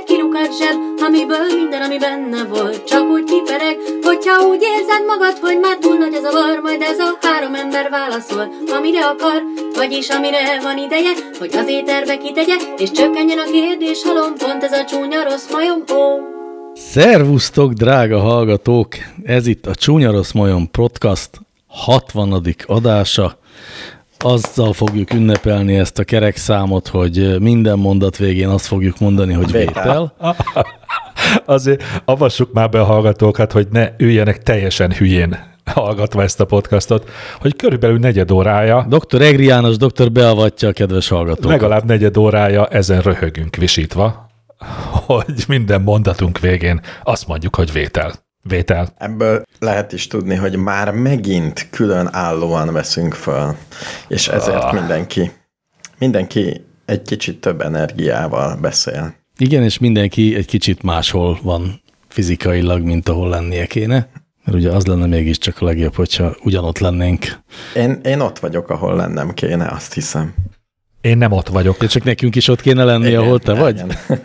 egy kilukat zseb, amiből minden, ami benne volt, csak úgy kipereg. Hogyha úgy érzed magad, hogy már túl nagy a zavar, majd ez a 3 ember válaszol, amire akar, vagyis amire van ideje, hogy az éterbe kitegye, és csökkenjen a kérdés halom, pont ez a csúnya rossz majom, ó. Szervusztok, drága hallgatók! Ez itt a Csúnya Rossz Majom Podcast 60. adása. Azzal fogjuk ünnepelni ezt a kerek számot, hogy minden mondat végén azt fogjuk mondani, hogy vétel. Azért avassuk már be a hallgatókat, hogy ne üljenek teljesen hülyén hallgatva ezt a podcastot, hogy körülbelül 4 órája. Dr. Egri János, doktor beavatja a kedves hallgatókat. Legalább 4 órája ezen röhögünk visítva, hogy minden mondatunk végén azt mondjuk, hogy vétel. Vétel. Ebből lehet is tudni, hogy már megint különállóan veszünk föl, és ezért mindenki egy kicsit több energiával beszél. Igen, és mindenki egy kicsit máshol van fizikailag, mint ahol lennie kéne. Mert ugye az lenne mégiscsak a legjobb, hogyha ugyanott lennénk. Én ott vagyok, ahol lennem kéne, azt hiszem. Én nem ott vagyok. De csak nekünk is ott kéne lenni, igen, ahol te vagy?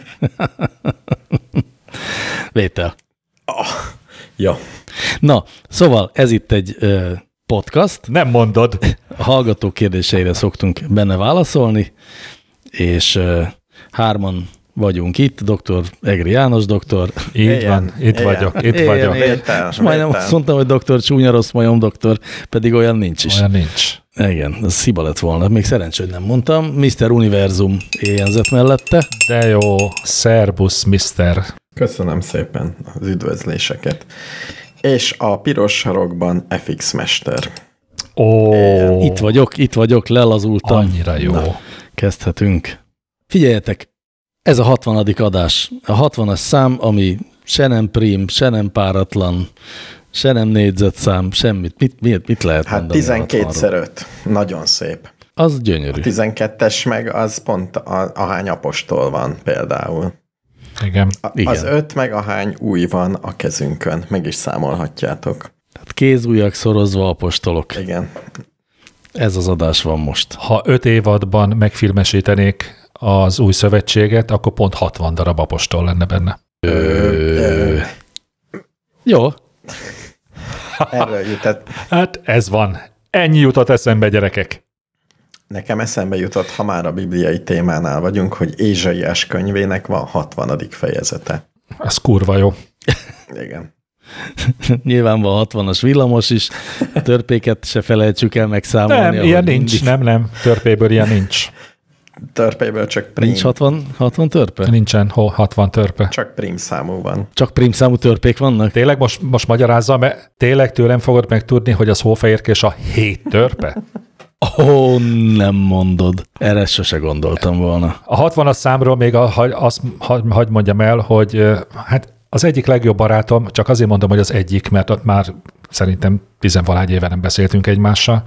Vétel. Oh, jó. Na, szóval ez itt egy podcast. Nem mondod. A hallgatók kérdéseire szoktunk benne válaszolni, és 3 vagyunk itt, dr. Egri János doktor. Így van, itt vagyok. És majdnem azt mondtam, hogy dr. Csúnya Rossz Majom doktor, pedig olyan nincs is. Olyan nincs. Igen, ez hiba lett volna. Még szerencsé, hogy nem mondtam. Mr. Univerzum éjjelzett mellette. De jó, szerbusz, mister. Köszönöm szépen az üdvözléseket. És a piros sarokban FX Mester. Ó, Itt vagyok, lelazultam. Annyira jó. Na, kezdhetünk. Figyeljetek, ez a 60. adás. A 60-as szám, ami se nem prim, se nem páratlan, se nem négyzetszám, semmit. Mit lehet hát mondani? 12x5. Nagyon szép. Az gyönyörű. A 12-es meg az pont ahány apostol van például. Igen. Az 5 meg ahány új van a kezünkön. Meg is számolhatjátok. Tehát kézújak szorozva apostolok. Igen. Ez az adás van most. Ha 5 évadban megfilmesítenék az új szövetséget, akkor pont 60 darab apostol lenne benne. Jó. Erről jutott. Hát ez van. Ennyi jutott eszembe, gyerekek. Nekem eszembe jutott, ha már a bibliai témánál vagyunk, hogy Ézsaiás könyvének van 60. fejezete. Ez kurva jó. Igen. Nyilván van 60-as villamos is, törpéket se felejtsük el megszámolni. Nem, ilyen nincs, nem, törpéből ilyen nincs. Törpéből csak prim. Nincs 60 törpe? Nincsen 60 törpe. Csak prim számú van. Csak prim számú törpék vannak? Tényleg most magyarázza, mert tényleg tőlem fogod megtudni, hogy az hófehérkés a 7 törpe? Ó, nem mondod. Erre sose gondoltam volna. A 60-as számról még azt hadd mondjam el, hogy hát az egyik legjobb barátom, csak azért mondom, hogy az egyik, mert ott már szerintem 10-valahány éve nem beszéltünk egymással,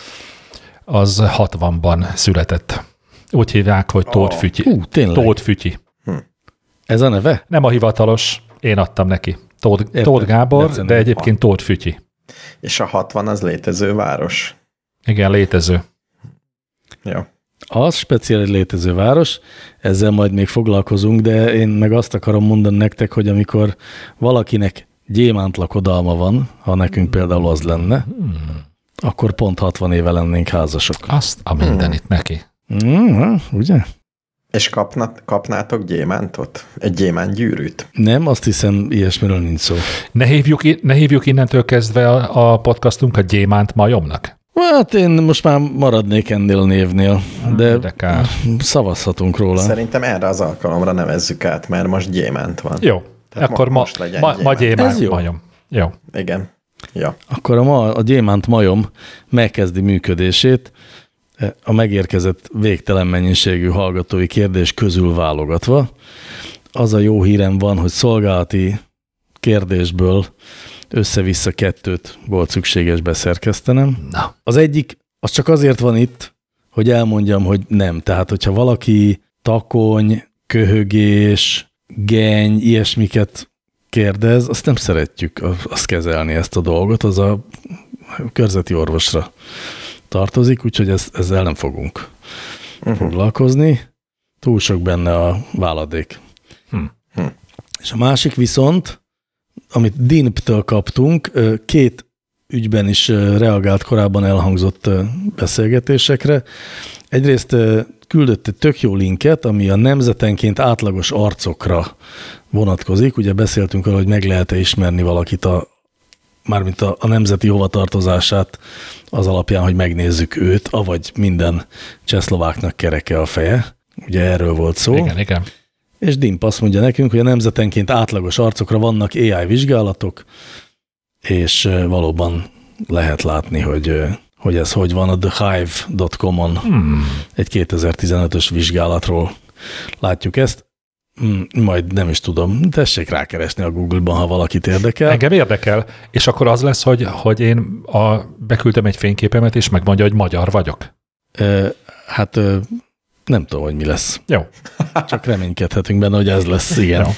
az 60-ban született. Úgy hívják, hogy Tóth Fütyi. Tényleg? Tóth Fütyi. Ez a neve? Nem a hivatalos, én adtam neki. Tóth Gábor, de egyébként Tóth Fütyi. És a 60 az létező város. Igen, létező. Jó. Az speciális létező város, ezzel majd még foglalkozunk, de én meg azt akarom mondani nektek, hogy amikor valakinek gyémánt lakodalma van, ha nekünk például az lenne, akkor pont 60 éve lennénk házasok. Azt a mindenit neki. Ugye? És kapnátok gyémántot? Egy gyémántgyűrűt? Nem, azt hiszem, ilyesmiről nincs szó. Ne hívjuk innentől kezdve a podcastunkat Gyémánt Majomnak? Hát én most már maradnék ennél a névnél, de szavazhatunk róla. Szerintem erre az alkalomra nevezzük át, mert most gyémánt van. Jó, tehát akkor ma Gyémánt Majom. Jó. Igen. Ja. Akkor a Gyémánt Majom megkezdi működését, a megérkezett végtelen mennyiségű hallgatói kérdés közül válogatva. Az a jó hírem van, hogy szolgálati kérdésből össze-vissza 2 volt szükséges beszerkesztenem. Na. Az egyik, az csak azért van itt, hogy elmondjam, hogy nem. Tehát, hogyha valaki takony, köhögés, geny, ilyesmiket kérdez, azt nem szeretjük azt kezelni, ezt a dolgot, az a körzeti orvosra tartozik, úgyhogy ezzel nem fogunk foglalkozni. Túl sok benne a váladék. És a másik viszont, amit DINP-től kaptunk, 2 ügyben is reagált korábban elhangzott beszélgetésekre. Egyrészt küldött egy tök jó linket, ami a nemzetenként átlagos arcokra vonatkozik. Ugye beszéltünk arról, hogy meg lehet-e ismerni valakit, mármint a nemzeti hovatartozását az alapján, hogy megnézzük őt, avagy minden csehszlováknak kereke a feje. Ugye erről volt szó. Igen. És DINP azt mondja nekünk, hogy a nemzetenként átlagos arcokra vannak AI vizsgálatok, és valóban lehet látni, hogy ez hogy van a thehive.com-on. Egy 2015-ös vizsgálatról látjuk ezt. Majd nem is tudom. Tessék rákeresni a Google-ban, ha valakit érdekel. Engem érdekel, és akkor az lesz, hogy én beküldtem egy fényképemet, és megmondja, hogy magyar vagyok. Nem tudom, hogy mi lesz. Jó. Csak reménykedhetünk benne, hogy ez lesz, igen. Jó.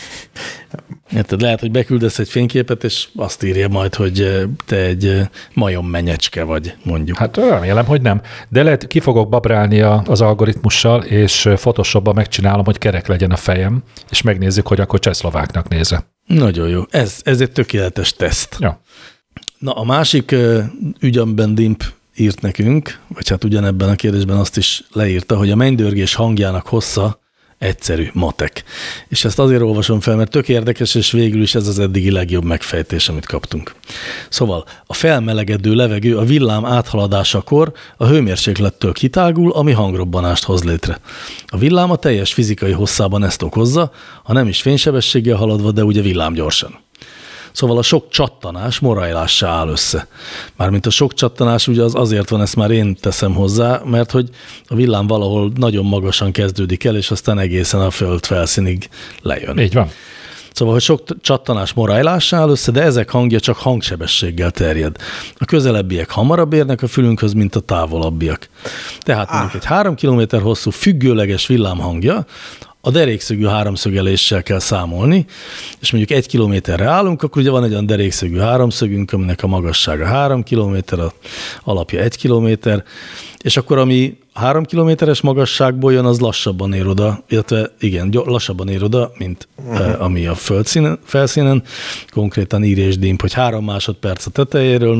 Érted, lehet, hogy beküldesz egy fényképet, és azt írja majd, hogy te egy majommenyecske vagy, mondjuk. Hát remélem, hogy nem. De lehet, ki fogok babrálni az algoritmussal, és Photoshopban megcsinálom, hogy kerek legyen a fejem, és megnézzük, hogy akkor csehszlováknak nézze. Nagyon jó. Ez egy tökéletes teszt. Jó. Na, a másik ügy, amiben DINP írt nekünk, vagy hát ugyanebben a kérdésben azt is leírta, hogy a mennydörgés hangjának hossza egyszerű, matek. És ezt azért olvasom fel, mert tök érdekes, és végül is ez az eddigi legjobb megfejtés, amit kaptunk. Szóval a felmelegedő levegő a villám áthaladásakor a hőmérséklettől kitágul, ami hangrobbanást hoz létre. A villám a teljes fizikai hosszában ezt okozza, ha nem is fénysebességgel haladva, de ugye villámgyorsan. Szóval a sok csattanás morajlássá áll össze. Mármint a sok csattanás ugye azért van, ezt már én teszem hozzá, mert hogy a villám valahol nagyon magasan kezdődik el, és aztán egészen a föld felszínig lejön. Így van. Szóval, hogy sok csattanás morajlássá áll össze, de ezek hangja csak hangsebességgel terjed. A közelebbiek hamarabb érnek a fülünkhöz, mint a távolabbiak. Tehát mondjuk egy 3 kilométer hosszú függőleges villám hangja, a derékszögű háromszögeléssel kell számolni, és mondjuk 1 kilométerre állunk, akkor ugye van egy olyan derékszögű háromszögünk, aminek a magassága 3 kilométer, a alapja 1 kilométer, és akkor ami 3 kilométeres magasságból jön, az lassabban ér oda, illetve igen, lassabban ér oda, mint ami a felszínen. Konkrétan írja és DINP, hogy 3 másodperc a tetejéről,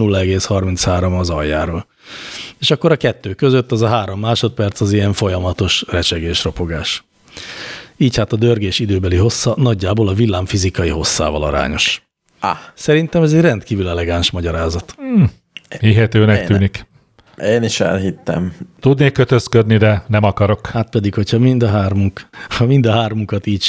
0,33 az aljáról. És akkor a 2 között az a 3 másodperc az ilyen folyamatos recsegés, ropogás. Így hát a dörgés időbeli hossza nagyjából a villám fizikai hosszával arányos. Szerintem ez egy rendkívül elegáns magyarázat. Hihetőnek tűnik. Én is elhittem. Tudnék kötözködni, de nem akarok. Hát pedig, hogyha mind a hármunkat így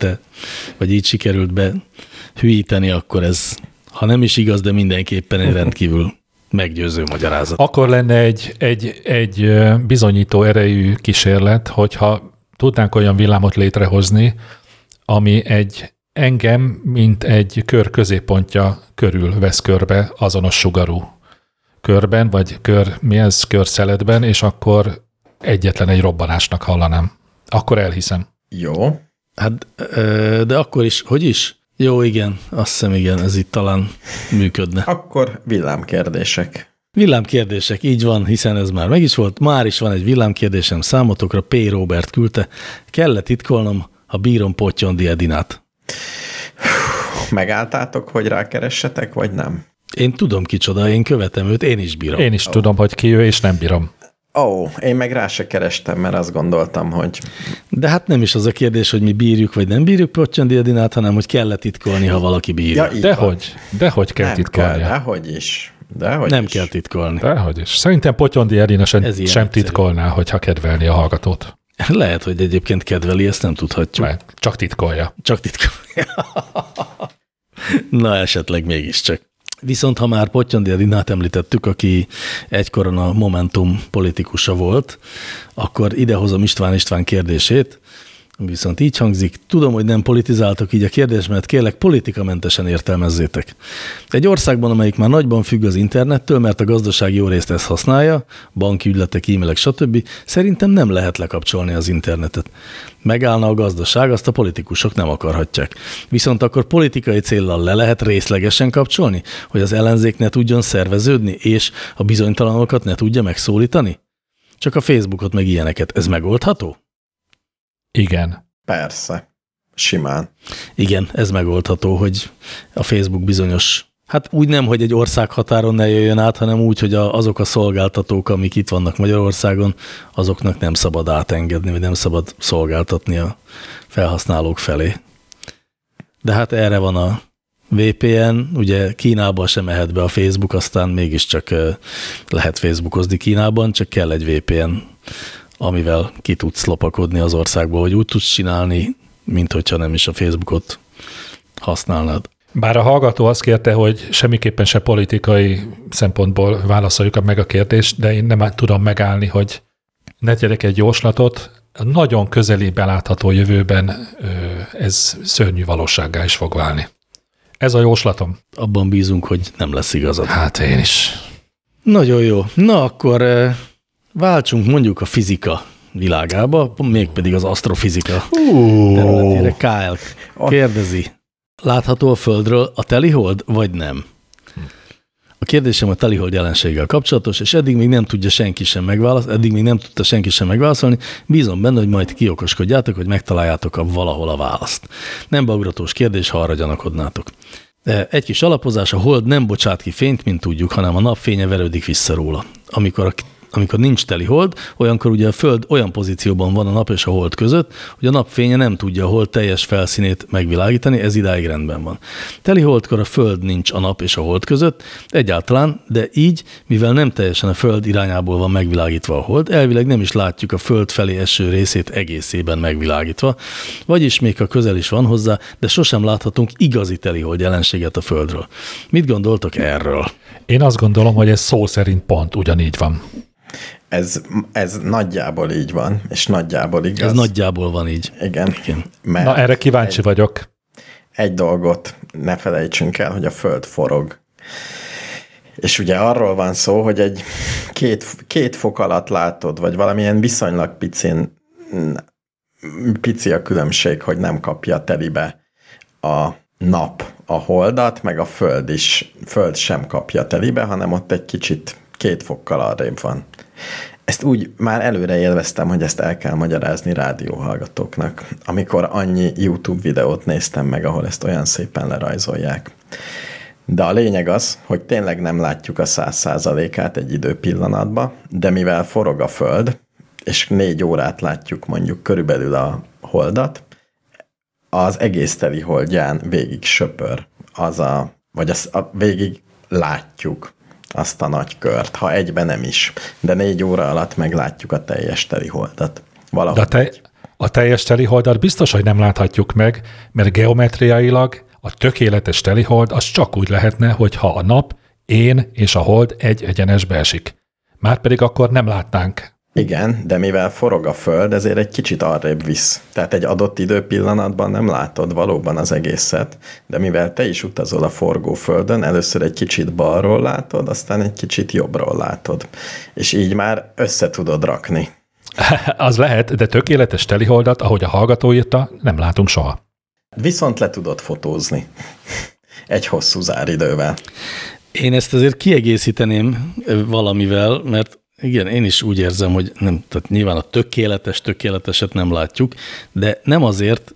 sikerült be hülyíteni, akkor ez, ha nem is igaz, de mindenképpen egy rendkívül meggyőző magyarázat. Akkor lenne egy bizonyító erejű kísérlet, hogyha tudnánk olyan villámot létrehozni, ami engem, mint egy kör középpontja körül vesz körbe azonos sugarú körben, vagy körszeletben, és akkor egyetlen egy robbanásnak hallanám. Akkor elhiszem. Jó. Hát, de akkor is, hogy is? Jó, igen, azt hiszem, igen, ez itt talán működne. Akkor villámkérdések. Villámkérdések, így van, hiszen ez már meg is volt. Már is van egy villámkérdésem számotokra, P. Robert küldte. Kell-e titkolnom, ha bírom Pottyondi Edinát? Megálltátok, hogy rákeressetek, vagy nem? Én tudom kicsoda, én követem őt, én is bírom. Én is tudom, hogy ki ő, és nem bírom. Én meg rá se kerestem, mert azt gondoltam, hogy... De hát nem is az a kérdés, hogy mi bírjuk, vagy nem bírjuk Pottyondi Edinát, hanem hogy kell-e titkolni, ha valaki bírja. Ja, dehogy kell titkolnia. Dehogy is. Nem kell titkolni. Dehogy is. Szerintem Pottyondi Edina sem titkolná, hogyha kedvelni a hallgatót. Lehet, hogy egyébként kedveli, ezt nem tudhatjuk. Csak titkolja. Na, esetleg mégiscsak. Viszont ha már Pottyondi Edinát említettük, aki egykoron a Momentum politikusa volt, akkor idehozom István kérdését, viszont így hangzik, tudom, hogy nem politizáltok, így a kérdésemet kérlek politikamentesen értelmezzétek. Egy országban, amelyik már nagyban függ az internettől, mert a gazdaság jó részt ezt használja, banki ügyletek, e-mailek, stb., szerintem nem lehet lekapcsolni az internetet. Megállna a gazdaság, azt a politikusok nem akarhatják. Viszont akkor politikai céllal le lehet részlegesen kapcsolni, hogy az ellenzék ne tudjon szerveződni, és a bizonytalanokat ne tudja megszólítani? Csak a Facebookot meg ilyeneket. Ez megoldható? Igen. Persze. simán. Igen, ez megoldható, hogy a Facebook bizonyos, hát úgy nem, hogy egy országhatáron ne jöjjön át, hanem úgy, hogy azok a szolgáltatók, amik itt vannak Magyarországon, azoknak nem szabad átengedni, vagy nem szabad szolgáltatni a felhasználók felé. De hát erre van a VPN, ugye Kínában sem mehet be a Facebook, aztán mégiscsak lehet Facebookozni Kínában, csak kell egy VPN, amivel ki tudsz lopakodni az országból, hogy úgy tudsz csinálni, mint hogyha nem is a Facebookot használnád. Bár a hallgató azt kérte, hogy semmiképpen se politikai szempontból válaszoljuk meg a kérdést, de én nem tudom megállni, hogy ne tegyek egy jóslatot. Nagyon közeli belátható jövőben ez szörnyű valósággá is fog válni. Ez a jóslatom. Abban bízunk, hogy nem lesz igazad. Hát én is. Nagyon jó. Na akkor váltsunk mondjuk a fizika világába, mégpedig az asztrofizika területére. Kyle kérdezi, látható a Földről a telihold, vagy nem? A kérdésem a telihold jelenséggel kapcsolatos, és eddig még nem tudta senki sem megválaszolni. Bízom benne, hogy majd kiokoskodjátok, hogy megtaláljátok valahol a választ. Nem beugratós kérdés, ha arra gyanakodnátok. Egy kis alapozás, a hold nem bocsát ki fényt, mint tudjuk, hanem a napfénye verődik vissza róla. Amikor nincs teli hold, olyankor ugye a Föld olyan pozícióban van a nap és a hold között, hogy a napfénye nem tudja a hold teljes felszínét megvilágítani, ez idáig rendben van. Teli holdkor a Föld nincs a nap és a hold között egyáltalán, de így, mivel nem teljesen a Föld irányából van megvilágítva a hold, elvileg nem is látjuk a Föld felé eső részét egészében megvilágítva, vagyis még ha közel is van hozzá, de sosem láthatunk igazi telihold jelenséget a Földről. Mit gondoltok erről? Én azt gondolom, hogy ez szó szerint pont ugyanígy van. Ez nagyjából így van, és nagyjából igaz. Ez nagyjából van így. Igen. Na, erre kíváncsi vagyok. Egy dolgot ne felejtsünk el, hogy a Föld forog. És ugye arról van szó, hogy egy két fok alatt látod, vagy valamilyen viszonylag pici a különbség, hogy nem kapja telibe a nap a holdat, meg a Föld sem kapja telibe, hanem ott egy kicsit 2 fokkal arrébb van. Ezt úgy már előre élveztem, hogy ezt el kell magyarázni rádióhallgatóknak, amikor annyi YouTube videót néztem meg, ahol ezt olyan szépen lerajzolják. De a lényeg az, hogy tényleg nem látjuk a 100%-át egy időpillanatban, de mivel forog a Föld, és 4 órát látjuk mondjuk körülbelül a holdat, az egész teli holdján végig söpör, végig látjuk azt a nagy kört, ha egyben nem is. De 4 óra alatt meglátjuk a teljes teliholdat. De a teljes teliholdat biztos, hogy nem láthatjuk meg, mert geometriailag a tökéletes telihold az csak úgy lehetne, hogyha a nap, én és a hold egy egyenesbe esik. Márpedig akkor nem látnánk. Igen, de mivel forog a Föld, ezért egy kicsit arrébb visz. Tehát egy adott időpillanatban nem látod valóban az egészet, de mivel te is utazol a forgó Földön, először egy kicsit balról látod, aztán egy kicsit jobbról látod. És így már össze tudod rakni. Az lehet, de tökéletes teliholdat, ahogy a hallgató írta, nem látunk soha. Viszont le tudod fotózni. Egy hosszú záridővel. Én ezt azért kiegészíteném valamivel, mert igen, én is úgy érzem, hogy nem, tehát nyilván a tökéleteset nem látjuk, de nem azért,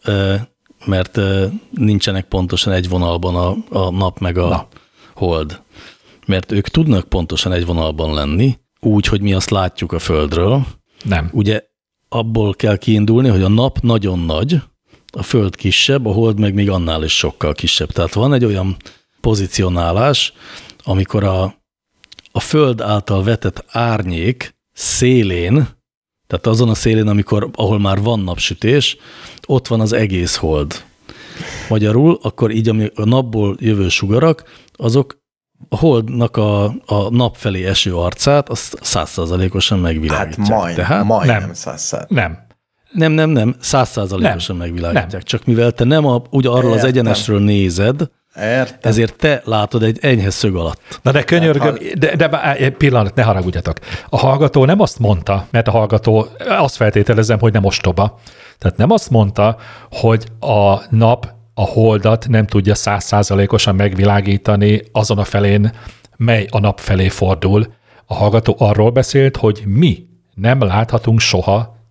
mert nincsenek pontosan egy vonalban a nap meg a hold. Mert ők tudnak pontosan egy vonalban lenni, úgy, hogy mi azt látjuk a Földről. Nem. Ugye abból kell kiindulni, hogy a nap nagyon nagy, a Föld kisebb, a hold meg még annál is sokkal kisebb. Tehát van egy olyan pozicionálás, amikor a Föld által vetett árnyék szélén, tehát azon a szélén, ahol már van napsütés, ott van az egész hold. Magyarul, akkor így a napból jövő sugarak, azok a holdnak a nap felé eső arcát, azt 100%-osan megvilágítják. Hát majdnem 100%. Nem, 100%-osan megvilágítják. Nem. Csak mivel te nem ugye arról az egyenesről nézed, értem. Ezért te látod egy enyhe szög alatt. Na de könyörgöm, de egy pillanat, ne haragudjatok. A hallgató nem azt mondta, mert a hallgató, azt feltételezem, hogy nem ostoba. Tehát nem azt mondta, hogy a nap a holdat nem tudja 100%-osan megvilágítani azon a felén, mely a nap felé fordul. A hallgató arról beszélt, hogy mi nem láthatunk soha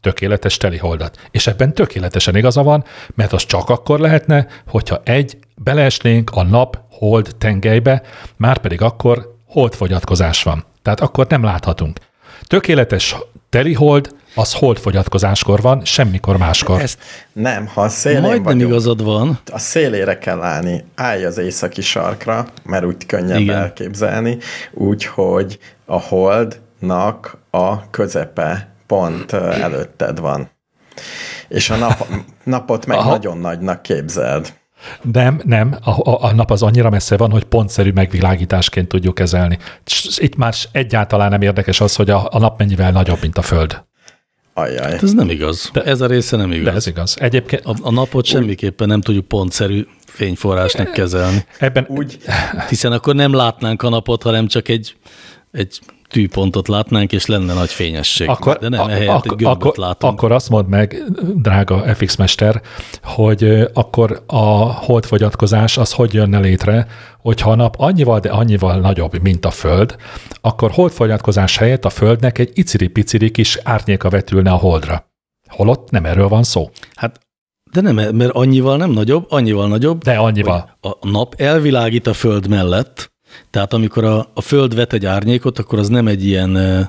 tökéletes teliholdat. És ebben tökéletesen igaza van, mert az csak akkor lehetne, hogyha beleesnénk a nap-hold tengelybe, márpedig akkor holdfogyatkozás van. Tehát akkor nem láthatunk. Tökéletes telihold, az holdfogyatkozáskor van, semmikor máskor. Nem, ha a szélén Majdnem vagyunk, igazad van. a szélére kell állni, állj az északi sarkra, mert úgy könnyebb Igen. elképzelni, úgyhogy a holdnak a közepe pont előtted van. És a napot meg nagyon nagynak képzeld. Nem, a nap az annyira messze van, hogy pontszerű megvilágításként tudjuk kezelni. Itt már egyáltalán nem érdekes az, hogy a nap mennyivel nagyobb, mint a Föld. Ajjaj. Hát ez nem igaz. Ez a része nem igaz. De ez igaz. Egyébként A napot semmiképpen nem tudjuk pontszerű fényforrásnak kezelni. ebben Úgy, Hiszen akkor nem látnánk a napot, hanem csak egy tűpontot látnánk, és lenne nagy fényesség. De nem, ehelyett egy gömböt látunk. Akkor azt mondd meg, drága FX Mester, hogy akkor a holdfogyatkozás az hogy jönne létre, hogyha a nap annyival, de annyival nagyobb, mint a Föld, akkor holdfogyatkozás helyett a Földnek egy iciri-piciri kis árnyéka vetülne a holdra. Holott nem erről van szó. Hát, de nem, mert annyival nem nagyobb, annyival nagyobb. De annyival. A nap elvilágít a Föld mellett, tehát amikor a Föld vet egy árnyékot, akkor az nem egy ilyen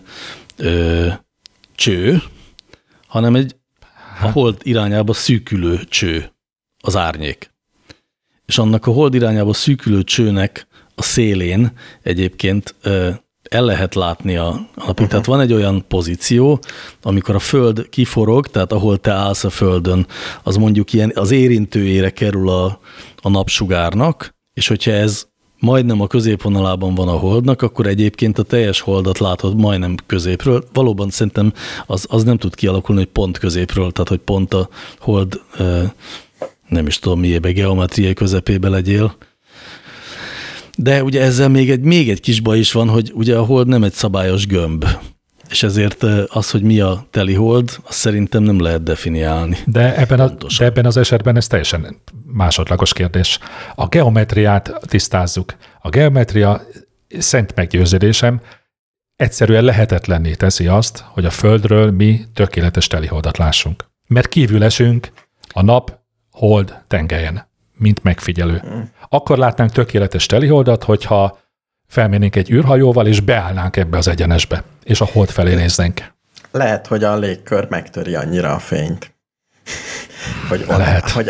cső, hanem egy a hold irányába szűkülő cső az árnyék. És annak a hold irányába szűkülő csőnek a szélén egyébként el lehet látni a napig. Tehát van egy olyan pozíció, amikor a Föld kiforog, tehát ahol te állsz a Földön, az mondjuk ilyen az érintőjére kerül a napsugárnak, és hogyha ez majdnem a középvonalában van a holdnak, akkor egyébként a teljes holdat látod majdnem középről. Valóban szerintem az nem tud kialakulni, hogy pont középről, tehát hogy pont a hold, nem is tudom miébe, geometriai közepébe legyél. De ugye ezzel még egy kis baj is van, hogy ugye a hold nem egy szabályos gömb. És ezért az, hogy mi a teli hold, azt szerintem nem lehet definiálni. De ebben az esetben ez teljesen másodlagos kérdés. A geometriát tisztázzuk. A geometria szent meggyőződésem egyszerűen lehetetlenné teszi azt, hogy a Földről mi tökéletes teliholdat lássunk. Mert kívül esünk a nap, hold tengelyen, mint megfigyelő. Akkor látnánk tökéletes teliholdat, hogyha felmennénk egy űrhajóval, és beállnánk ebbe az egyenesbe, és a hold felé néznénk. lehet, hogy a légkör megtöri annyira a fényt, hogy, hogy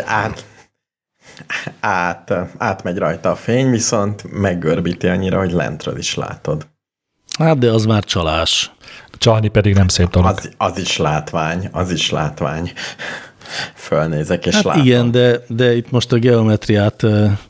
átmegy rajta a fény, viszont meggörbíti annyira, hogy lentről is látod. Hát, de az már csalás. Csalni pedig nem szép dolog. Az is látvány. Fölnézek és látom. Igen, de itt most a geometriát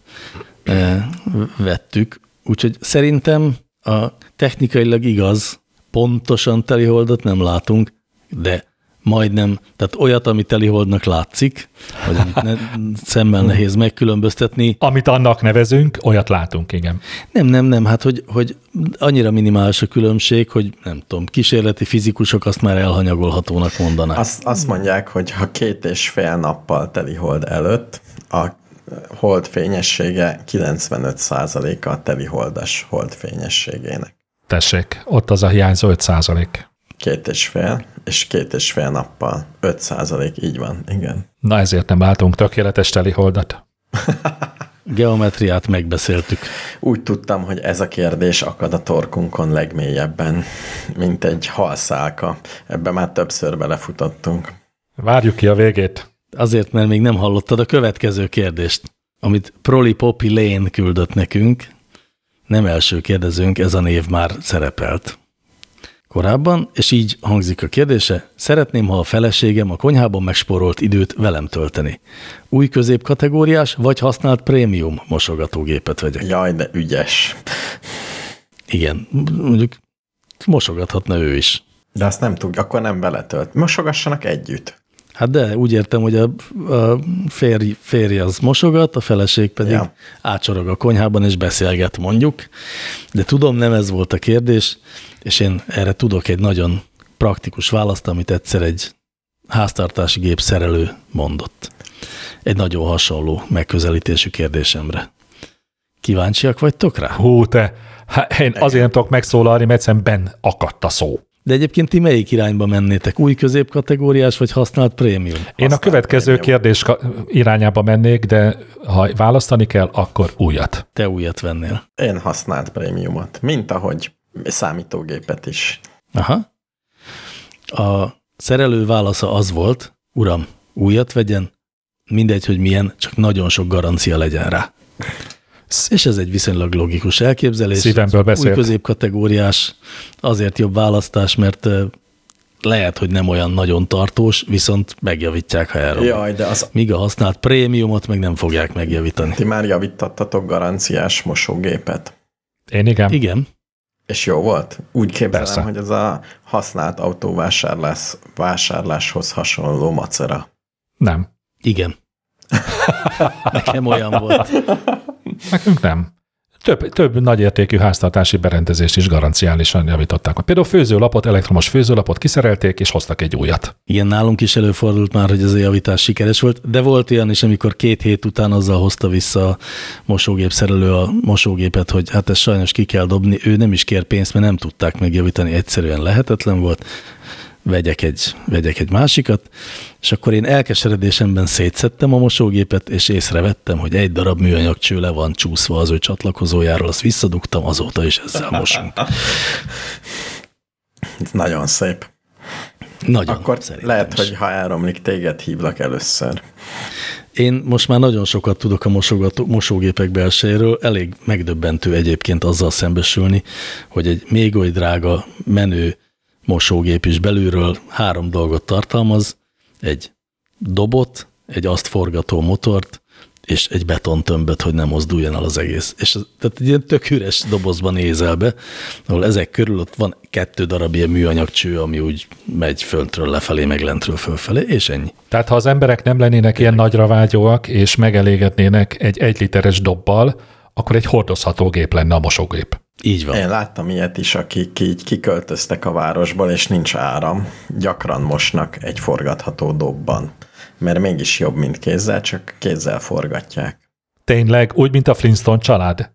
vettük, úgyhogy szerintem a technikailag igaz, pontosan teliholdat nem látunk, de majdnem, tehát olyat, ami teliholdnak látszik, vagy amit szemmel nehéz megkülönböztetni. Amit annak nevezünk, olyat látunk, igen. Nem, hát hogy annyira minimális a különbség, hogy nem tudom, kísérleti fizikusok azt már elhanyagolhatónak mondanák. Azt mondják, hogy ha 2,5 nappal telihold előtt, a hold fényessége 95%-a a teliholdas hold fényességének. Tessék, ott az a hiányzó 5%. 2,5 és 2,5 nappal 5%, így van, igen. Na ezért nem látunk tökéletes teliholdat. Geometriát megbeszéltük. Úgy tudtam, hogy ez a kérdés akad a torkunkon legmélyebben, mint egy halszálka. Ebbe már többször belefutottunk. Várjuk ki a végét. Azért, mert még nem hallottad a következő kérdést, amit Proli Poppy Lane küldött nekünk. Nem első kérdezőnk, ez a név már szerepelt korábban, és így hangzik a kérdése: szeretném, ha a feleségem a konyhában megspórolt időt velem tölteni. Új középkategóriás vagy használt prémium mosogatógépet vegyek? Jaj, de ügyes. Igen, mondjuk mosogathatna ő is. De azt nem tudja, akkor nem beletölt. Mosogassanak együtt. Hát de úgy értem, hogy a férj az mosogat, a feleség pedig átsorog a konyhában és beszélget mondjuk. De tudom, nem ez volt a kérdés, és én erre tudok egy nagyon praktikus választ, amit egyszer egy háztartási gép szerelő mondott. Egy nagyon hasonló megközelítésű kérdésemre. Kíváncsiak vagytok rá? Hú, te! Én azért nem tudok megszólalni, mert egyszerűen benn akadt a szó. De egyébként ti melyik irányba mennétek? Új középkategóriás vagy használt prémium? Én a következő kérdés irányába mennék, de ha választani kell, akkor újat. Te újat vennél. Én használt prémiumot, mint ahogy számítógépet is. Aha. A szerelő válasza az volt, uram, újat vegyen, mindegy, hogy milyen, csak nagyon sok garancia legyen rá. És ez egy viszonylag logikus elképzelés. Szívemből beszélt. Új középkategóriás, azért jobb választás, mert lehet, hogy nem olyan nagyon tartós, viszont megjavítják, ha elromlik. Jaj, de az... Míg a használt prémiumot meg nem fogják megjavítani. Ti már javítattatok garanciás mosógépet? Én igen. Igen. És jó volt? Úgy képzelem, Persze. hogy ez a használt autóvásárláshoz hasonló macera. Nem. Igen. Nekem olyan volt. Nekünk nem. Több nagyértékű háztartási berendezést is garanciálisan javították. Például főzőlapot, elektromos főzőlapot kiszerelték, és hoztak egy újat. Igen, nálunk is előfordult már, hogy ez a javítás sikeres volt, de volt olyan is, amikor 2 hét után azzal hozta vissza a mosógépszerelő a mosógépet, hogy hát ezt sajnos ki kell dobni, ő nem is kér pénzt, mert nem tudták megjavítani, egyszerűen lehetetlen volt, vegyek egy másikat, és akkor én elkeseredésemben szétszedtem a mosógépet, és észrevettem, hogy egy darab műanyag cső le van csúszva az ő csatlakozójáról, azt visszadugtam, azóta is ezzel mosunk. Ez nagyon szép. Nagyon. Akkor lehet, is. hogy ha elromlik, téged hívlak először. Én most már nagyon sokat tudok a mosógépek belsejéről, elég megdöbbentő egyébként azzal szembesülni, hogy egy még oly drága, menő mosógép is belülről 3 dolgot tartalmaz, egy dobot, egy azt forgató motort, és egy betontömböt, hogy nem mozduljon el az egész. És tehát egy ilyen tök üres dobozban nézel be, ahol ezek körül ott van 2 darab ilyen műanyag cső, ami úgy megy föntről lefelé, meg lentről fölfelé, és ennyi. Tehát ha az emberek nem lennének ilyen nagyra vágyóak, és megelégednének egy 1 literes dobbal, akkor egy hordozható gép lenne a mosógép. Így van. Én láttam ilyet is, akik így kiköltöztek a városból, és nincs áram. Gyakran mosnak egy forgatható dobban. Mert mégis jobb, mint kézzel, csak kézzel forgatják. Tényleg, úgy, mint a Flintstone család?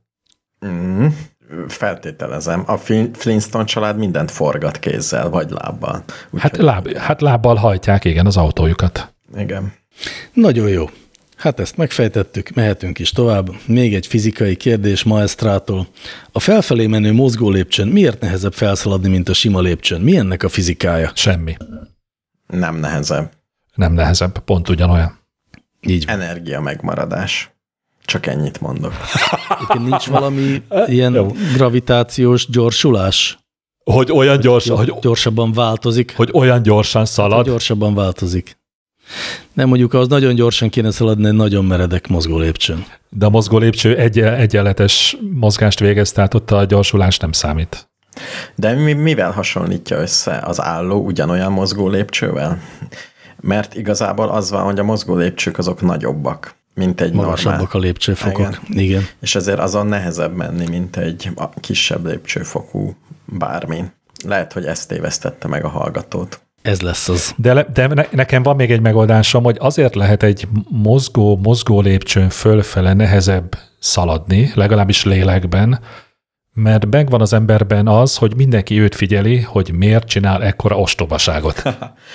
Feltételezem. A Flintstone család mindent forgat kézzel, vagy lábbal. Hát lábbal hajtják, igen, az autójukat. Igen. Nagyon jó. Hát ezt megfejtettük, mehetünk is tovább. Még egy fizikai kérdés Maestrától. A felfelé menő mozgó lépcsőn miért nehezebb felszaladni, mint a sima lépcsőn? Mi ennek a fizikája? Semmi. Nem nehezebb. Nem nehezebb, pont ugyanolyan. Így van. Energia megmaradás. Csak ennyit mondok. Nincs valami ilyen gravitációs gyorsulás? Hogy olyan gyorsan, hogy Gyorsabban változik. hogy olyan gyorsan szalad. Gyorsabban változik. Nem, mondjuk az nagyon gyorsan kéne szaladni egy nagyon meredek mozgó lépcsőn. De a mozgó lépcső egyenletes mozgást végez, tehát ott a gyorsulás nem számít. De mivel hasonlítja össze az álló ugyanolyan mozgó lépcsővel? Mert igazából az van, hogy a mozgó lépcsők azok nagyobbak, mint egy magasabbak normál. a lépcsőfokok. Igen. És ezért azon nehezebb menni, mint egy kisebb lépcsőfokú bármin. Lehet, hogy ezt tévesztette meg a hallgatót. Ez lesz az. De nekem van még egy megoldásom, hogy azért lehet egy mozgó lépcsőn fölfele nehezebb szaladni, legalábbis lélekben, mert megvan az emberben az, hogy mindenki őt figyeli, hogy miért csinál ekkora ostobaságot.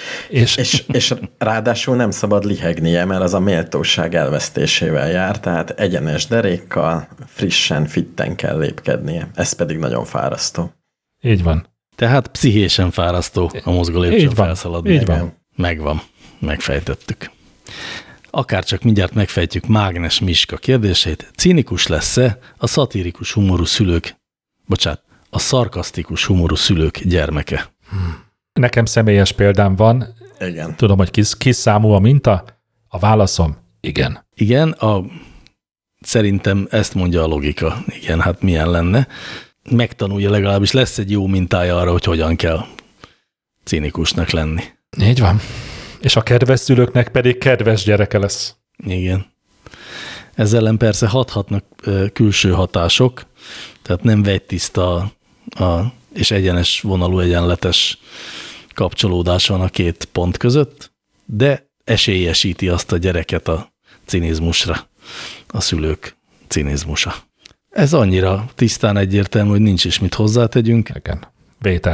És ráadásul nem szabad lihegnie, mert az a méltóság elvesztésével jár, tehát egyenes derékkal, frissen, fitten kell lépkednie. Ez pedig nagyon fárasztó. Így van. Tehát pszichésen fárasztó a mozgó lépcsőn felszaladni. Így van. Megvan. Megfejtettük. Akárcsak mindjárt megfejtjük Mágnes Miska kérdését. Cinikus lesz-e a szatirikus humorú szülők, a szarkasztikus humorú szülők gyermeke? Nekem személyes példám van. Igen. Tudom, hogy kis számú a minta. A válaszom igen. Igen, szerintem ezt mondja a logika. Igen, hát milyen lenne. Megtanulja legalábbis, lesz egy jó mintája arra, hogy hogyan kell cinikusnak lenni. Így van. És a kedves szülőknek pedig kedves gyereke lesz. Igen. Ezzel ellen persze hathatnak külső hatások, tehát nem vegytiszta és egyenes vonalú, egyenletes kapcsolódás van a 2 pont között, de esélyesíti azt a gyereket a cinizmusra, a szülők cinizmusa. Ez annyira tisztán egyértelmű, hogy nincs is mit hozzátegyünk. Igen. Vétel.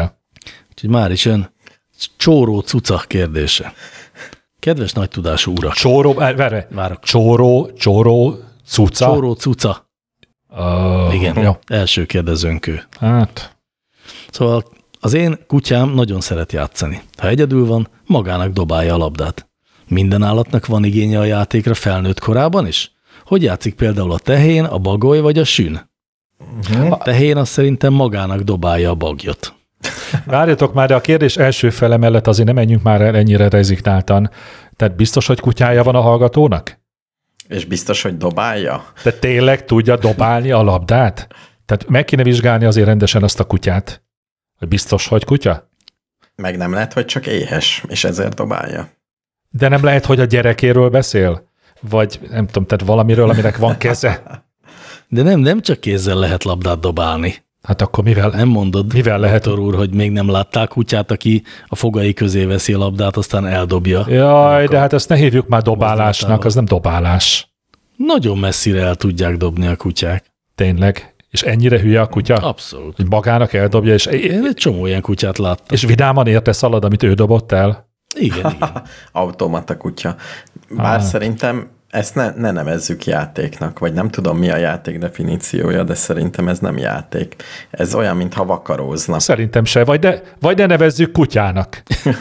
Úgyhogy már is jön csóró cuca kérdése. Kedves nagy tudású urak. Csóró, cuca. Csóró cuca. Igen, jó. Első kérdezőnkő. Hát. Szóval az én kutyám nagyon szeret játszani. Ha egyedül van, magának dobálja a labdát. Minden állatnak van igénye a játékra felnőtt korában is? Hogy játszik például a tehén, a bagoly vagy a sün? A tehén azt szerintem magának dobálja a bagyot. Várjatok már, de a kérdés első fele mellett azért nem menjünk már el ennyire rezignáltan. Tehát biztos, hogy kutyája van a hallgatónak? És biztos, hogy dobálja? De tényleg tudja dobálni a labdát? Tehát meg kéne vizsgálni azért rendesen azt a kutyát. Hogy biztos, hogy kutya? Meg nem lehet, hogy csak éhes, és ezért dobálja. De nem lehet, hogy a gyerekéről beszél? Vagy nem tudom, tehát valamiről, aminek van keze? De nem csak kézzel lehet labdát dobálni. Hát akkor mivel? Nem mondod, mivel lehet? Doktor úr, hogy még nem látták kutyát, aki a fogai közé veszi a labdát, aztán eldobja. Jaj, de hát ezt ne hívjuk már dobálásnak, az nem dobálás. Nagyon messzire el tudják dobni a kutyák. Tényleg? És ennyire hülye a kutya? Abszolút. Hogy magának eldobja, és... Én egy csomó ilyen kutyát láttam. És vidáman érte szalad, amit ő dobott el? Igen. Automata kutya. Bár szerintem ezt ne nevezzük játéknak, vagy nem tudom, mi a játék definíciója, de szerintem ez nem játék. Ez olyan, mintha vakaróznak. Szerintem se, vagy ne nevezzük kutyának.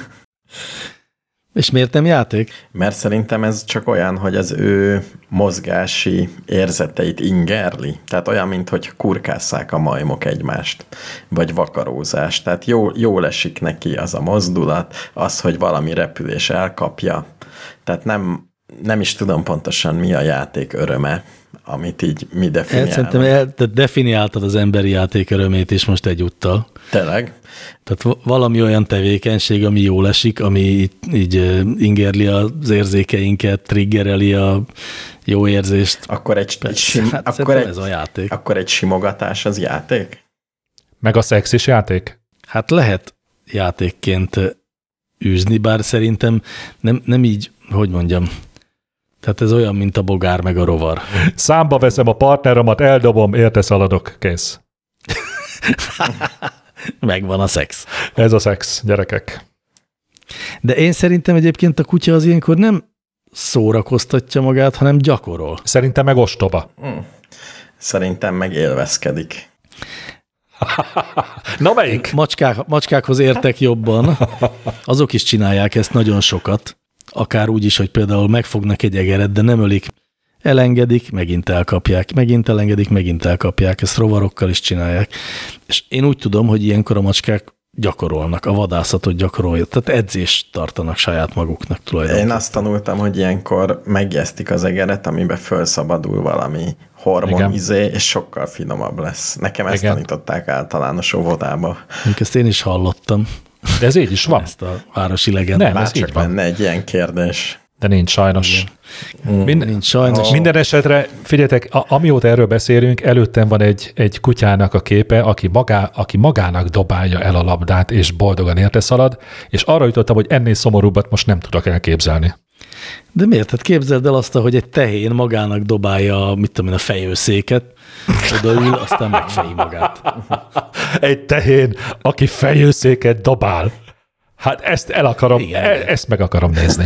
És miért nem játék? Mert szerintem ez csak olyan, hogy az ő mozgási érzeteit ingerli. Tehát olyan, mint hogy kurkásszák a majmok egymást, vagy vakarózás. Tehát jól esik neki az a mozdulat, az, hogy valami repülés elkapja. Tehát nem is tudom pontosan, mi a játék öröme, amit így mi definiálunk. Szerintem definiáltad az emberi játék örömét is most egyúttal. Tényleg? Tehát valami olyan tevékenység, ami jól esik, ami így ingerli az érzékeinket, triggereli a jó érzést. Akkor ez a játék. Akkor egy simogatás az játék? Meg a szex is játék? Hát lehet játékként űzni, bár szerintem nem így, hogy mondjam, tehát ez olyan, mint a bogár meg a rovar. Számba veszem a partneromat, eldobom, érte szaladok, kész. Megvan a szex. Ez a szex, gyerekek. De én szerintem egyébként a kutya az ilyenkor nem szórakoztatja magát, hanem gyakorol. Szerintem meg ostoba. Szerintem meg élvezkedik. Na melyik? Macskákhoz értek jobban. Azok is csinálják ezt nagyon sokat. Akár úgy is, hogy például megfognak egy egeret, de nem ölik. Elengedik, megint elkapják, megint elengedik, megint elkapják. Ezt rovarokkal is csinálják. És én úgy tudom, hogy ilyenkor a macskák gyakorolnak, a vadászatot gyakorolják. Tehát edzést tartanak saját maguknak tulajdonképpen. Én azt tanultam, hogy ilyenkor megjesztik az egeret, amiben felszabadul valami hormonizé, és sokkal finomabb lesz. Nekem ezt tanították általános óvodába. Ezt én is hallottam. De ez így is van. Ezt a városi legendát. Nem, ez csak lenne egy ilyen kérdés. De nincs sajnos. Nincs sajnos. Minden esetre, figyeljetek, amióta erről beszélünk, előttem van egy kutyának a képe, aki magának dobálja el a labdát, és boldogan érte szalad, és arra jutottam, hogy ennél szomorúbbat most nem tudok elképzelni. De miért? Hát képzeld el azt, hogy egy tehén magának dobálja, mit tudom én, a fejőszéket, odaül, aztán megfeji magát. Egy tehén, aki fejőszéket dobál. Hát ezt ezt meg akarom nézni.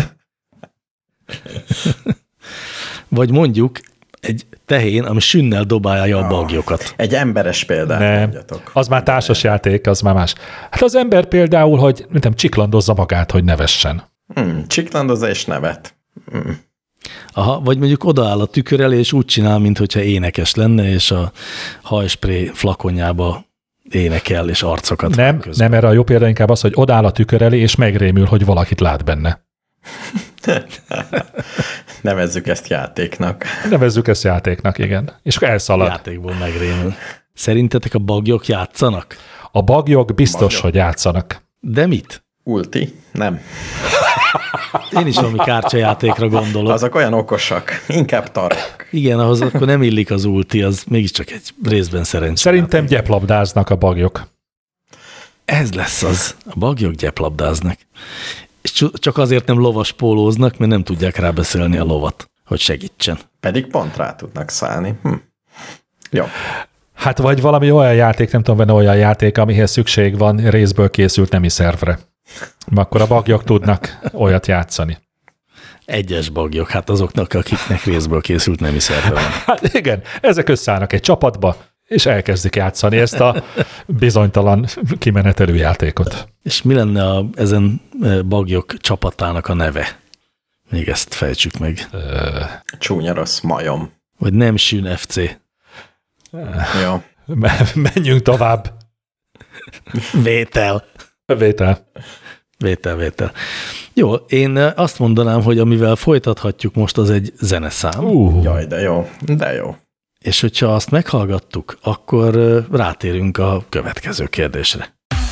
Vagy mondjuk egy tehén, ami sünnel dobálja a bagyokat. Egy emberes példát mondjatok. Az már társas játék, az már más. Hát az ember például, hogy csiklandozza magát, hogy nevessen. Csiklandozza és nevet. Aha, vagy mondjuk odaáll a tükör elé, és úgy csinál, mintha énekes lenne, és a hajspré flakonjába énekel, és arcokat. Nem, erre a jó példa inkább az, hogy odaáll a tükör elé, és megrémül, hogy valakit lát benne. Nevezzük ezt játéknak. Nevezzük ezt játéknak, igen. És akkor elszalad. Játékból megrémül. Szerintetek a bagyok játszanak? A bagyok biztos, hogy játszanak. De mit? Ulti? Nem. Én is valami kártyajátékra gondolok. Azok olyan okosak, inkább tarok. Igen, ahhoz akkor nem illik az ulti, az mégiscsak egy részben szerencsé. Szerintem gyeplabdáznak a bagyok. Ez lesz az. A bagyok gyeplabdáznak. És csak azért nem lovas pólóznak, mert nem tudják rábeszélni a lovat, hogy segítsen. Pedig pont rá tudnak szállni. Jó. Hát vagy valami olyan játék, nem tudom, olyan játék, amihez szükség van részből készült nemi szervre. Akkor a bagyok tudnak olyat játszani. Egyes bagyok, hát azoknak, akiknek részből készült nemi szerve van. Hát igen, ezek összeállnak egy csapatba, és elkezdik játszani ezt a bizonytalan kimenetelő játékot. És mi lenne ezen bagyok csapatának a neve? Még ezt fejtsük meg. Csúnya rossz majom. Vagy nem Sün FC. Jó. Menjünk tovább. Vétel. Vétel. Jó, én azt mondanám, hogy amivel folytathatjuk most, az egy zeneszám. Jaj, de jó. De jó. És hogyha azt meghallgattuk, akkor rátérünk a következő kérdésre.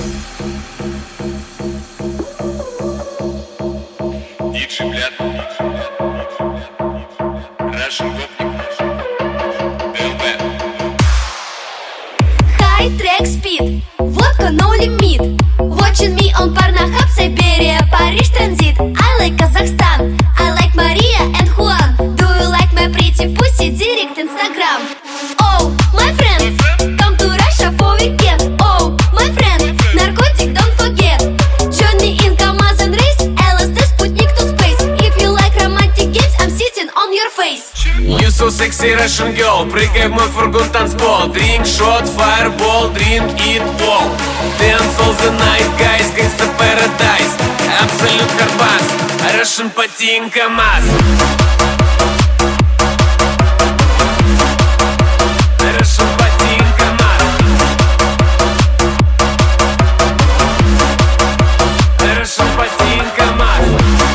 High track speed, vodka no limit. Watching me on Pornhub, Siberia, Paris transit. I like Kazakhstan, I like Maria and Juan. Do you like my pretty pussy? Direct Instagram. Oh, my friend, come to Russia for weekend. Oh, my friend, narcotic don't forget. Journey in Kamaz and race, LSD Sputnik to space. If you like romantic games, I'm sitting on your face. You so sexy Russian girl, прыгай в мой фургон танцпол. Drink shot, fireball, drink it all. Dance all the night, guys, gangsta paradise. Absolute Karbaz, Russian Patin Kamaz. Russian Patin Kamaz. Russian Patin Kamaz.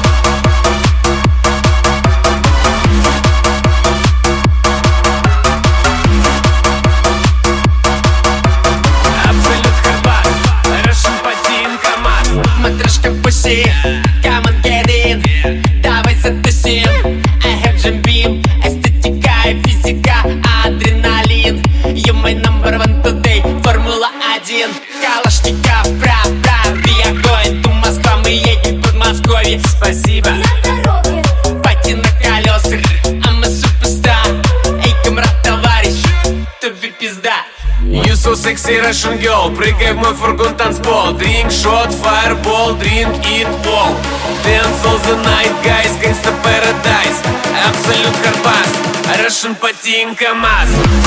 Матрешка пуси, come on get in. Давай затусим, I have jam beam. Эстетика и физика, адреналин. You my number one today, Формула-1. Калашников, прав, we are going to Москва. Мы едем в Подмосковье, спасибо. Пати на колесах, а мы суперстар. Эй, камрад, товарищ, тебе пизда. You so sexy Russian girl, прыгай в мой фургон танцпол. Drink shot, fireball, drink it all. Dance all the night, guys, gangsta paradise. Absolute Karbaz, Russian Patin Kamaz.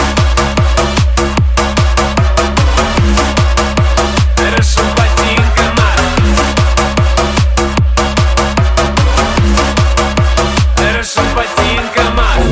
Russian Patin Kamaz. Russian Patin Kamaz.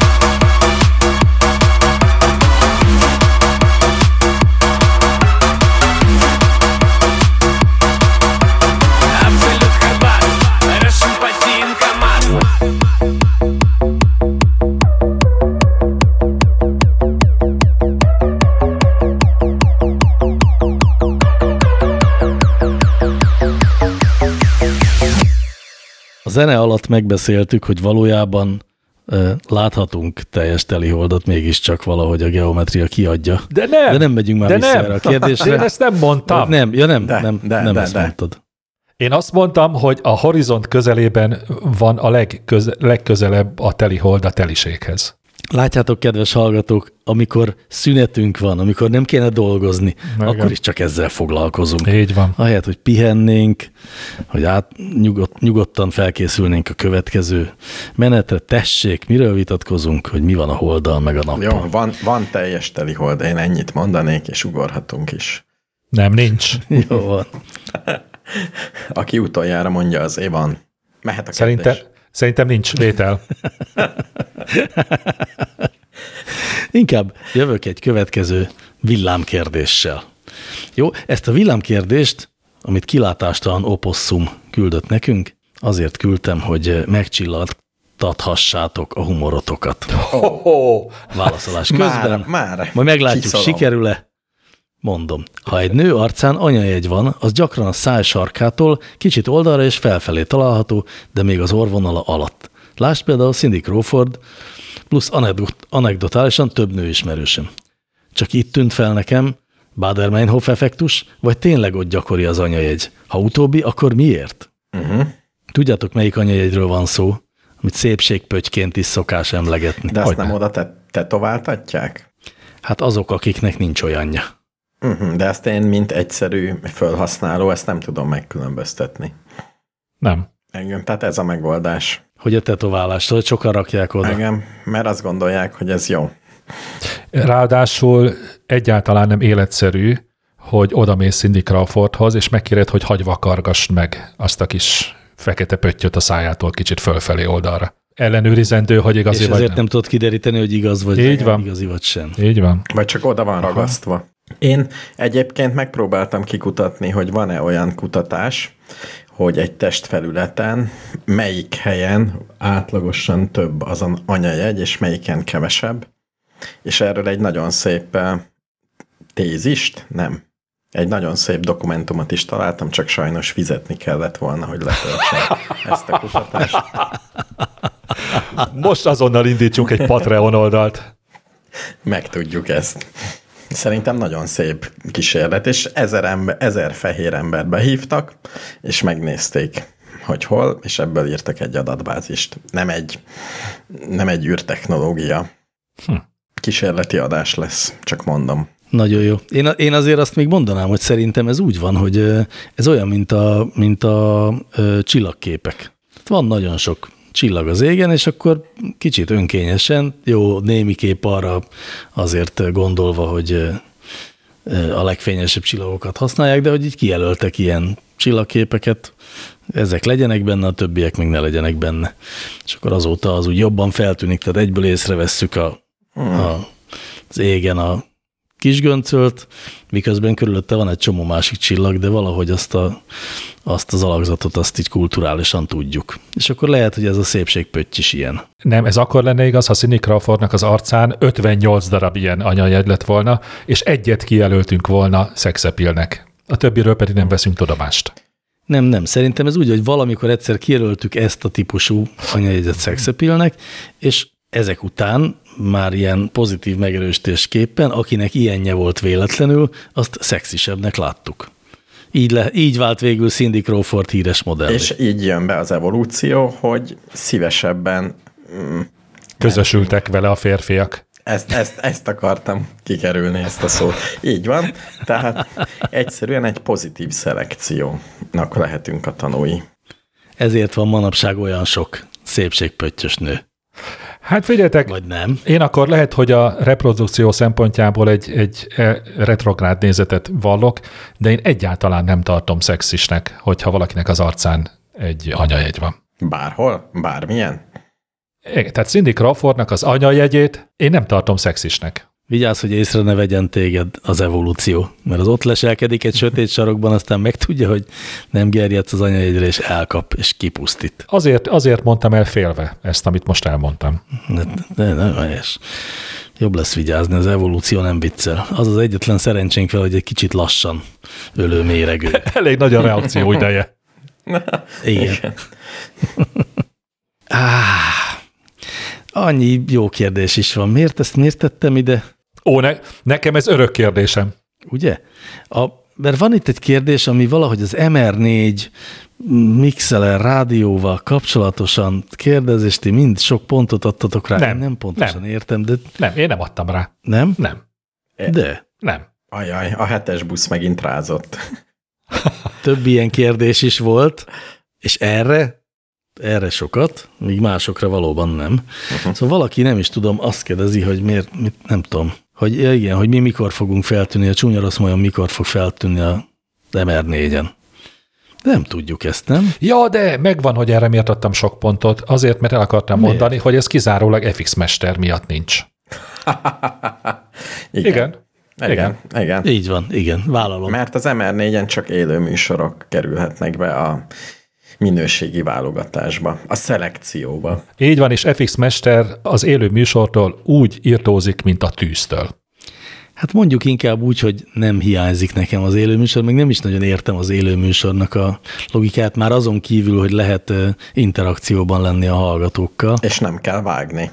A zene alatt megbeszéltük, hogy valójában láthatunk teljes teliholdat, mégiscsak valahogy a geometria kiadja. De nem megyünk már vissza erre a kérdésre. Én ezt nem mondtam. Nem ezt mondtad. Én azt mondtam, hogy a horizont közelében van a legközelebb a telihold a teliséghez. Látjátok, kedves hallgatók, amikor szünetünk van, amikor nem kéne dolgozni, akkor is csak ezzel foglalkozunk. Így van. Ahelyett, hogy pihennénk, hogy nyugodtan felkészülnénk a következő menetre, tessék, miről vitatkozunk, hogy mi van a holddal, meg a nappal. Jó, van teljes telihold, én ennyit mondanék, és ugorhatunk is. Nem, nincs. Jó van. Aki utoljára mondja, az van. Mehet a kérdés. Szerintem nincs vétel. Inkább jövök egy következő villámkérdésséssel. Jó, ezt a villámkérdést, amit kilátástalan oposszum küldött nekünk, azért küldtem, hogy megcsillantathassátok a humorotokat. Válaszolás közben. Már majd meglátjuk, kiszolom. sikerül-e. Mondom, ha egy nő arcán anyajegy van, az gyakran a száj sarkától kicsit oldalra és felfelé található, de még az orrvonala alatt. Lásd például Cindy Crawford, plusz anekdotálisan több nőismerősöm. Csak itt tűnt fel nekem Baader-Meinhof effektus, vagy tényleg ott gyakori az anyajegy? Ha utóbbi, akkor miért? Tudjátok, melyik anyajegyről van szó, amit szépségpöttyként is szokás emlegetni? De azt nem oda tetováltatják? Hát azok, akiknek nincs olyanja. De ezt én, mint egyszerű felhasználó, ezt nem tudom megkülönböztetni. Nem. Engem, tehát ez a megoldás. Hogy a tetoválást, hogy sokan rakják oda. Engem, mert azt gondolják, hogy ez jó. Ráadásul egyáltalán nem életszerű, hogy odamész Cindy Crawfordhoz, és megkéred, hogy hagyj vakargassd meg azt a kis fekete pöttyöt a szájától kicsit fölfelé oldalra. Ellenőrizendő, hogy igazi és vagy ezért nem tudod kideríteni, hogy igaz vagy így van. igazi vagy sem. Így van. Vagy csak oda van ragasztva. Én egyébként megpróbáltam kikutatni, hogy van-e olyan kutatás, hogy egy testfelületen melyik helyen átlagosan több az anyajegy, és melyiken kevesebb. És erről egy nagyon szép tézist, nem. Egy nagyon szép dokumentumot is találtam, csak sajnos fizetni kellett volna, hogy letöltsem ezt a kutatást. Most azonnal indítsunk egy Patreon oldalt. Megtudjuk ezt. Szerintem nagyon szép kísérlet, és 1000 fehér embert behívtak, és megnézték, hogy hol, és ebből írtak egy adatbázist. Nem egy űrtechnológia. Kísérleti adás lesz, csak mondom. Nagyon jó. Én azért azt még mondanám, hogy szerintem ez úgy van, hogy ez olyan, mint a csillagképek. Van nagyon sok csillag az égen, és akkor kicsit önkényesen, jó, némi kép arra azért gondolva, hogy a legfényesebb csillagokat használják, de hogy így kijelöltek ilyen csillagképeket, ezek legyenek benne, a többiek még ne legyenek benne. És akkor azóta az úgy jobban feltűnik, tehát egyből észrevesszük az égen a kisgöncölt, miközben körülötte van egy csomó másik csillag, de valahogy azt az alakzatot azt így kulturálisan tudjuk. És akkor lehet, hogy ez a szépségpötty is ilyen. Nem, ez akkor lenne igaz, ha Cindy Crawfordnak az arcán 58 darab ilyen anyajegy lett volna, és egyet kijelöltünk volna szexepilnek. A többiről pedig nem veszünk tudomást. Nem. Szerintem ez úgy, hogy valamikor egyszer kijelöltük ezt a típusú anyajegyet szexepilnek, és ezek után már ilyen pozitív megerősítésképpen, akinek ilyenje volt véletlenül, azt szexisebbnek láttuk. Így vált végül Cindy Crawford híres modell. És így jön be az evolúció, hogy szívesebben közösültek vele a férfiak. Ezt akartam kikerülni, ezt a szót. Így van, tehát egyszerűen egy pozitív szelekciónak lehetünk a tanúi. Ezért van manapság olyan sok szépségpöttyös nő. Hát figyeljetek, vagy nem. Én akkor lehet, hogy a reprodukció szempontjából egy retrográd nézetet vallok, de én egyáltalán nem tartom szexisnek, hogyha valakinek az arcán egy anyajegy van. Bárhol? Bármilyen? Igen, tehát Cindy Crawfordnak az anyajegyét én nem tartom szexisnek. Vigyázz, hogy észre ne vegyen téged az evolúció, mert az ott leselkedik egy sötét sarokban, aztán megtudja, hogy nem gerjedsz az anyajegyre, és elkap, és kipusztít. Azért mondtam el félve ezt, amit most elmondtam. De nem helyes. Jobb lesz vigyázni, az evolúció nem viccel. Az az egyetlen szerencsénk fel, hogy egy kicsit lassan ölő méregű. Elég nagy a reakció ideje. Igen. Annyi jó kérdés is van. Miért tettem ide? Nekem ez örök kérdésem. Ugye? Mert van itt egy kérdés, ami valahogy az MR4 mixeler rádióval kapcsolatosan kérdez, és ti mind sok pontot adtatok rá. Nem pontosan értem, de... Nem, én nem adtam rá. Nem? Nem. De? Nem. Ajaj, a 7-es busz megint rázott. Több ilyen kérdés is volt, és erre sokat, míg másokra valóban nem. Szóval valaki, nem is tudom, azt kérdezi, hogy miért, nem tudom, hogy igen, hogy mi mikor fogunk feltűnni, a csúnya rossz majom mikor fog feltűnni a MR4-en. Nem tudjuk ezt, nem? Ja, de megvan, hogy erre miért adtam sok pontot, azért, mert el akartam mondani, hogy ez kizárólag FX Mester miatt nincs. Igen. Így van, igen, vállalom. Mert az MR4-en csak élő műsorok kerülhetnek be a minőségi válogatásba, a szelekcióba. Így van, és FX Mester az élő műsortól úgy irtózik, mint a tűztől. Hát mondjuk inkább úgy, hogy nem hiányzik nekem az élőműsor, meg nem is nagyon értem az élőműsornak a logikát, már azon kívül, hogy lehet interakcióban lenni a hallgatókkal. És nem kell vágni.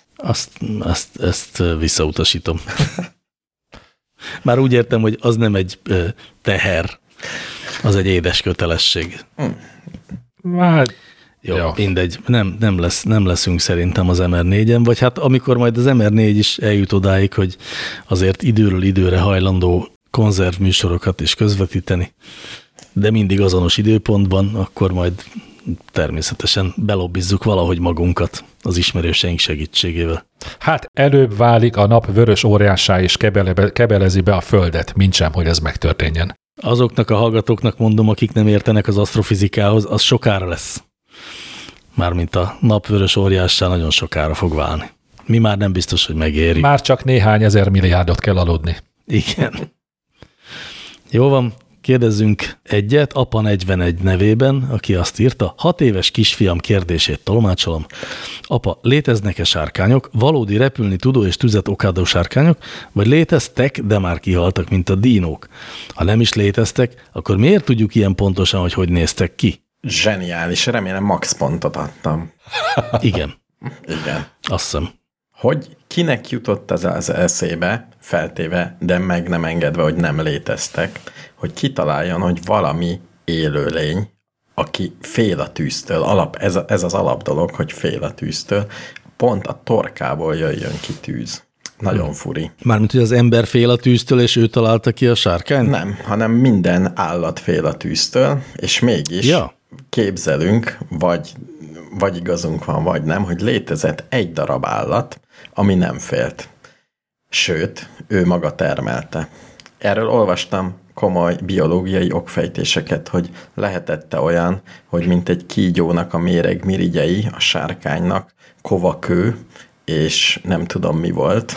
Ezt visszautasítom. Már úgy értem, hogy az nem egy teher, az egy édes kötelesség. Hát, Jó, Ja. mindegy. Nem leszünk szerintem az MR4-en, vagy hát amikor majd az MR4 is eljut odáig, hogy azért időről időre hajlandó konzervműsorokat is közvetíteni, de mindig azonos időpontban, akkor majd természetesen belobbizzuk valahogy magunkat az ismerőseink segítségével. Hát előbb válik a nap vörös óriássá és kebelezi be a Földet, mintsem, hogy ez megtörténjen. Azoknak a hallgatóknak mondom, akik nem értenek az asztrofizikához, az sokára lesz. Mármint a nap vörös óriássá nagyon sokára fog válni. Mi már nem biztos, hogy megéri. Már csak néhány ezer milliárdot kell aludni. Igen. Jó van, kérdezzünk egyet, Apa 41 nevében, aki azt írta, 6 éves kisfiam kérdését tolmácsolom. Apa, léteznek-e sárkányok, valódi repülni tudó és tüzet okádó sárkányok, vagy léteztek, de már kihaltak, mint a dínók? Ha nem is léteztek, akkor miért tudjuk ilyen pontosan, hogy néztek ki? Zseniális, remélem max pontot adtam. Igen, Igen. azt hiszem. Hogy kinek jutott ez az eszébe, feltéve, de meg nem engedve, hogy nem léteztek, hogy kitaláljon, hogy valami élőlény, aki fél a tűztől, ez az alapdolog, hogy fél a tűztől, pont a torkából jöjjön ki tűz. Nagyon furi. Mármint, hogy az ember fél a tűztől, és ő találta ki a sárkányt? Nem, hanem minden állat fél a tűztől, és mégis képzelünk, vagy igazunk van, vagy nem, hogy létezett egy darab állat, ami nem félt. Sőt, ő maga termelte. Erről olvastam komoly biológiai okfejtéseket, hogy lehetette olyan, hogy mint egy kígyónak a méregmirigyei, a sárkánynak kovakő, és nem tudom mi volt.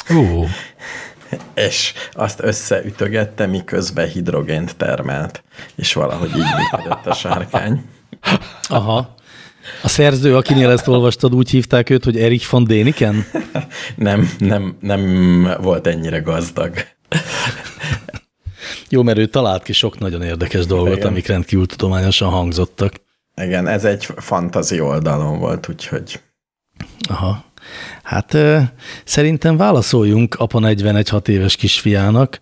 És azt összeütögette, miközben hidrogént termelt. És valahogy így működött a sárkány. Aha. A szerző, akinél ezt olvastad, úgy hívták őt, hogy Erich von Däniken? Nem volt ennyire gazdag. Jó, mert ő talált ki sok nagyon érdekes dolgot, igen, amik rendkívül tudományosan hangzottak. Igen, ez egy fantazi oldalon volt, úgyhogy... Aha. Hát szerintem válaszoljunk Apa 41 6 éves kisfiának.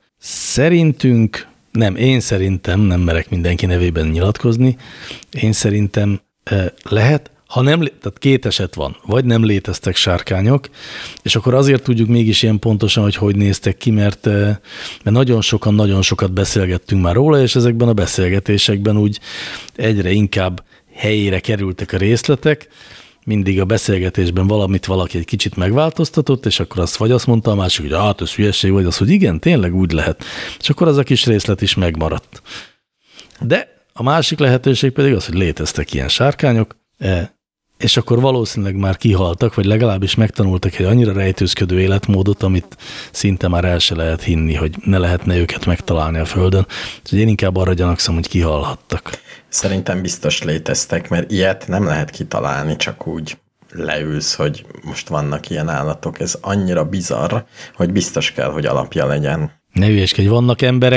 Én szerintem, nem merek mindenki nevében nyilatkozni, én szerintem lehet, ha nem, tehát 2 eset van, vagy nem léteztek sárkányok, és akkor azért tudjuk mégis ilyen pontosan, hogy néztek ki, mert nagyon sokat beszélgettünk már róla, és ezekben a beszélgetésekben úgy egyre inkább helyére kerültek a részletek, mindig a beszélgetésben valamit valaki egy kicsit megváltoztatott, és akkor azt vagy azt mondta a másik, hogy hát ez hülyeség, vagy az, hogy igen, tényleg úgy lehet. És akkor az a kis részlet is megmaradt. De a másik lehetőség pedig az, hogy léteztek ilyen sárkányok, és akkor valószínűleg már kihaltak, vagy legalábbis megtanultak egy annyira rejtőzködő életmódot, amit szinte már el se lehet hinni, hogy ne lehetne őket megtalálni a Földön. Úgyhogy én inkább arra gyanakszom, hogy kihalhattak. Szerintem biztos léteztek, mert ilyet nem lehet kitalálni, csak úgy leülsz, hogy most vannak ilyen állatok. Ez annyira bizarr, hogy biztos kell, hogy alapja legyen. Ne hülyeskedj, vannak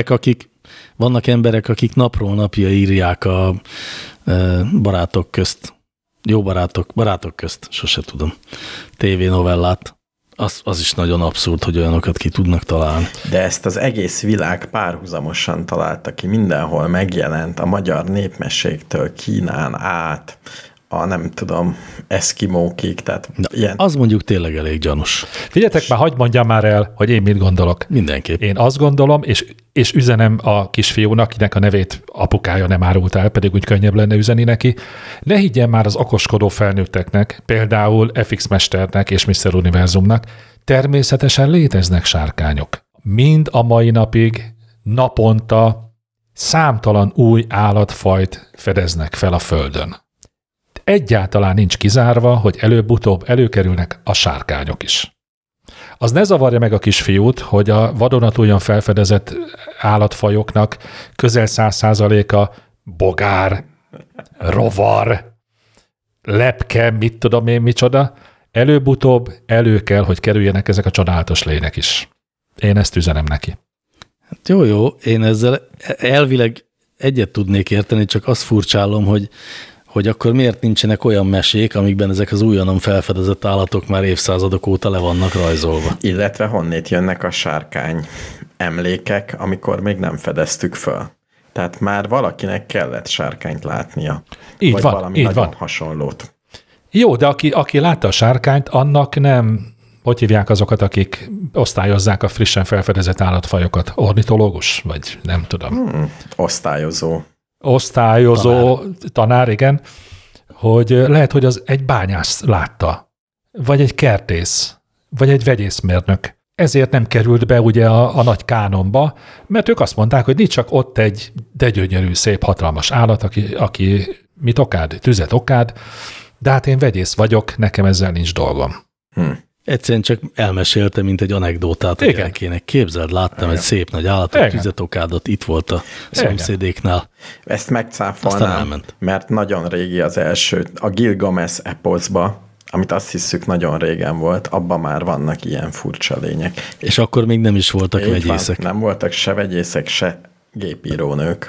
emberek, akik napról napja írják a barátok közt, jó barátok közt, sose tudom, tévénovellát. Az is nagyon abszurd, hogy olyanokat ki tudnak találni. De ezt az egész világ párhuzamosan találta ki, mindenhol megjelent, a magyar népmeséktől Kínán át, a nem tudom, eszkimókig, tehát ilyen. Az mondjuk tényleg elég gyanús. Figyeljetek már, hagyd mondjam már el, hogy én mit gondolok. Mindenképp. Én azt gondolom, és üzenem a kisfiúnak, kinek a nevét apukája nem árult el, pedig úgy könnyebb lenne üzeni neki. Ne higgyen már az okoskodó felnőtteknek, például FX Mesternek és Mr. Univerzumnak, természetesen léteznek sárkányok. Mind a mai napig naponta számtalan új állatfajt fedeznek fel a Földön. Egyáltalán nincs kizárva, hogy előbb-utóbb előkerülnek a sárkányok is. Az ne zavarja meg a kisfiút, hogy a vadonatújan felfedezett állatfajoknak közel 100%-a bogár, rovar, lepke, mit tudom én micsoda. Előbb-utóbb elő kell, hogy kerüljenek ezek a csodálatos lények is. Én ezt üzenem neki. Hát jó, én ezzel elvileg egyet tudnék érteni, csak azt furcsálom, hogy akkor miért nincsenek olyan mesék, amikben ezek az újonnan felfedezett állatok már évszázadok óta le vannak rajzolva. Illetve honnét jönnek a sárkány emlékek, amikor még nem fedeztük föl. Tehát már valakinek kellett sárkányt látnia. Így vagy van, valami így nagyon van. hasonlót. Jó, de aki látta a sárkányt, annak nem, hogy hívják azokat, akik osztályozzák a frissen felfedezett állatfajokat? Ornitológus? Vagy nem tudom. Osztályozó. Osztályozó tanár, igen. Hogy lehet, hogy az egy bányász látta. Vagy egy kertész. Vagy egy vegyészmérnök. Ezért nem került be ugye a nagy kánonba, mert ők azt mondták, hogy nincs csak ott egy de gyönyörű, szép, hatalmas állat, aki mit okád, tüzet okád, de hát én vegyész vagyok, nekem ezzel nincs dolgom. Egyszerűen csak elmesélte, mint egy anekdótát a gyerekének. Képzeld, láttam egy szép nagy állatot, tüzet okádott, itt volt a szomszédéknál. Ezt megcáfolnám, mert nagyon régi az első, a Gilgamesh eposzba, amit azt hiszük nagyon régen volt, abban már vannak ilyen furcsa lények. És akkor még nem is voltak vegyészek. Nem voltak se vegyészek, se gépírónők.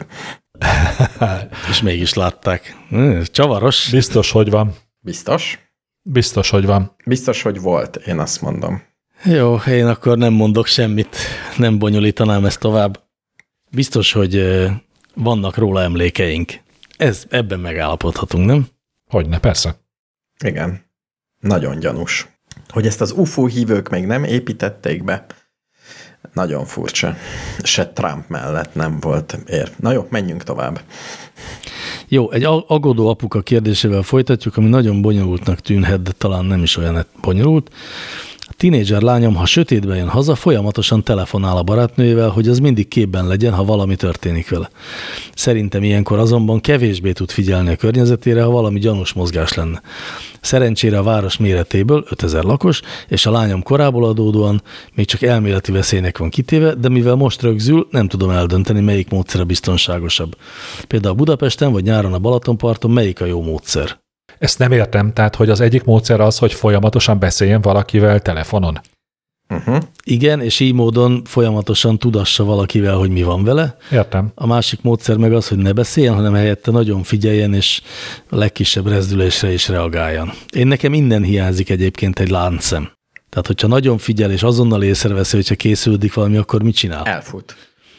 És mégis látták. Csavaros. Biztos, hogy van. Biztos? Biztos, hogy van. Biztos, hogy volt, én azt mondom. Jó, én akkor nem mondok semmit, nem bonyolítanám ezt tovább. Biztos, hogy vannak róla emlékeink. Ebben megállapodhatunk, nem? Hogyne, persze. Igen. Nagyon gyanús. Hogy ezt az UFO hívők még nem építették be, nagyon furcsa. Se Trump mellett nem volt érv. Na jó, menjünk tovább. Jó, egy aggódó apuka kérdésével folytatjuk, ami nagyon bonyolultnak tűnhet, de talán nem is olyan bonyolult. A tínédzser lányom, ha sötétben jön haza, folyamatosan telefonál a barátnőjével, hogy az mindig képben legyen, ha valami történik vele. Szerintem ilyenkor azonban kevésbé tud figyelni a környezetére, ha valami gyanús mozgás lenne. Szerencsére a város méretéből 5000 lakos, és a lányom korából adódóan még csak elméleti veszélynek van kitéve, de mivel most rögzül, nem tudom eldönteni, melyik módszer a biztonságosabb. Például Budapesten vagy nyáron a Balatonparton melyik a jó módszer? Ezt nem értem, tehát hogy az egyik módszer az, hogy folyamatosan beszéljen valakivel telefonon. Igen, és így módon folyamatosan tudassa valakivel, hogy mi van vele. Értem. A másik módszer meg az, hogy ne beszéljen, hanem helyette nagyon figyeljen, és a legkisebb rezdülésre is reagáljon. Nekem innen hiányzik egyébként egy láncszem. Tehát, hogyha nagyon figyel, és azonnal észreveszi, hogyha készülődik valami, akkor mit csinál? Elfut.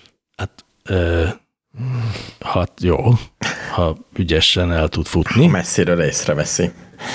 Hát jó, ha ügyesen el tud futni. Ha messziről észreveszi.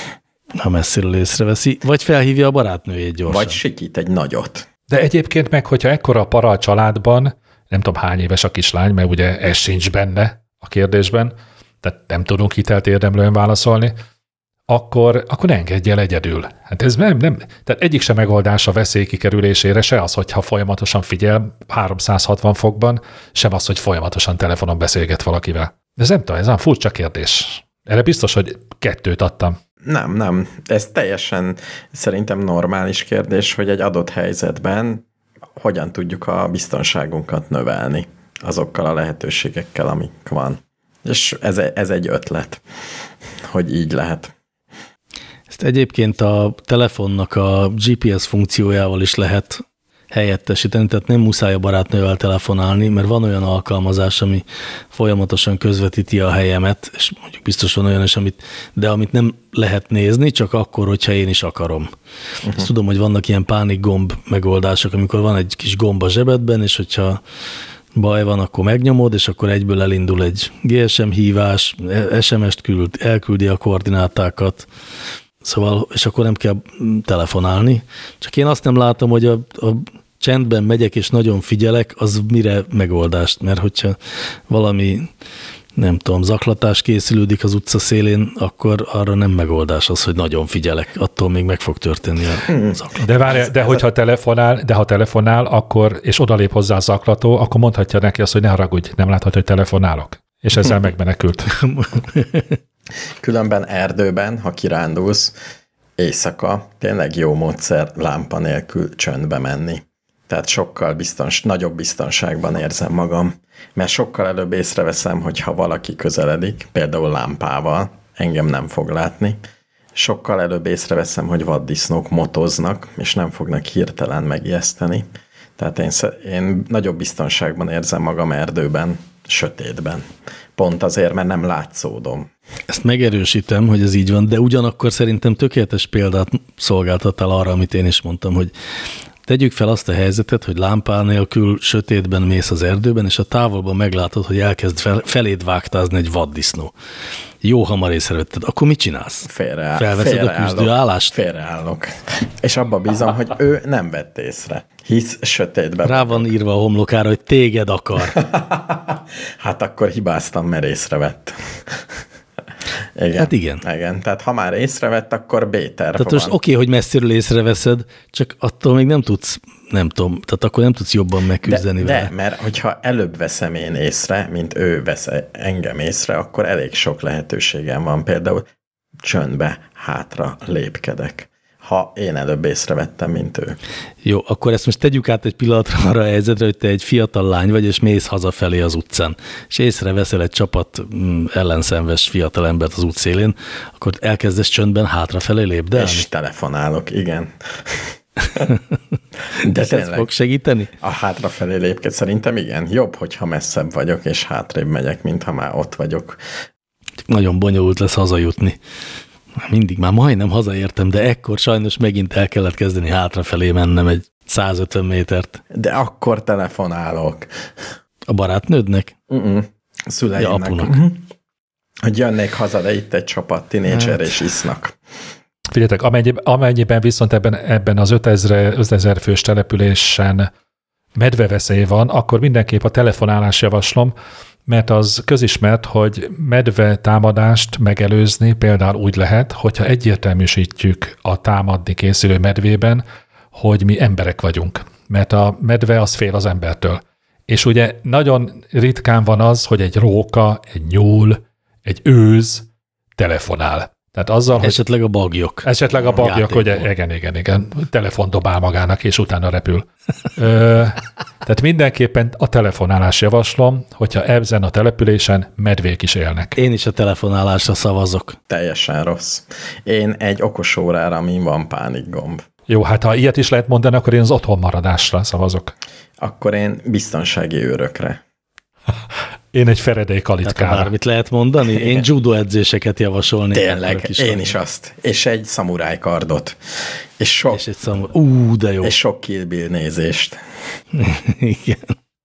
Vagy felhívja a barátnőjét gyorsan. Vagy sikít egy nagyot. De egyébként meg, hogyha ekkora a para a családban, nem tudom hány éves a kislány, mert ugye ez sincs benne a kérdésben, tehát nem tudunk hitelt érdemlően válaszolni, akkor ne engedj el egyedül. Hát ez nem, tehát egyik sem megoldás a veszély kikerülésére, se az, hogyha folyamatosan figyel 360 fokban, sem az, hogy folyamatosan telefonon beszélget valakivel. Ez nem tudom, ez olyan furcsa kérdés. Erre biztos, hogy 2 adtam. Nem. Ez teljesen szerintem normális kérdés, hogy egy adott helyzetben hogyan tudjuk a biztonságunkat növelni azokkal a lehetőségekkel, amik van. És ez egy ötlet, hogy így lehet. Ezt egyébként a telefonnak a GPS funkciójával is lehet helyettesíteni, tehát nem muszáj a barátnővel telefonálni, mert van olyan alkalmazás, ami folyamatosan közvetíti a helyemet, és mondjuk biztos van olyan is, amit nem lehet nézni, csak akkor, hogyha én is akarom. Ezt tudom, hogy vannak ilyen pánikgomb megoldások, amikor van egy kis gomb a zsebedben, és hogyha baj van, akkor megnyomod, és akkor egyből elindul egy GSM hívás, SMS-t elküldi a koordinátákat, szóval, és akkor nem kell telefonálni. Csak én azt nem látom, hogy a csendben megyek, és nagyon figyelek, az mire megoldást, mert hogyha valami, nem tudom, zaklatás készülődik az utca szélén, akkor arra nem megoldás az, hogy nagyon figyelek, attól még meg fog történni a zaklatás. De várj, ha telefonál, akkor, és odalép hozzá a zaklató, akkor mondhatja neki azt, hogy ne haragudj, nem láthatod, hogy telefonálok. És ezzel megmenekült. Különben erdőben, ha kirándulsz, éjszaka tényleg jó módszer lámpa nélkül csöndbe menni. Tehát sokkal nagyobb biztonságban érzem magam, mert sokkal előbb észreveszem, hogyha valaki közeledik, például lámpával, engem nem fog látni, sokkal előbb észreveszem, hogy vaddisznók motoznak, és nem fognak hirtelen megijeszteni. Tehát én nagyobb biztonságban érzem magam erdőben, sötétben. Pont azért, mert nem látszódom. Ezt megerősítem, hogy ez így van, de ugyanakkor szerintem tökéletes példát szolgáltattál arra, amit én is mondtam, hogy Tegyük fel azt a helyzetet, hogy lámpá nélkül sötétben mész az erdőben, és a távolban meglátod, hogy elkezd feléd vágtázni egy vaddisznó. Jó hamar észrevetted. Akkor mit csinálsz? Felveszed a küzdőállást? Félreállok. És abba bízom, hogy ő nem vett észre. Hisz sötétben. Rá van írva a homlokára, hogy téged akar. Hát akkor hibáztam, mert észrevett. Igen. Hát igen. Igen. Tehát ha már észrevett, akkor B-terv Tehát most oké, hogy messziről észreveszed, csak attól még nem tudsz, nem tudom, tehát akkor nem tudsz jobban megküzdeni vele. De, mert hogyha előbb veszem én észre, mint ő vesz engem észre, akkor elég sok lehetőségem van. Például csöndbe hátra lépkedek, ha én előbb észrevettem, mint ő. Jó, akkor ezt most tegyük át egy pillanatra arra a helyzetre, hogy te egy fiatal lány vagy, és mész hazafelé az utcán, és észreveszel egy csapat ellenszenves fiatalembert az útszélén, akkor elkezdesz csöndben hátrafelé lépdelni? És telefonálok, igen. De ez fog segíteni? A hátrafelé lépked szerintem igen. Jobb, hogyha messzebb vagyok, és hátrébb megyek, mint ha már ott vagyok. Nagyon bonyolult lesz hazajutni. Mindig már majdnem hazaértem, de ekkor sajnos megint el kellett kezdeni hátrafelé mennem egy 150 métert. De akkor telefonálok. A barátnődnek? Szüleimnek. Ja, apunak. Hogy jönnék haza, de itt egy csapat tinédzser, és isznak. Figyeljetek, amennyiben viszont ebben az 5000 fős településen medveveszély van, akkor mindenképp a telefonálás javaslom, mert az közismert, hogy medve támadást megelőzni például úgy lehet, hogyha egyértelműsítjük a támadni készülő medvében, hogy mi emberek vagyunk. Mert a medve az fél az embertől. És ugye nagyon ritkán van az, hogy egy róka, egy nyúl, egy őz telefonál. Tehát azzal, esetleg a bagyok. Esetleg a bagyok, hogy igen, telefon dobál magának, és utána repül. Tehát mindenképpen a telefonálás javaslom, hogyha ezen a településen medvék is élnek. Én is a telefonálásra szavazok. Teljesen rossz. Én egy okos órára, amin van pánikgomb. Jó, hát ha ilyet is lehet mondani, akkor én az otthonmaradásra szavazok. Akkor én biztonsági őrökre. Én egy Faraday kalitkára. Bármit lehet mondani? Én judo edzéseket javasolnék. Tényleg, én is azt. És egy szamuráj kardot. És egy de jó. És sok Kill Bill nézést. Igen.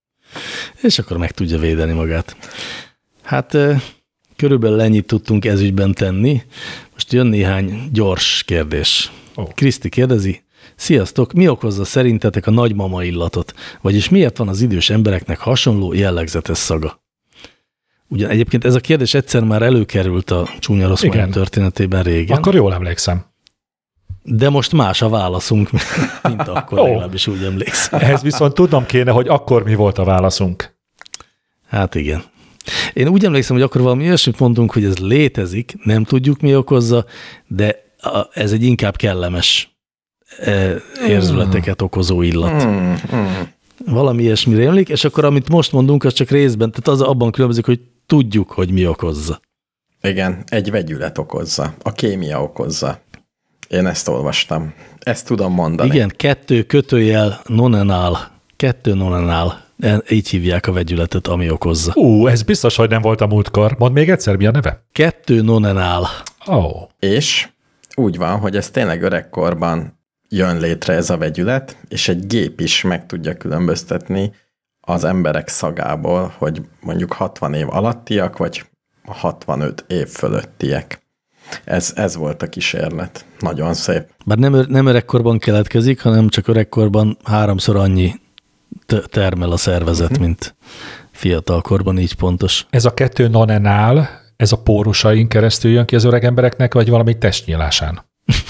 És akkor meg tudja védeni magát. Hát körülbelül ennyit tudtunk ezügyben tenni. Most jön néhány gyors kérdés. Kriszti kérdezi, sziasztok, mi okozza szerintetek a nagymama illatot? Vagyis miért van az idős embereknek hasonló jellegzetes szaga? Ugyan egyébként ez a kérdés egyszer már előkerült a Csúnya Rossz Majom történetében régen. Akkor jól emlékszem. De most más a válaszunk, mint akkor, legalábbis úgy emlékszem. Ehhez viszont tudnom kéne, hogy akkor mi volt a válaszunk. Hát igen. Én úgy emlékszem, hogy akkor valami olyasmit mondtunk, hogy ez létezik, nem tudjuk mi okozza, de ez egy inkább kellemes érzületeket okozó illat. Valami ilyesmire emlék, és akkor amit most mondunk, az csak részben, tehát az abban különbözik, hogy tudjuk, hogy mi okozza. Igen, egy vegyület okozza, a kémia okozza. Én ezt olvastam. Ezt tudom mondani. Igen, 2 nonenál. 2 nonenál. Így hívják a vegyületet, ami okozza. Ez biztos, hogy nem volt a múltkor. Mondd még egyszer, mi a neve? 2 nonenál. És úgy van, hogy ez tényleg öregkorban jön létre ez a vegyület, és egy gép is meg tudja különböztetni az emberek szagából, hogy mondjuk 60 év alattiak, vagy 65 év fölöttiek. Ez volt a kísérlet. Nagyon szép. Bár nem öregkorban keletkezik, hanem csak öregkorban 3-szor annyi termel a szervezet, mint fiatalkorban, így pontos. Ez a 2 nonenál, ez a pórusain keresztül jön ki az öreg embereknek, vagy valami testnyílásán?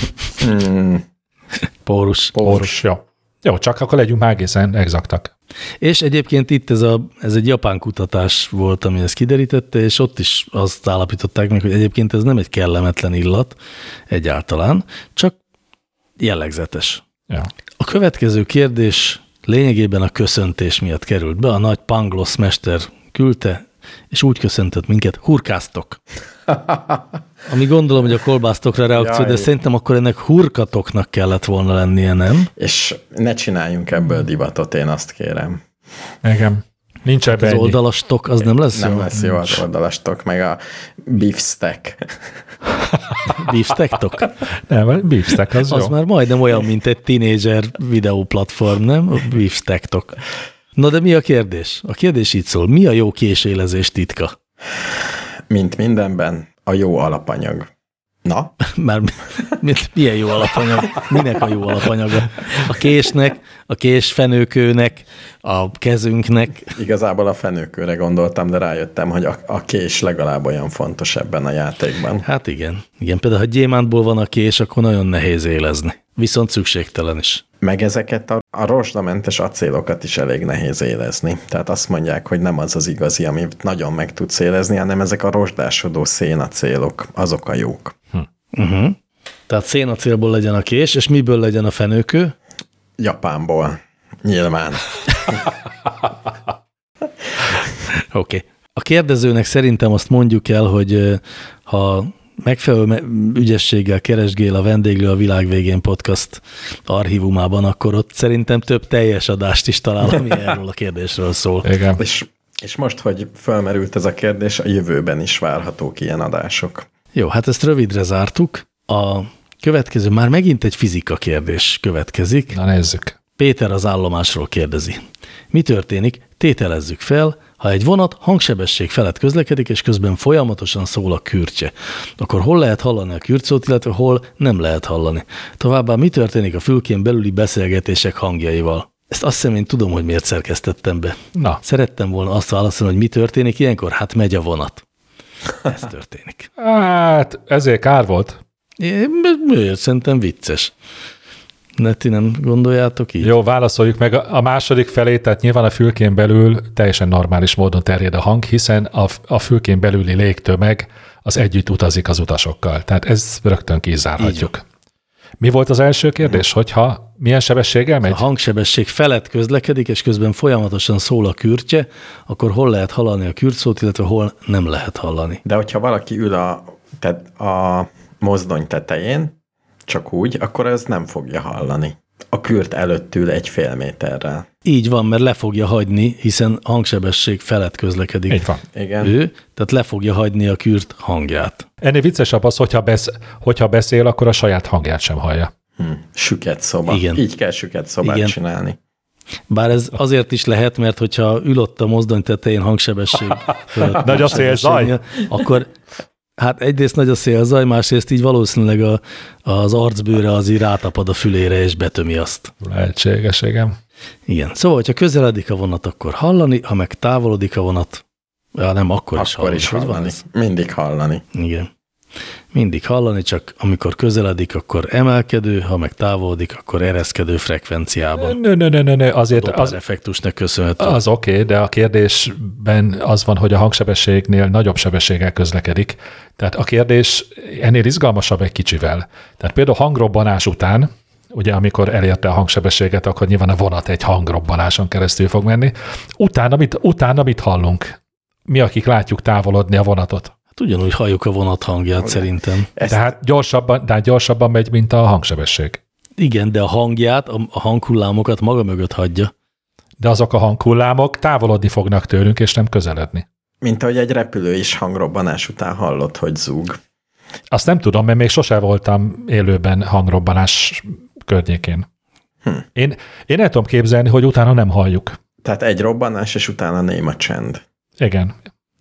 Pórus, jó. Jó, csak akkor legyünk már egészen exaktak. És egyébként itt ez egy japán kutatás volt, ami ezt kiderítette, és ott is azt állapították meg, hogy egyébként ez nem egy kellemetlen illat egyáltalán, csak jellegzetes. Ja. A következő kérdés lényegében a köszöntés miatt került be. A nagy Pangloss mester küldte, és úgy köszöntött minket, hurkáztok. Ami gondolom, hogy a kolbásztokra reakció, de szerintem akkor ennek hurkatoknak kellett volna lennie, nem? És ne csináljunk ebből divatot, én azt kérem. Igen. Nincs ebbe Az ennyi. oldalastok, az nem lesz Nem jó? lesz jó az oldalastok, meg a beefsteak. Beefsteaktok? Nem, beefsteak az Az jó. már majdnem olyan, mint egy tínédzser videóplatform, nem? A beefsteaktok. Na de mi a kérdés? A kérdés így szól. Mi a jó késélezés titka? Mint mindenben, a jó alapanyag. Na? Már milyen jó alapanyag? Minek a jó alapanyaga? A késnek, a késfenőkőnek, a kezünknek. Igazából a fenőkőre gondoltam, de rájöttem, hogy a kés legalább olyan fontos ebben a játékban. Hát igen. Igen, például ha gyémántból van a kés, akkor nagyon nehéz élezni. Viszont szükségtelen is. Meg ezeket a rozsdamentes acélokat is elég nehéz élezni. Tehát azt mondják, hogy nem az az igazi, amit nagyon meg tudsz élezni, hanem ezek a rozsdásodó szénacélok, azok a jók. Tehát szénacélból legyen a kés, és miből legyen a fenőkő? Japánból. Nyilván. Oké. A kérdezőnek szerintem azt mondjuk el, hogy ha megfelelő ügyességgel keresgél a Vendéglő a világ végén podcast archívumában, akkor ott szerintem több teljes adást is talál, ami erről a kérdésről szól. Igen. És most, hogy fölmerült ez a kérdés, a jövőben is várhatók ilyen adások. Jó, hát ezt rövidre zártuk. A következő, már megint egy fizika kérdés következik. Na nézzük. Péter az állomásról kérdezi. Mi történik? Tételezzük fel, ha egy vonat hangsebesség felett közlekedik, és közben folyamatosan szól a kürtje, akkor hol lehet hallani a kürtszót, illetve hol nem lehet hallani? Továbbá mi történik a fülkén belüli beszélgetések hangjaival? Ezt azt hiszem, én tudom, hogy miért szerkesztettem be. Na. Szerettem volna azt válaszolni, hogy mi történik ilyenkor? Hát megy a vonat. Ez történik. Hát, ezért kár volt. Miért? Szerintem vicces. Ti nem gondoljátok így? Jó, válaszoljuk meg a második felét, tehát nyilván a fülkén belül teljesen normális módon terjed a hang, hiszen a fülkén belüli légtömeg az együtt utazik az utasokkal. Tehát ezt rögtön kizárhatjuk. Mi volt az első kérdés, hogyha milyen sebességgel megy? Ha a hangsebesség felett közlekedik, és közben folyamatosan szól a kürtje, akkor hol lehet hallani a kürtszót, illetve hol nem lehet hallani. De hogyha valaki ül a mozdony tetején, csak úgy, akkor ez nem fogja hallani. A kürt előtt ül 1,5 méterrel. Így van, mert le fogja hagyni, hiszen hangsebesség felett közlekedik. Így van. Igen. Ő, tehát le fogja hagyni a kürt hangját. Ennél viccesebb az, hogyha beszél, akkor a saját hangját sem hallja. Süket szoba. Igen. Így kell süket szobát Igen. csinálni. Bár ez azért is lehet, mert hogyha ül ott a mozdony tetején hangsebesség fölött, Nagy a szélzaj? akkor hát egyrészt nagy a szélzaj, másrészt így valószínűleg az arcbőre az így rátapad a fülére, és betömi azt. Lehetséges, igen. Igen. Szóval, hogyha közeledik a vonat, akkor hallani, ha meg távolodik a vonat, nem, akkor is Akkor hallani. is Hogy van hallani. ez? Mindig hallani. Igen. Mindig hallani, csak amikor közeledik, akkor emelkedő, ha meg távolodik, akkor ereszkedő frekvenciában. Nö, azért Doppler effektusnak köszönhető. az oké, de a kérdésben az van, hogy a hangsebességnél nagyobb sebességgel közlekedik. Tehát a kérdés ennél izgalmasabb egy kicsivel. Tehát például hangrobbanás után, ugye amikor elérte a hangsebességet, akkor nyilván a vonat egy hangrobbanáson keresztül fog menni. Utána mit hallunk? Mi, akik látjuk távolodni a vonatot? Hát ugyanúgy halljuk a vonat hangját szerintem. Tehát gyorsabban megy, mint a hangsebesség. Igen, de a hangját, a hanghullámokat maga mögött hagyja. De azok a hanghullámok távolodni fognak tőlünk, és nem közeledni. Mint ahogy egy repülő is hangrobbanás után hallott, hogy zúg. Azt nem tudom, mert még sose voltam élőben hangrobbanás környékén. Én el tudom képzelni, hogy utána nem halljuk. Tehát egy robbanás, és utána néma csend. Igen.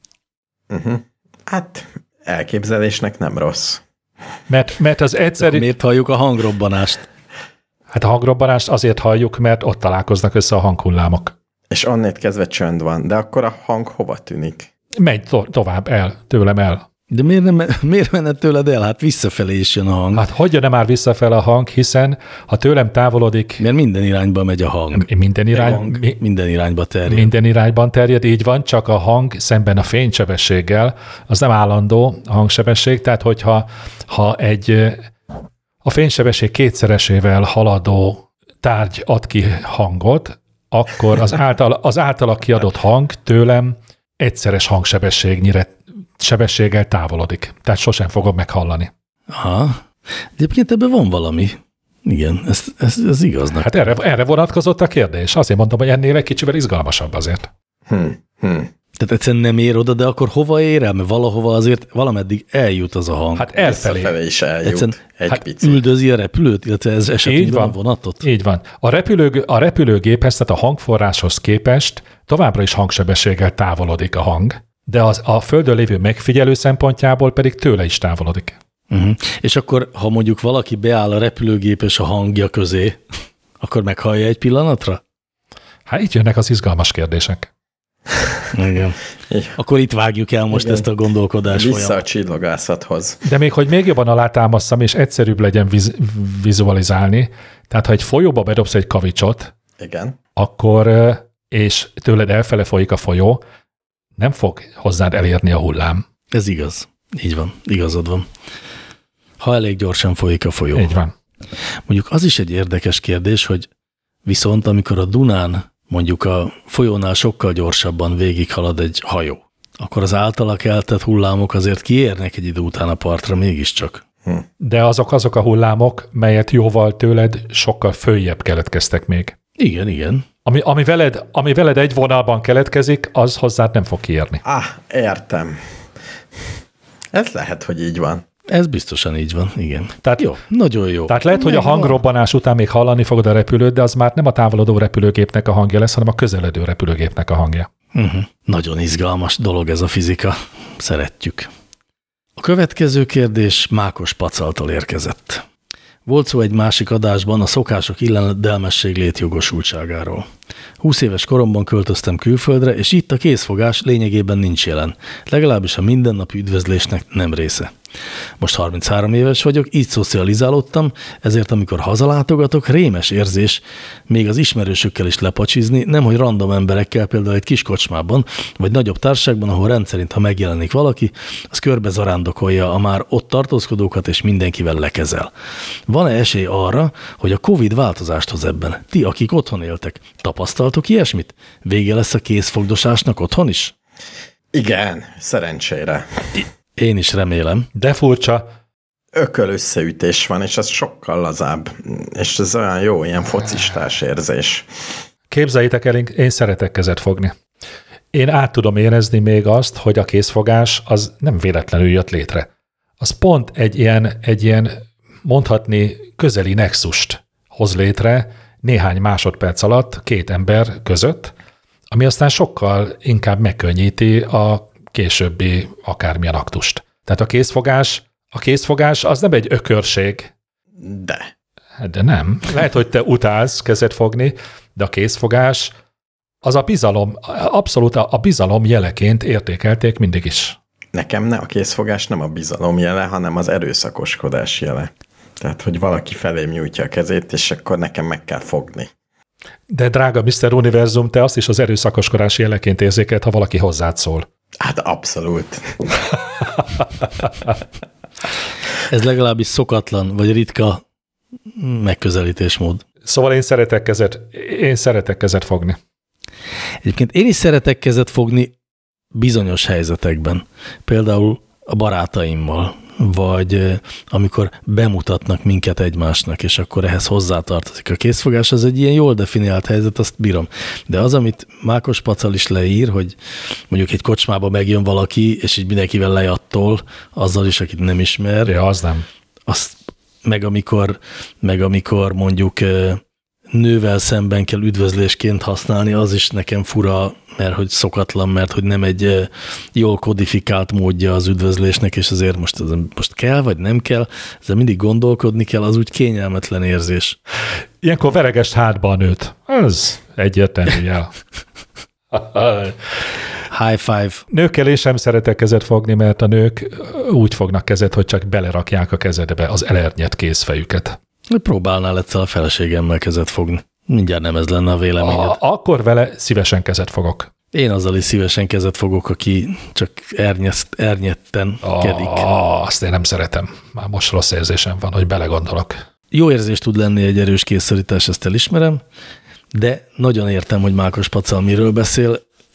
Hát elképzelésnek nem rossz. Mert az egyszerű... Miért halljuk a hangrobbanást? Hát a hangrobbanást azért halljuk, mert ott találkoznak össze a hanghullámok. És onnét kezdve csönd van, de akkor a hang hova tűnik? Megy tovább, tőlem el. De miért menne tőled el? Hát visszafelé is jön a hang. Hát hogy jön már visszafele a hang, hiszen ha tőlem távolodik... Mert minden irányba megy a hang. Minden irányba terjed. Minden irányban terjed, így van, csak a hang szemben a fénysebességgel, az nem állandó a hangsebesség, tehát hogyha a fénysebesség kétszeresével haladó tárgy ad ki hangot, akkor az általa kiadott hang tőlem egyszeres hangsebességgel távolodik. Tehát sosem fogom meghallani. Aha. Egyébként ebben van valami. Igen, ez igaznak. Hát erre vonatkozott a kérdés. Azért mondtam, hogy ennél egy kicsivel izgalmasabb azért. Tehát egyszerűen nem ér oda, de akkor hova ér el? Mert valahova azért valameddig eljut az a hang. Hát elfelé. Visszafelé is eljut Egyszerűen, egy picit. Üldözi a repülőt, illetve ez esetünkben a vonatot? Így van. A repülőgéphez, tehát a hangforráshoz képest továbbra is hangsebességgel távolodik a hang, de a Földön lévő megfigyelő szempontjából pedig tőle is távolodik. És akkor, ha mondjuk valaki beáll a repülőgép és a hangja közé, akkor meghallja egy pillanatra? Hát itt jönnek az izgalmas kérdések. Igen. Akkor itt vágjuk el most ezt a gondolkodás Vissza folyamat. a csillagászathoz. De még, hogy még jobban alátámasszam, és egyszerűbb legyen vizualizálni, tehát ha egy folyóba bedobsz egy kavicsot, Igen. akkor, és tőled elfele folyik a folyó, nem fog hozzád elérni a hullám. Ez igaz. Így van. Igazad van. Ha elég gyorsan folyik a folyó. Így van. Mondjuk az is egy érdekes kérdés, hogy viszont amikor a Dunán mondjuk a folyónál sokkal gyorsabban végighalad egy hajó, akkor az általa keltett hullámok azért kiérnek egy idő után a partra mégiscsak. De azok a hullámok, melyet jóval tőled sokkal följebb keletkeztek még. Igen, igen. Ami veled egy vonalban keletkezik, az hozzád nem fog kiérni. Értem. Ez lehet, hogy így van. Ez biztosan így van, igen. Tehát, Jó, nagyon jó. Tehát lehet, hogy a hangrobbanás után még hallani fogod a repülőt, de az már nem a távolodó repülőgépnek a hangja lesz, hanem a közeledő repülőgépnek a hangja. Nagyon izgalmas dolog ez a fizika. Szeretjük. A következő kérdés Mákos Pacaltól érkezett. Volt szó egy másik adásban a szokások illedelmesség létjogosultságáról. 20 éves koromban költöztem külföldre, és itt a készfogás lényegében nincs jelen. Legalábbis a mindennapi üdvözlésnek nem része. Most 33 éves vagyok, így szocializálódtam, ezért amikor hazalátogatok, rémes érzés még az ismerősökkel is lepacsizni, nemhogy random emberekkel, például egy kis kocsmában, vagy nagyobb társaságban, ahol rendszerint, ha megjelenik valaki, az körbe zarándokolja a már ott tartózkodókat, és mindenkivel lekezel. Van-e esély arra, hogy a Covid változást hoz ebben? Ti, akik otthon éltek, tapasztaltok ilyesmit? Vége lesz a kézfogdosásnak otthon is? Igen, szerencsére. Én is remélem. De furcsa. Ökölösszeütés van, és ez sokkal lazább. És ez olyan jó, ilyen focistás érzés. Képzeljétek el, én szeretek kezet fogni. Én át tudom érezni még azt, hogy a kézfogás az nem véletlenül jött létre. Az pont egy ilyen mondhatni közeli nexust hoz létre néhány másodperc alatt két ember között, ami aztán sokkal inkább megkönnyíti a későbbi akármilyen aktust. Tehát a kézfogás az nem egy ökörség. De nem. Lehet, hogy te utálsz kezet fogni, de a kézfogás az a bizalom, abszolút a bizalom jeleként értékelték mindig is. Nekem a kézfogás nem a bizalom jele, hanem az erőszakoskodás jele. Tehát, hogy valaki felém nyújtja a kezét, és akkor nekem meg kell fogni. De drága Mr. Univerzum, te azt is az erőszakoskodás jeleként érzékelt, ha valaki hozzád szól. Hát abszolút. Ez legalábbis szokatlan, vagy ritka megközelítésmód. Szóval én szeretek kezet fogni. Egyébként én is szeretek kezet fogni bizonyos helyzetekben. Például a barátaimmal, vagy amikor bemutatnak minket egymásnak, és akkor ehhez hozzátartozik a kézfogás, az egy ilyen jól definiált helyzet, azt bírom. De az, amit Mákos Pacal is leír, hogy mondjuk egy kocsmába megjön valaki, és így mindenkivel lejattol, azzal is, akit nem ismer. Ja, az nem. Azt, meg amikor mondjuk nővel szemben kell üdvözlésként használni, az is nekem fura, mert hogy szokatlan, mert hogy nem egy jól kodifikált módja az üdvözlésnek, és azért most kell, vagy nem kell, ezzel mindig gondolkodni kell, az úgy kényelmetlen érzés. Ilyenkor veregest hátba a nőt. Ez egyértelmű jel. High five. Nőkkel én sem szeretek kezet fogni, mert a nők úgy fognak kezet, hogy csak belerakják a kezedbe az elernyett kézfejüket. Próbálnál egyszer a feleségemmel kezet fogni. Mindjárt nem ez lenne a véleményed. Akkor vele szívesen kezet fogok. Én azzal is szívesen kezet fogok, aki csak ernyetten kedik. Azt én nem szeretem. Már most rossz érzésem van, hogy belegondolok. Jó érzés tud lenni egy erős kézszorítás, ezt elismerem, de nagyon értem, hogy Mákos Pacal miről beszél.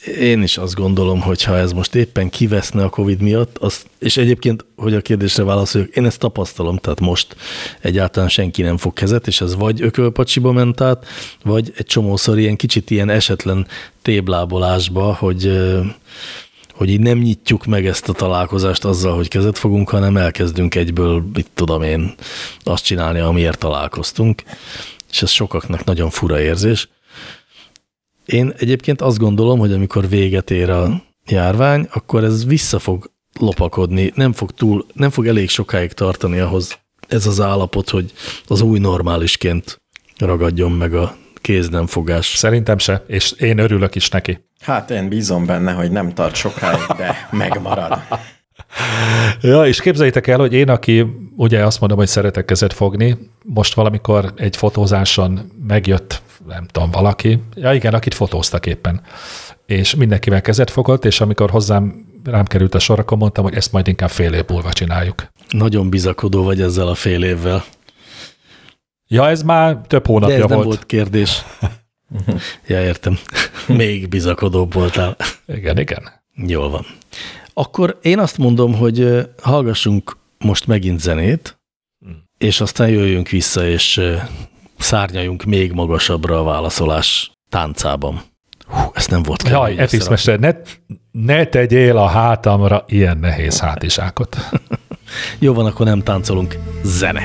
Én is azt gondolom, hogy ha ez most éppen kiveszne a Covid miatt, és egyébként, hogy a kérdésre válaszoljak, én ezt tapasztalom, tehát most egyáltalán senki nem fog kezet, és ez vagy ökölpacsiba ment át, vagy egy csomószor ilyen kicsit ilyen esetlen téblábolásba, hogy így nem nyitjuk meg ezt a találkozást azzal, hogy kezet fogunk, hanem elkezdünk egyből, mit tudom én, azt csinálni, amiért találkoztunk, és ez sokaknak nagyon fura érzés. Én egyébként azt gondolom, hogy amikor véget ér a járvány, akkor ez vissza fog lopakodni, nem fog elég sokáig tartani ahhoz ez az állapot, hogy az új normálisként ragadjon meg a kéznemfogás. Szerintem se, és én örülök is neki. Hát én bízom benne, hogy nem tart sokáig, de megmarad. Ja, és képzeljétek el, hogy én, aki ugye azt mondom, hogy szeretek kezet fogni, most valamikor egy fotózáson megjött, nem tudom, valaki, ja igen, akit fotóztak éppen, és mindenkivel kezet fogott, és amikor rám került a sor, akkor mondtam, hogy ezt majd inkább fél év múlva csináljuk. Nagyon bizakodó vagy ezzel a fél évvel. Ja, ez már több hónapja volt. De ez nem volt. volt kérdés. Ja, értem. Még bizakodóbb voltál. Igen. Jól van. Akkor én azt mondom, hogy hallgassunk most megint zenét, és aztán jöjjünk vissza, és szárnyaljunk még magasabbra a válaszolás táncában. Ez nem volt kell. Jaj, Episzmester, ne tegyél a hátamra ilyen nehéz hátizsákot. Jó van, akkor nem táncolunk. Zene.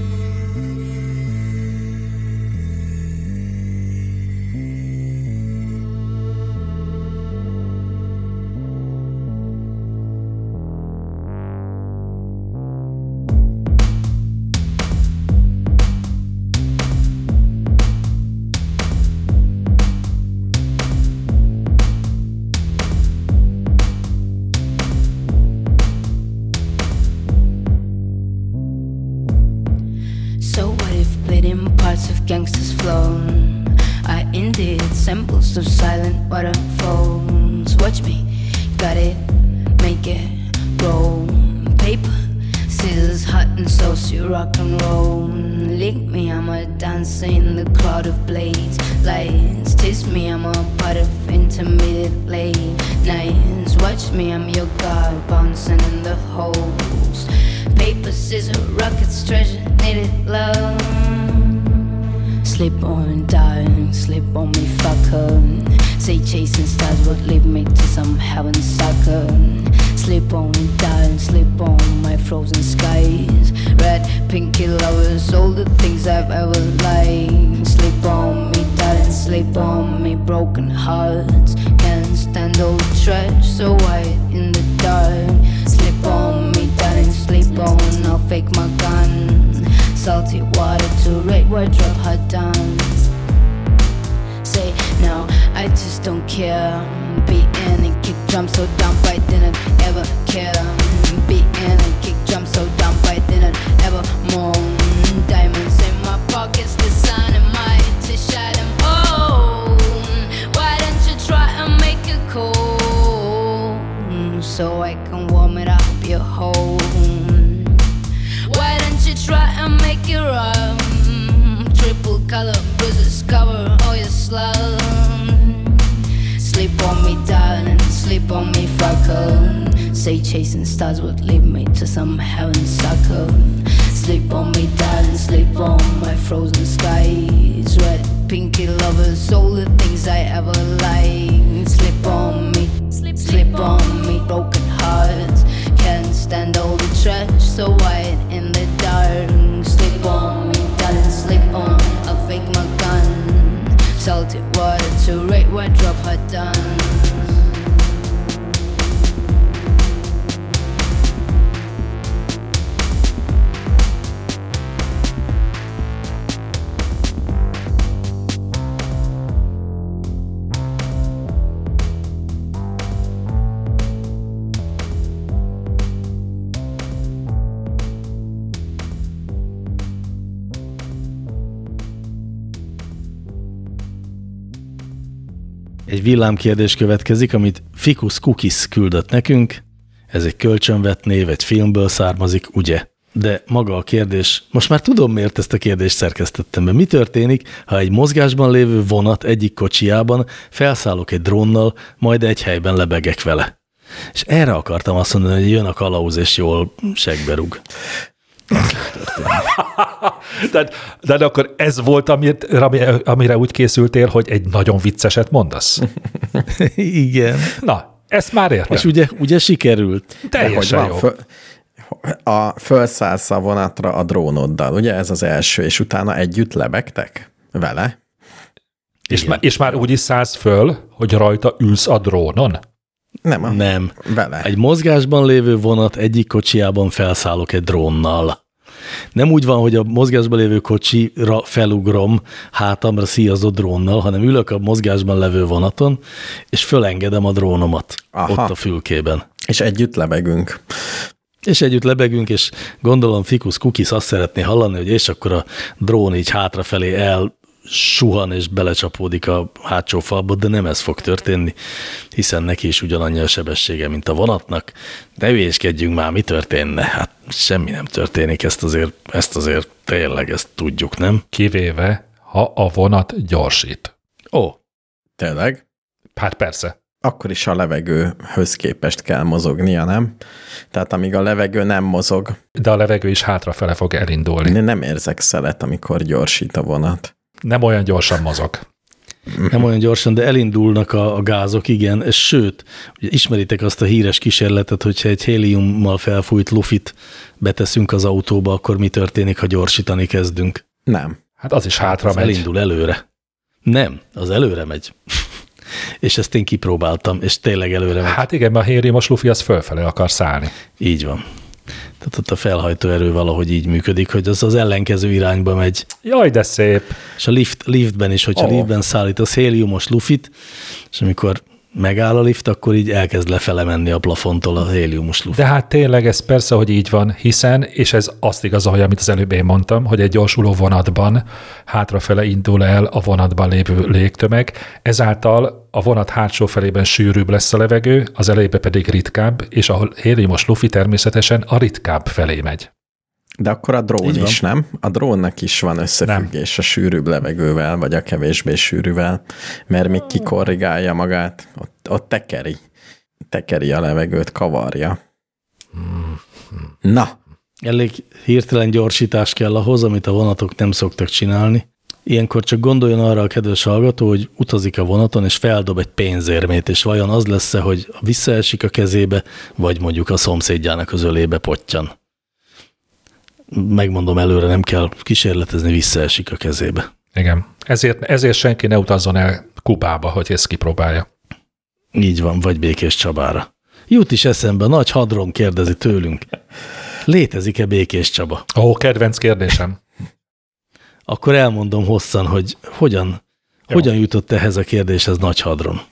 Gangsters flown. I indeed samples of silent waterfalls. Watch me, got it, make it roll. Paper, scissors, hot and saucy, rock and roll. Lick me, I'm a dancer in the cloud of blades. Lights, taste me, I'm a part of intermediate late nights. Watch me, I'm your god, bouncing in the holes. Paper, scissors, rockets, treasure, needed love. Sleep on, darling, sleep on me, fucker. Say chasing stars would lead me to some heaven sucker. Sleep on, darling, sleep on my frozen skies. Red, pinky lovers, all the things I've ever liked. Sleep on me, darling, sleep on me, broken hearts. Can't stand all the trash, so white in the dark. Sleep on me, darling, sleep on, I'll fake my gun. Salty water to red, white drop hot dance. Say now, I just don't care. Beat in and kick drum so dumb, I didn't ever care. Beat in and kick drum so dumb, I didn't ever moan. Diamonds in my pockets, the sun in my t-shirt, I'm old. Why don't you try and make it cold, so I can warm it up your home. Why don't you try and make it run? Triple color bruises cover all your slum. Sleep on me, darling, sleep on me, fucker. Say chasing stars would lead me to some heaven sucker. Sleep on me, darling, sleep on my frozen skies. Red, pinky lovers, all the things I ever liked. Sleep on me, sleep on me, broken hearts. Can't stand all the trash, so white in the dark. Sleep on me, darling, sleep on, I'll fake my gun. Salty water to red, white drop hot dance. Egy villámkérdés következik, amit Ficus Cookies küldött nekünk. Ez egy kölcsönvett név, egy filmből származik, ugye? de maga a kérdés, most már tudom, miért ezt a kérdést szerkesztettem be. Mi történik, ha egy mozgásban lévő vonat egyik kocsijában felszállok egy drónnal, majd egy helyben lebegek vele? És erre akartam azt mondani, hogy jön a kalauz, és jól segbe rúg. De akkor ez volt, amire úgy készültél, hogy egy nagyon vicceset mondasz? Igen. Na, ezt már értem. És ugye sikerült. Teljesen jó. Fölszállsz a vonatra a drónoddal, ugye ez az első, és utána együtt lebegtek vele? És már úgy is szállsz föl, hogy rajta ülsz a drónon? Nem. Vele. Egy mozgásban lévő vonat egyik kocsijában felszállok egy drónnal. Nem úgy van, hogy a mozgásban lévő kocsira felugrom hátamra szíjazott drónnal, hanem ülök a mozgásban levő vonaton, és fölengedem a drónomat. Aha. Ott a fülkében. És együtt lebegünk. És gondolom Fikus Kukis azt szeretné hallani, hogy és akkor a drón így hátrafelé elsuhan és belecsapódik a hátsó falba, de nem ez fog történni, hiszen neki is ugyanannyi a sebessége, mint a vonatnak. Ne hülyéskedjünk már, mi történne? Hát semmi nem történik, ezt azért tényleg ezt tudjuk, nem? Kivéve, ha a vonat gyorsít. Ó. Tényleg? Hát persze. Akkor is a levegőhöz képest kell mozognia, nem? Tehát amíg a levegő nem mozog. De a levegő is hátrafele fog elindulni. Én nem érzek szelet, amikor gyorsít a vonat. Nem olyan gyorsan mozog. Nem olyan gyorsan, de elindulnak a gázok, igen. És sőt, ugye ismeritek azt a híres kísérletet, hogyha egy héliummal felfújt lufit beteszünk az autóba, akkor mi történik, ha gyorsítani kezdünk? Nem. Hát az is hátra megy. Elindul előre. Nem, az előre megy. És ezt én kipróbáltam, és tényleg előre megy. Hát igen, mert a héliumos lufi az fölfelé akar szállni. Így van. Tehát ott a felhajtó erő valahogy így működik, hogy az ellenkező irányba megy. Jaj, de szép! És a liftben is, hogyha liftben szállítasz héliumos lufit, és amikor megáll a lift, akkor így elkezd lefele menni a plafontól a héliumos lufi. De hát tényleg ez persze, hogy így van, hiszen, és ez azt igazolja, amit az előbb én mondtam, hogy egy gyorsuló vonatban hátrafele indul el a vonatban lévő légtömeg, ezáltal a vonat hátsó felében sűrűbb lesz a levegő, az elejébe pedig ritkább, és a héliumos lufi természetesen a ritkább felé megy. De akkor a drón is, nem? A drónnak is van összefüggés a sűrűbb levegővel, vagy a kevésbé sűrűvel, mert még kikorrigálja magát, ott tekeri a levegőt, kavarja. Na! Elég hirtelen gyorsítás kell ahhoz, amit a vonatok nem szoktak csinálni. Ilyenkor csak gondoljon arra a kedves hallgató, hogy utazik a vonaton, és feldob egy pénzérmét, és vajon az lesz-e, hogy visszaesik a kezébe, vagy mondjuk a szomszédjának az ölébe pottyan. Megmondom előre, nem kell kísérletezni, visszaesik a kezébe. Igen. Ezért senki ne utazzon el Kubába, hogy ezt kipróbálja. Így van, vagy Békés Csabára. Jut is eszembe, Nagy Hadron kérdezi tőlünk. Létezik-e Békés Csaba? Ó, kedvenc kérdésem. Akkor elmondom hosszan, hogy hogyan jutott ehhez a kérdéshez Nagy Hadron.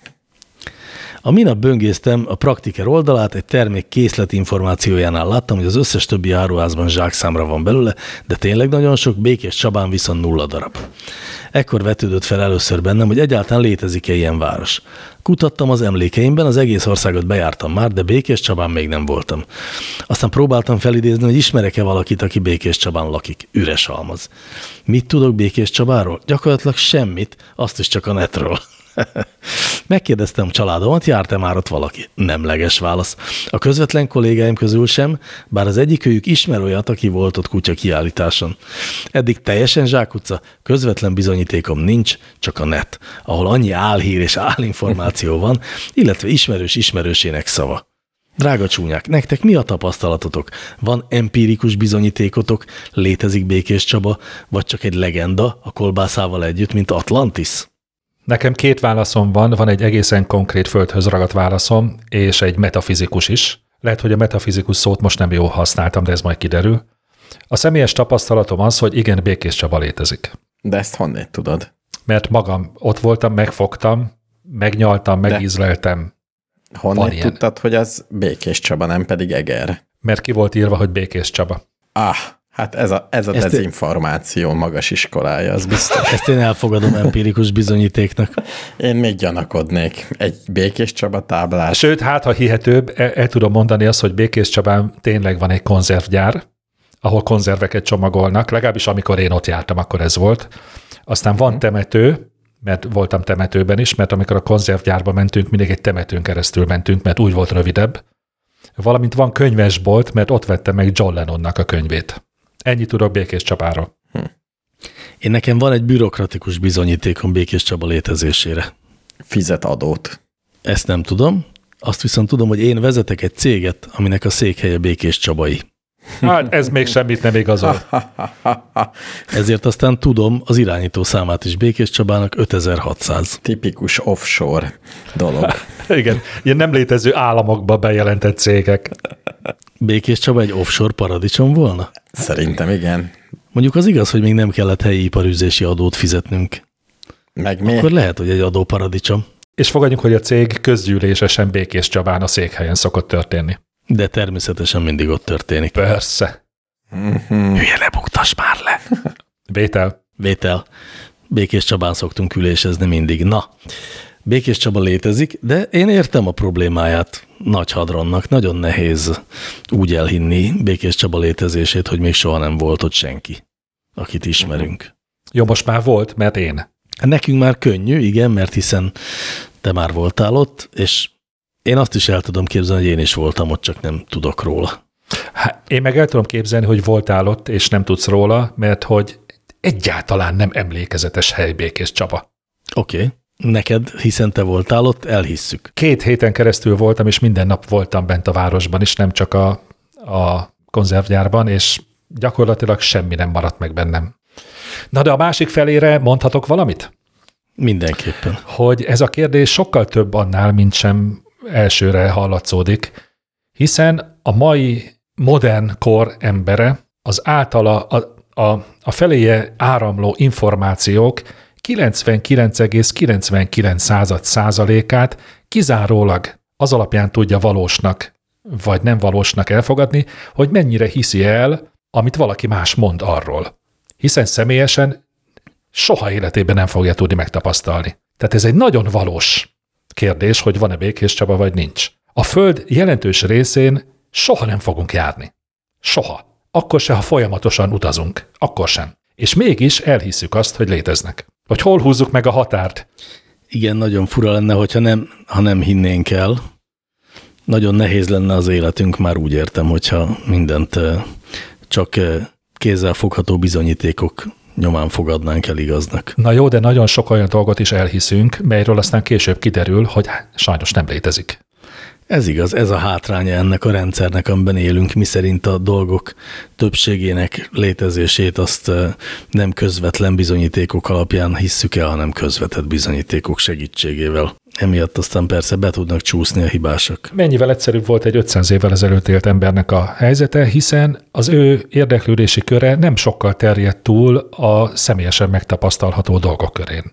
A minap böngésztem a Praktiker oldalát, egy termék készletinformációjánál láttam, hogy az összes többi áruházban zsákszámra van belőle, de tényleg nagyon sok, Békés Csabán viszont 0 darab. Ekkor vetődött fel először bennem, hogy egyáltalán létezik-e ilyen város. Kutattam az emlékeimben, az egész országot bejártam már, de Békés Csabán még nem voltam. Aztán próbáltam felidézni, hogy ismerek-e valakit, aki Békés Csabán lakik. Üres halmaz. Mit tudok Békés Csabáról? Gyakorlatilag semmit, azt is csak a netről. Megkérdeztem a családomat, járt-e már ott valaki? Nemleges válasz. A közvetlen kollégáim közül sem, bár az egyikőjük ismer olyat, aki volt ott kutya kiállításon. Eddig teljesen zsákutca, közvetlen bizonyítékom nincs, csak a net, ahol annyi álhír és álinformáció van, illetve ismerős ismerősének szava. Drága csúnyák, nektek mi a tapasztalatotok? Van empirikus bizonyítékotok? Létezik Békés Csaba? Vagy csak egy legenda a kolbászával együtt, mint Atlantis? Nekem 2 válaszom van egy egészen konkrét földhöz ragadt válaszom, és egy metafizikus is. Lehet, hogy a metafizikus szót most nem jól használtam, de ez majd kiderül. A személyes tapasztalatom az, hogy igen, Békés Csaba létezik. De ezt honnét tudod? Mert magam ott voltam, megfogtam, megnyaltam, megízleltem. Honnét tudtad, hogy az Békés Csaba, nem pedig Eger? Mert ki volt írva, hogy Békés Csaba. Hát ez a dezinformáció magas iskolája, az biztos. Ezt én elfogadom empirikus bizonyítéknak. Én még gyanakodnék. Egy Békés Csaba táblás. Sőt, hát ha hihetőbb, el tudom mondani azt, hogy Békés Csabán tényleg van egy konzervgyár, ahol konzerveket csomagolnak, legalábbis amikor én ott jártam, akkor ez volt. Aztán van temető, mert voltam temetőben is, mert amikor a konzervgyárba mentünk, mindig egy temetőn keresztül mentünk, mert úgy volt rövidebb. Valamint van könyvesbolt, mert ott vettem meg John Lennonnak a könyvét. Ennyit tudok Békés Csabáról. Én nekem van egy bürokratikus bizonyítékom Békés Csaba létezésére. Fizet adót. Ezt nem tudom. Azt viszont tudom, hogy én vezetek egy céget, aminek a székhelye Békés Csabai. Hát ez még semmit nem igazol. Ezért aztán tudom az irányító számát is Békés Csabának 5600. Tipikus offshore dolog. Igen, ilyen nem létező államokba bejelentett cégek. Békés Csaba egy offshore paradicsom volna? Szerintem igen. Mondjuk az igaz, hogy még nem kellett helyi iparűzési adót fizetnünk. Meg mi? Akkor lehet, hogy egy adóparadicsom. És fogadjuk, hogy a cég közgyűlésesen Békés Csabán a székhelyen szokott történni. De természetesen mindig ott történik. Persze. Hülye, ne buktass már le! Vétel. Békés Csabán szoktunk ülésezni mindig. Na, Békés Csaba létezik, de én értem a problémáját Nagy Hadronnak. Nagyon nehéz úgy elhinni Békés Csaba létezését, hogy még soha nem volt ott senki, akit ismerünk. Jó, most már volt, mert én. Nekünk már könnyű, igen, mert hiszen te már voltál ott, és én azt is el tudom képzelni, hogy én is voltam ott, csak nem tudok róla. Hát, én meg el tudom képzelni, hogy voltál ott, és nem tudsz róla, mert hogy egyáltalán nem emlékezetes hely Békés Csaba. Oké. Neked, hiszen te voltál ott, elhisszük. 2 héten keresztül voltam, és minden nap voltam bent a városban is, nem csak a konzervgyárban, és gyakorlatilag semmi nem maradt meg bennem. Na de a másik felére mondhatok valamit? Mindenképpen. Hogy ez a kérdés sokkal több annál, mint sem elsőre hallatszódik, hiszen a mai modern kor embere az általa a feléje áramló információk 99,99%-át kizárólag az alapján tudja valósnak vagy nem valósnak elfogadni, hogy mennyire hiszi el, amit valaki más mond arról. Hiszen személyesen soha életében nem fogja tudni megtapasztalni. Tehát ez egy nagyon valós kérdés, hogy van-e Békés Csaba, vagy nincs. A Föld jelentős részén soha nem fogunk járni. Soha. Akkor se, ha folyamatosan utazunk. Akkor sem. És mégis elhisszük azt, hogy léteznek. Hogy hol húzzuk meg a határt. Igen, nagyon fura lenne, ha nem hinnénk el. Nagyon nehéz lenne az életünk, már úgy értem, hogyha mindent csak kézzelfogható bizonyítékok nyomán fogadnánk el igaznak. Na jó, de nagyon sok olyan dolgot is elhiszünk, melyről aztán később kiderül, hogy sajnos nem létezik. Ez igaz, ez a hátránya ennek a rendszernek, amiben élünk, miszerint a dolgok többségének létezését azt nem közvetlen bizonyítékok alapján hisszük el, hanem közvetett bizonyítékok segítségével. Emiatt aztán persze be tudnak csúszni a hibások. Mennyivel egyszerűbb volt egy 500 évvel ezelőtt élt embernek a helyzete, hiszen az ő érdeklődési köre nem sokkal terjedt túl a személyesen megtapasztalható dolgok körén.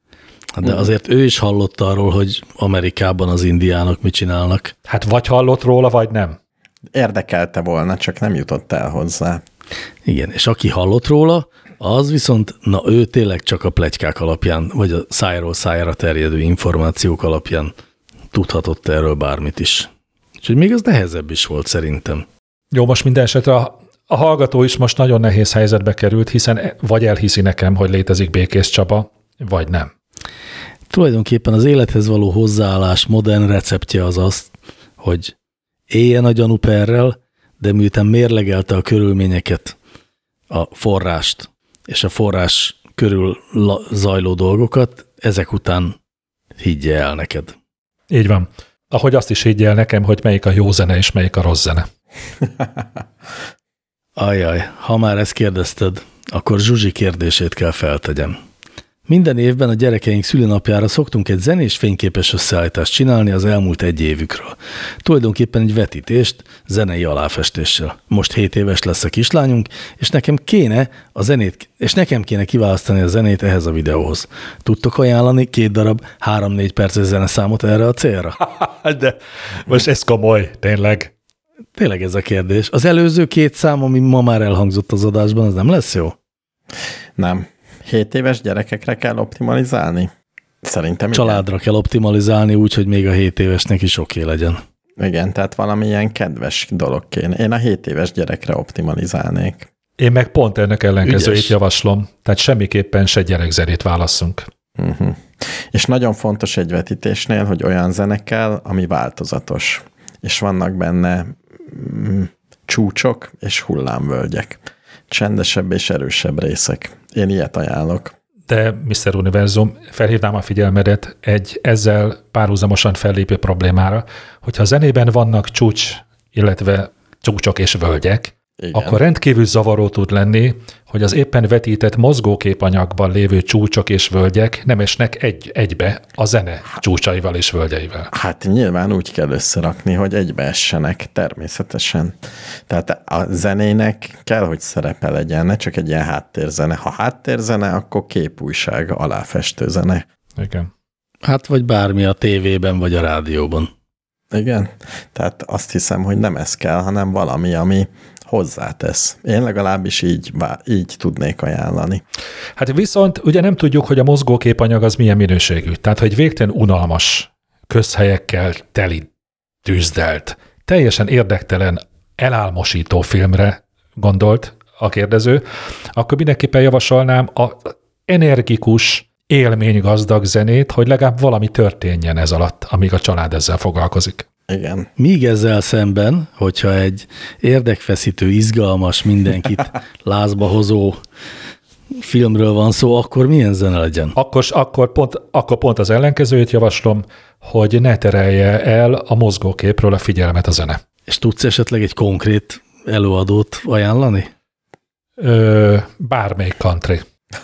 De azért ő is hallott arról, hogy Amerikában az indiánok mit csinálnak. Hát vagy hallott róla, vagy nem. Érdekelte volna, csak nem jutott el hozzá. Igen, és aki hallott róla, az viszont, na ő tényleg csak a pletykák alapján, vagy a szájról szájra terjedő információk alapján tudhatott erről bármit is. Úgyhogy még az nehezebb is volt szerintem. Jó, most minden esetre a hallgató is most nagyon nehéz helyzetbe került, hiszen vagy elhiszi nekem, hogy létezik Békés Csaba, vagy nem. Tulajdonképpen az élethez való hozzáállás modern receptje az az, hogy éljen a gyanúperrel, de miután mérlegelte a körülményeket, a forrást és a forrás körül zajló dolgokat, ezek után higgye el neked. Így van. Ahogy azt is higgye el nekem, hogy melyik a jó zene és melyik a rossz zene. Ajjaj, ha már ezt kérdezted, akkor Zsuzsi kérdését kell feltegyem. Minden évben a gyerekeink szülinapjára szoktunk egy zenés fényképes összeállítást csinálni az elmúlt 1 évükről. Tulajdonképpen egy vetítést zenei aláfestéssel. Most 7 éves lesz a kislányunk, és nekem kéne kiválasztani a zenét ehhez a videóhoz. Tudtok ajánlani 2 darab 3-4 perces zeneszámot erre a célra? De most ez komoly, tényleg. Tényleg ez a kérdés. Az előző 2 szám, ami ma már elhangzott az adásban, az nem lesz jó? Nem. 7 éves gyerekekre kell optimalizálni? Szerintem igen. Családra kell optimalizálni úgy, hogy még a 7 évesnek is oké legyen. Igen, tehát valami ilyen kedves dolog kéne. Én a 7 éves gyerekre optimalizálnék. Én meg pont ennek ellenkezőjét Ügyes. javaslom. Tehát semmiképpen se gyerekzenét válasszunk. Uh-huh. És nagyon fontos egy vetítésnél, hogy olyan zene kell, ami változatos. És vannak benne csúcsok és hullámvölgyek. Csendesebb és erősebb részek. Én ilyet ajánlok. De Mr. Univerzum, felhívnám a figyelmedet egy ezzel párhuzamosan fellépő problémára, hogyha a zenében vannak illetve csúcsok és völgyek, Igen. akkor rendkívül zavaró tud lenni, hogy az éppen vetített mozgóképanyagban lévő csúcsok és völgyek nem esnek egybe a zene csúcsaival és völgyeivel. Hát nyilván úgy kell összerakni, hogy egybeessenek természetesen. Tehát a zenének kell, hogy szerepe legyen, ne csak egy ilyen háttérzene. Ha háttérzene, akkor képújság, aláfestő zene. Igen. Hát vagy bármi a tévében, vagy a rádióban. Igen, tehát azt hiszem, hogy nem ez kell, hanem valami, ami hozzátesz. Én legalábbis így tudnék ajánlani. Hát viszont ugye nem tudjuk, hogy a mozgóképanyag az milyen minőségű. Tehát, hogy végtelen unalmas, közhelyekkel teli, tűzdelt, teljesen érdektelen, elálmosító filmre gondolt a kérdező, akkor mindenképpen javasolnám a energikus, élménygazdag zenét, hogy legalább valami történjen ez alatt, amíg a család ezzel foglalkozik. Igen. Míg ezzel szemben, hogyha egy érdekfeszítő, izgalmas, mindenkit lázba hozó filmről van szó, akkor milyen zene legyen? Akkor pont az ellenkezőjét javaslom, hogy ne terelje el a mozgóképről a figyelmet a zene. És tudsz esetleg egy konkrét előadót ajánlani? Bármelyik country.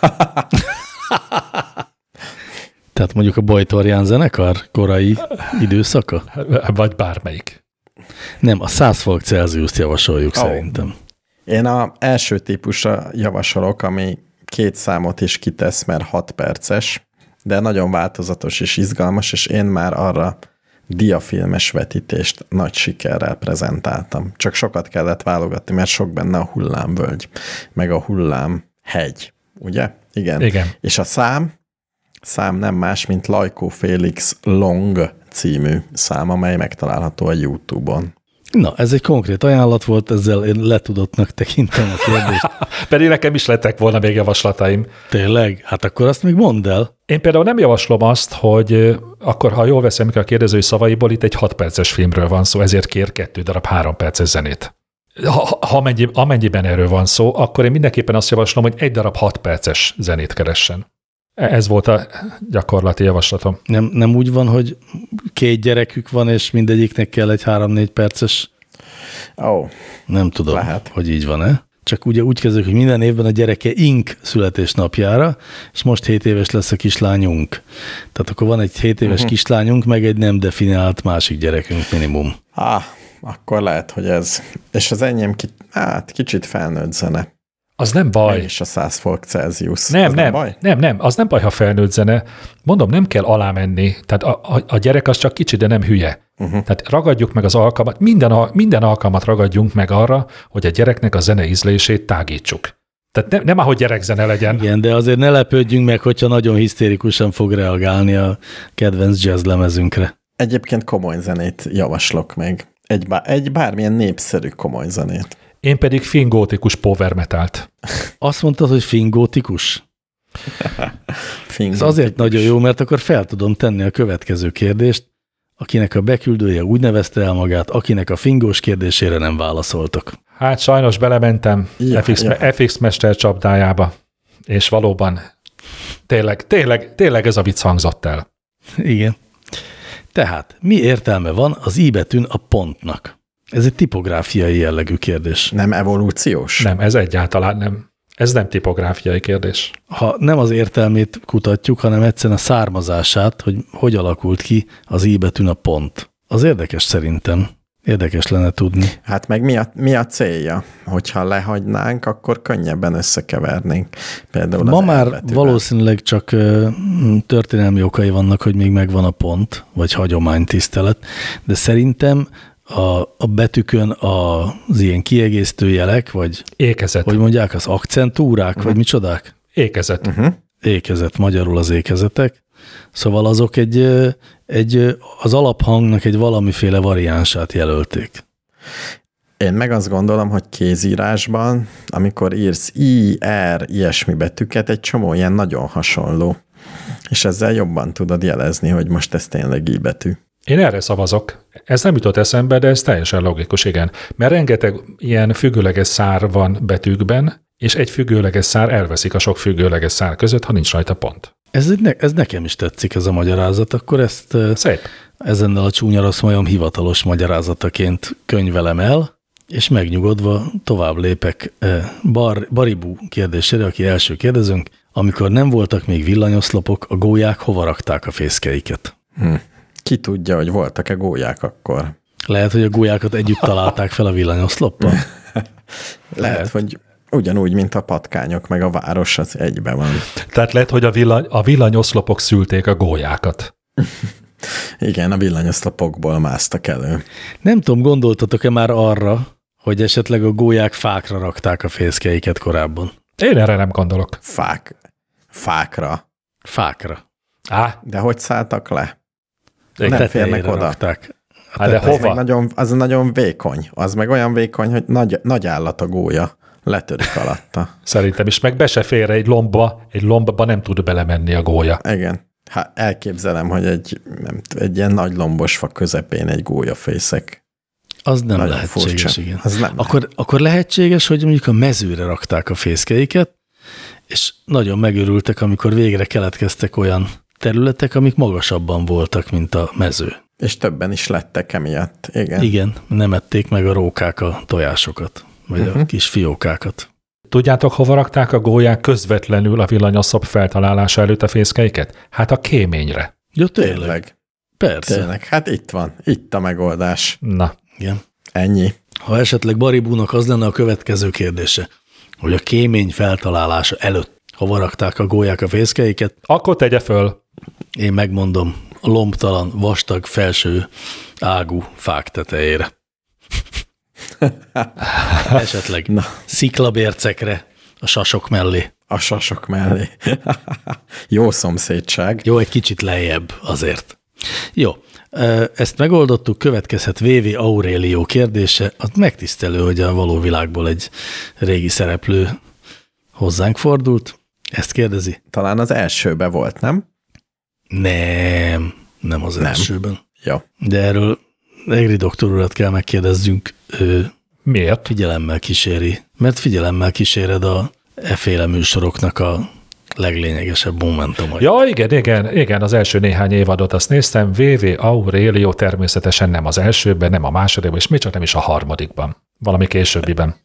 Tehát mondjuk a Bojtorján zenekar korai időszaka? Vagy bármelyik. Nem, a 100 fok Celsiust javasoljuk szerintem. Én az első típusra javasolok, ami 2 számot is kitesz, mert 6 perces, de nagyon változatos és izgalmas, és én már arra diafilmes vetítést nagy sikerrel prezentáltam. Csak sokat kellett válogatni, mert sok benne a hullámvölgy, meg a hullámhegy, ugye? Igen. És a szám nem más, mint Lajkó Félix Long című szám, amely megtalálható a YouTube-on. Na, ez egy konkrét ajánlat volt, ezzel én letudottnak tekintem a kérdést. Pedig nekem is lettek volna még javaslataim. Tényleg? Hát akkor azt még mondd el. Én például nem javaslom azt, hogy akkor, ha jól veszem a kérdezői szavaiból, itt egy 6 perces filmről van szó, ezért kér 2 darab 3 perces zenét. Amennyiben erről van szó, akkor én mindenképpen azt javaslom, hogy 1 darab 6 perces zenét keressen. Ez volt a gyakorlati javaslatom. Nem úgy van, hogy 2 gyerekük van, és mindegyiknek kell egy 3-4 perces? Nem tudom, lehet, hogy így van-e. Csak ugye úgy kezdődik, hogy minden évben a gyereke ink születésnapjára, és most 7 éves lesz a kislányunk. Tehát akkor van egy 7 éves kislányunk, meg egy nem definiált másik gyerekünk minimum. Akkor lehet, hogy ez. És az enyém kicsit felnőtt zene. Az nem baj. És a 100 fok Celsius. Nem, az nem baj, ha felnőtt zene. Mondom, nem kell alámenni. Tehát a gyerek az csak kicsi, de nem hülye. Tehát ragadjuk meg az alkalmat, minden alkalmat ragadjunk meg arra, hogy a gyereknek a zene ízlését tágítsuk. Tehát nem ahogy gyerekzene legyen. Igen, de azért ne lepődjünk meg, hogyha nagyon hisztérikusan fog reagálni a kedvenc jazzlemezünkre. Egyébként komoly zenét javaslok meg. Egy bármilyen népszerű komoly zenét. Én pedig fingótikus power metalt. Azt mondtad, hogy fingótikus? Ez azért nagyon jó, mert akkor fel tudom tenni a következő kérdést, akinek a beküldője úgy nevezte el magát, akinek a fingós kérdésére nem válaszoltok. Hát sajnos belementem FX Mester csapdájába, és valóban tényleg ez a vicc hangzott el. Igen. Tehát mi értelme van az i betűn a pontnak? Ez egy tipográfiai jellegű kérdés. Nem evolúciós? Nem, ez egyáltalán nem. Ez nem tipográfiai kérdés. Ha nem az értelmét kutatjuk, hanem egyszerűen a származását, hogy alakult ki az i betűn a pont. Az érdekes szerintem. Érdekes lenne tudni. Hát meg mi a célja? Hogyha lehagynánk, akkor könnyebben összekevernénk. Például ma már valószínűleg csak történelmi okai vannak, hogy még megvan a pont, vagy hagyománytisztelet, de szerintem a betűkön az ilyen kiegészítő jelek, vagy ékezet. Hogy mondják, az akcentúrák, vagy micsodák? Ékezet. Ékezet, magyarul az ékezetek. Szóval azok egy az alaphangnak egy valamiféle variánsát jelölték. Én meg azt gondolom, hogy kézírásban, amikor írsz I, R, ilyesmi betűket, egy csomó ilyen nagyon hasonló. És ezzel jobban tudod jelezni, hogy most ez tényleg I betű. Én erre szavazok. Ez nem jutott eszembe, de ez teljesen logikus, igen. Mert rengeteg ilyen függőleges szár van betűkben, és egy függőleges szár elveszik a sok függőleges szár között, ha nincs rajta pont. Ez nekem is tetszik, ez a magyarázat. Akkor ezt Szép. ezennel a csúnya rossz majom hivatalos magyarázataként könyvelem el, és megnyugodva tovább lépek Baribú kérdésére, aki első kérdezőnk. Amikor nem voltak még villanyoszlopok, a gólyák hova rakták a fészkeiket? Ki tudja, hogy voltak-e gólyák akkor? Lehet, hogy a gólyákat együtt találták fel a villanyoszloppal? Lehet, hogy ugyanúgy, mint a patkányok, meg a város az egyben van. Tehát lehet, hogy a villanyoszlopok szülték a gólyákat. Igen, a villanyoszlopokból másztak elő. Nem tudom, gondoltatok-e már arra, hogy esetleg a gólyák fákra rakták a fészkeiket korábban? Én erre nem gondolok. Fákra. Fákra. De hogy szálltak le? Nem Nem férnek oda. Rakták. De hova? Az nagyon vékony. Az meg olyan vékony, hogy nagy állat a gólya. Letörik alatta. Szerintem is, meg be se fér egy lombba nem tud belemenni a gólya. Igen. Elképzelem, hogy egy ilyen nagy lombos fa közepén egy gólyafészek. Az nem Nagyon lehetséges, furcsa. igen. Az nem Akkor lehetséges, hogy mondjuk a mezőre rakták a fészkeiket, és nagyon megörültek, amikor végre keletkeztek olyan területek, amik magasabban voltak, mint a mező. És többen is lettek emiatt. Igen. Igen, nem ették meg a rókák a tojásokat, vagy a kis fiókákat. Tudjátok, hova rakták a gólyák közvetlenül a villanyoszlop feltalálása előtt a fészkeiket? Hát a kéményre. Jó, tényleg. Tényleg. Persze. Tényleg. Hát itt van. Itt a megoldás. Na, Igen. Ennyi. Ha esetleg Baribúnak az lenne a következő kérdése, hogy a kémény feltalálása előtt hova rakták a gólyák a fészkeiket, akkor tegye föl. én megmondom, a lombtalan, vastag, felső ágú fák tetejére. Esetleg sziklabércekre, a sasok mellé. A sasok mellé. Jó szomszédság. Jó, egy kicsit lejjebb azért. Jó, ezt megoldottuk, következhet VV Aurelio kérdése. Az megtisztelő, hogy a való világból egy régi szereplő hozzánk fordult. Ezt kérdezi? Talán az elsőben volt, nem? Nem az elsőben. Jó. De erről Egri doktor urat kell megkérdezzünk. Miért? Figyelemmel kíséri. Mert figyelemmel kíséred a efféle műsoroknak a leglényegesebb momentumai. Ja, igen, az első néhány évadot azt néztem, VV Aurelio természetesen nem az elsőben, nem a másodikban, és még csak nem is a harmadikban. Valami későbbiben.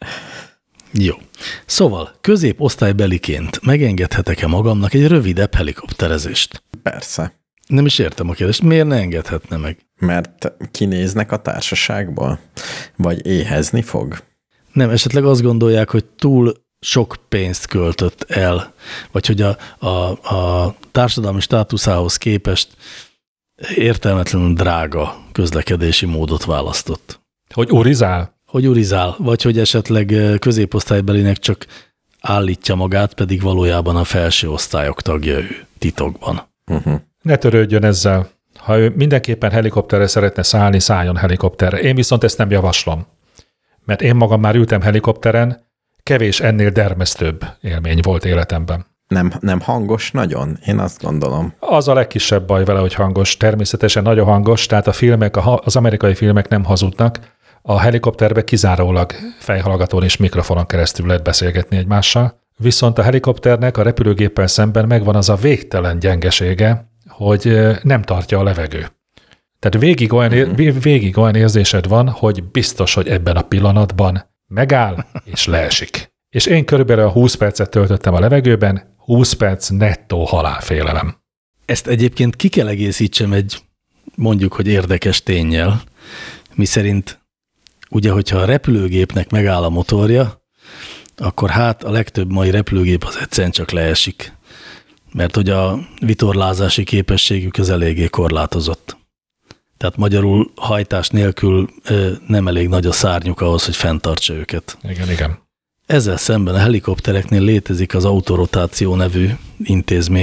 Jó. Szóval középosztálybeliként megengedhetek-e magamnak egy rövidebb helikopterezést? Persze. Nem is értem a kérdést. Miért ne engedhetne meg? Mert kinéznek a társaságból? Vagy éhezni fog? Nem, esetleg azt gondolják, hogy túl sok pénzt költött el, vagy hogy a társadalmi státuszához képest értelmetlenül drága közlekedési módot választott. Hogy urizál? Hogy urizál, vagy hogy esetleg középosztálybelinek csak állítja magát, pedig valójában a felső osztályok tagja ő titokban. Ne törődjön ezzel. Ha ő mindenképpen helikopterre szeretne szállni, szálljon helikopterre. Én viszont ezt nem javaslom. Mert én magam már ültem helikopteren, kevés ennél dermesztőbb élmény volt életemben. Nem hangos nagyon? Én azt gondolom. Az a legkisebb baj vele, hogy hangos. Természetesen nagyon hangos, tehát a filmek, az amerikai filmek nem hazudnak. A helikopterbe kizárólag fejhallgatón és mikrofonon keresztül lehet beszélgetni egymással. Viszont a helikopternek a repülőgéppel szemben megvan az a végtelen gyengesége, hogy nem tartja a levegő. Tehát végig olyan érzésed van, hogy biztos, hogy ebben a pillanatban megáll és leesik. És én körülbelül a 20 percet töltöttem a levegőben, 20 perc nettó halálfélelem. Ezt egyébként ki kell egészítsem egy mondjuk, hogy érdekes ténnyel, miszerint ugye, hogyha a repülőgépnek megáll a motorja, akkor hát a legtöbb mai repülőgép az egyszerűen csak leesik, mert hogy a vitorlázási képességük az eléggé korlátozott. Tehát magyarul hajtás nélkül nem elég nagy a szárnyuk ahhoz, hogy fenntartsa őket. Igen. Ezzel szemben a helikoptereknél létezik az autorotáció nevű intézmény,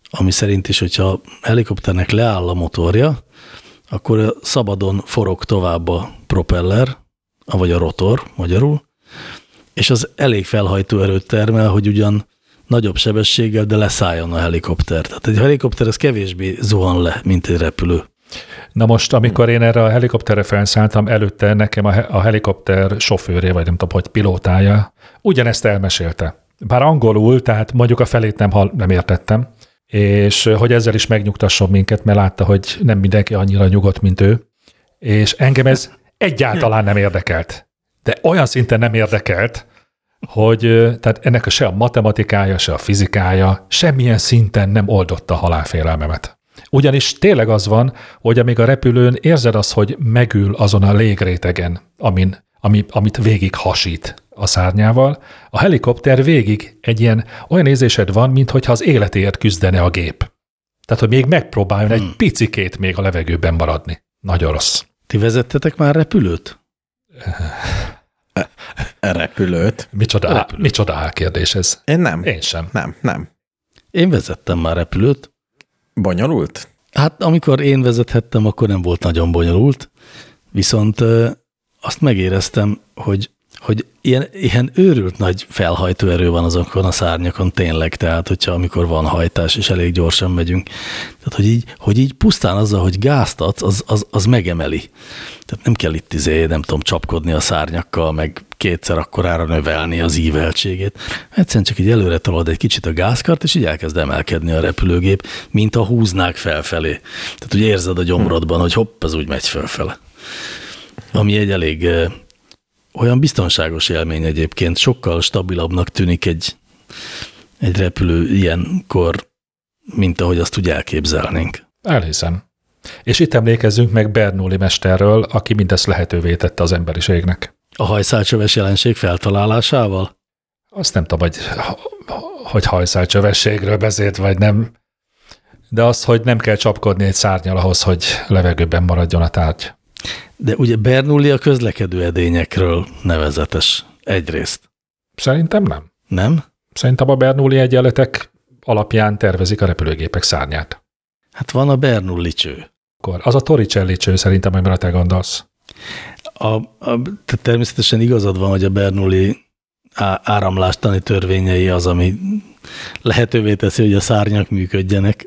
ami szerint is, hogyha a helikopternek leáll a motorja, akkor szabadon forog tovább a propeller, vagy a rotor magyarul, és az elég felhajtó erőt termel, hogy ugyan nagyobb sebességgel, de leszálljon a helikopter. Tehát egy helikopter az kevésbé zuhan le, mint egy repülő. Na most, amikor én erre a helikopterre felszálltam, előtte nekem a helikopter sofőrje, vagy nem tudom, hogy pilótája, ugyanezt elmesélte. Bár angolul, tehát mondjuk a felét nem értettem, és hogy ezzel is megnyugtasson minket, mert látta, hogy nem mindenki annyira nyugodt, mint ő, és engem ez egyáltalán nem érdekelt. De olyan szinten nem érdekelt, hogy tehát ennek se a matematikája, se a fizikája semmilyen szinten nem oldotta a halálfélelmemet. Ugyanis tényleg az van, hogy amíg a repülőn érzed azt, hogy megül azon a légrétegen, amit végig hasít a szárnyával, a helikopter végig egy ilyen olyan érzésed van, mintha az életéért küzdene a gép. Tehát, hogy még megpróbáljon egy picikét még a levegőben maradni. Nagyon rossz. Ti vezettetek már repülőt? Repülőt? Micsoda álkérdés ez? Én nem. Én sem. Nem. Én vezettem már repülőt. Bonyolult? Hát amikor én vezethettem, akkor nem volt nagyon bonyolult, viszont azt megéreztem, hogy ilyen őrült nagy felhajtó erő van azokon a szárnyakon tényleg, tehát hogyha amikor van hajtás, és elég gyorsan megyünk. Tehát, hogy így pusztán azzal, hogy gázt adsz, az megemeli. Tehát nem kell itt nem tudom, csapkodni a szárnyakkal, meg kétszer akkorára növelni az íveltségét. Egyszerűen csak így előre tolod egy kicsit a gázkart, és így elkezd emelkedni a repülőgép, mint a húznák felfelé. Tehát úgy érzed a gyomrodban, hogy hopp, ez úgy megy felfele. Ami egy elég olyan biztonságos élmény egyébként, sokkal stabilabbnak tűnik egy repülő ilyenkor, mint ahogy azt úgy elképzelnénk. Elhiszem. És itt emlékezzünk meg Bernoulli mesterről, aki mindezt lehetővé tette az emberiségnek. A hajszálcsöves jelenség feltalálásával? Azt nem tudom, hogy hajszálcsövességről beszélt, vagy nem. De az, hogy nem kell csapkodni egy szárnnyal ahhoz, hogy levegőben maradjon a tárgy. De ugye Bernoulli a közlekedő edényekről nevezetes egyrészt. Szerintem nem. Nem? Szerintem a Bernoulli egyenletek alapján tervezik a repülőgépek szárnyát. Hát van a Bernoulli cső. Akkor az a Torricelli cső szerintem, amire te gondolsz. Természetesen igazad van, hogy a Bernoulli áramlástani törvényei az, ami lehetővé teszi, hogy a szárnyak működjenek.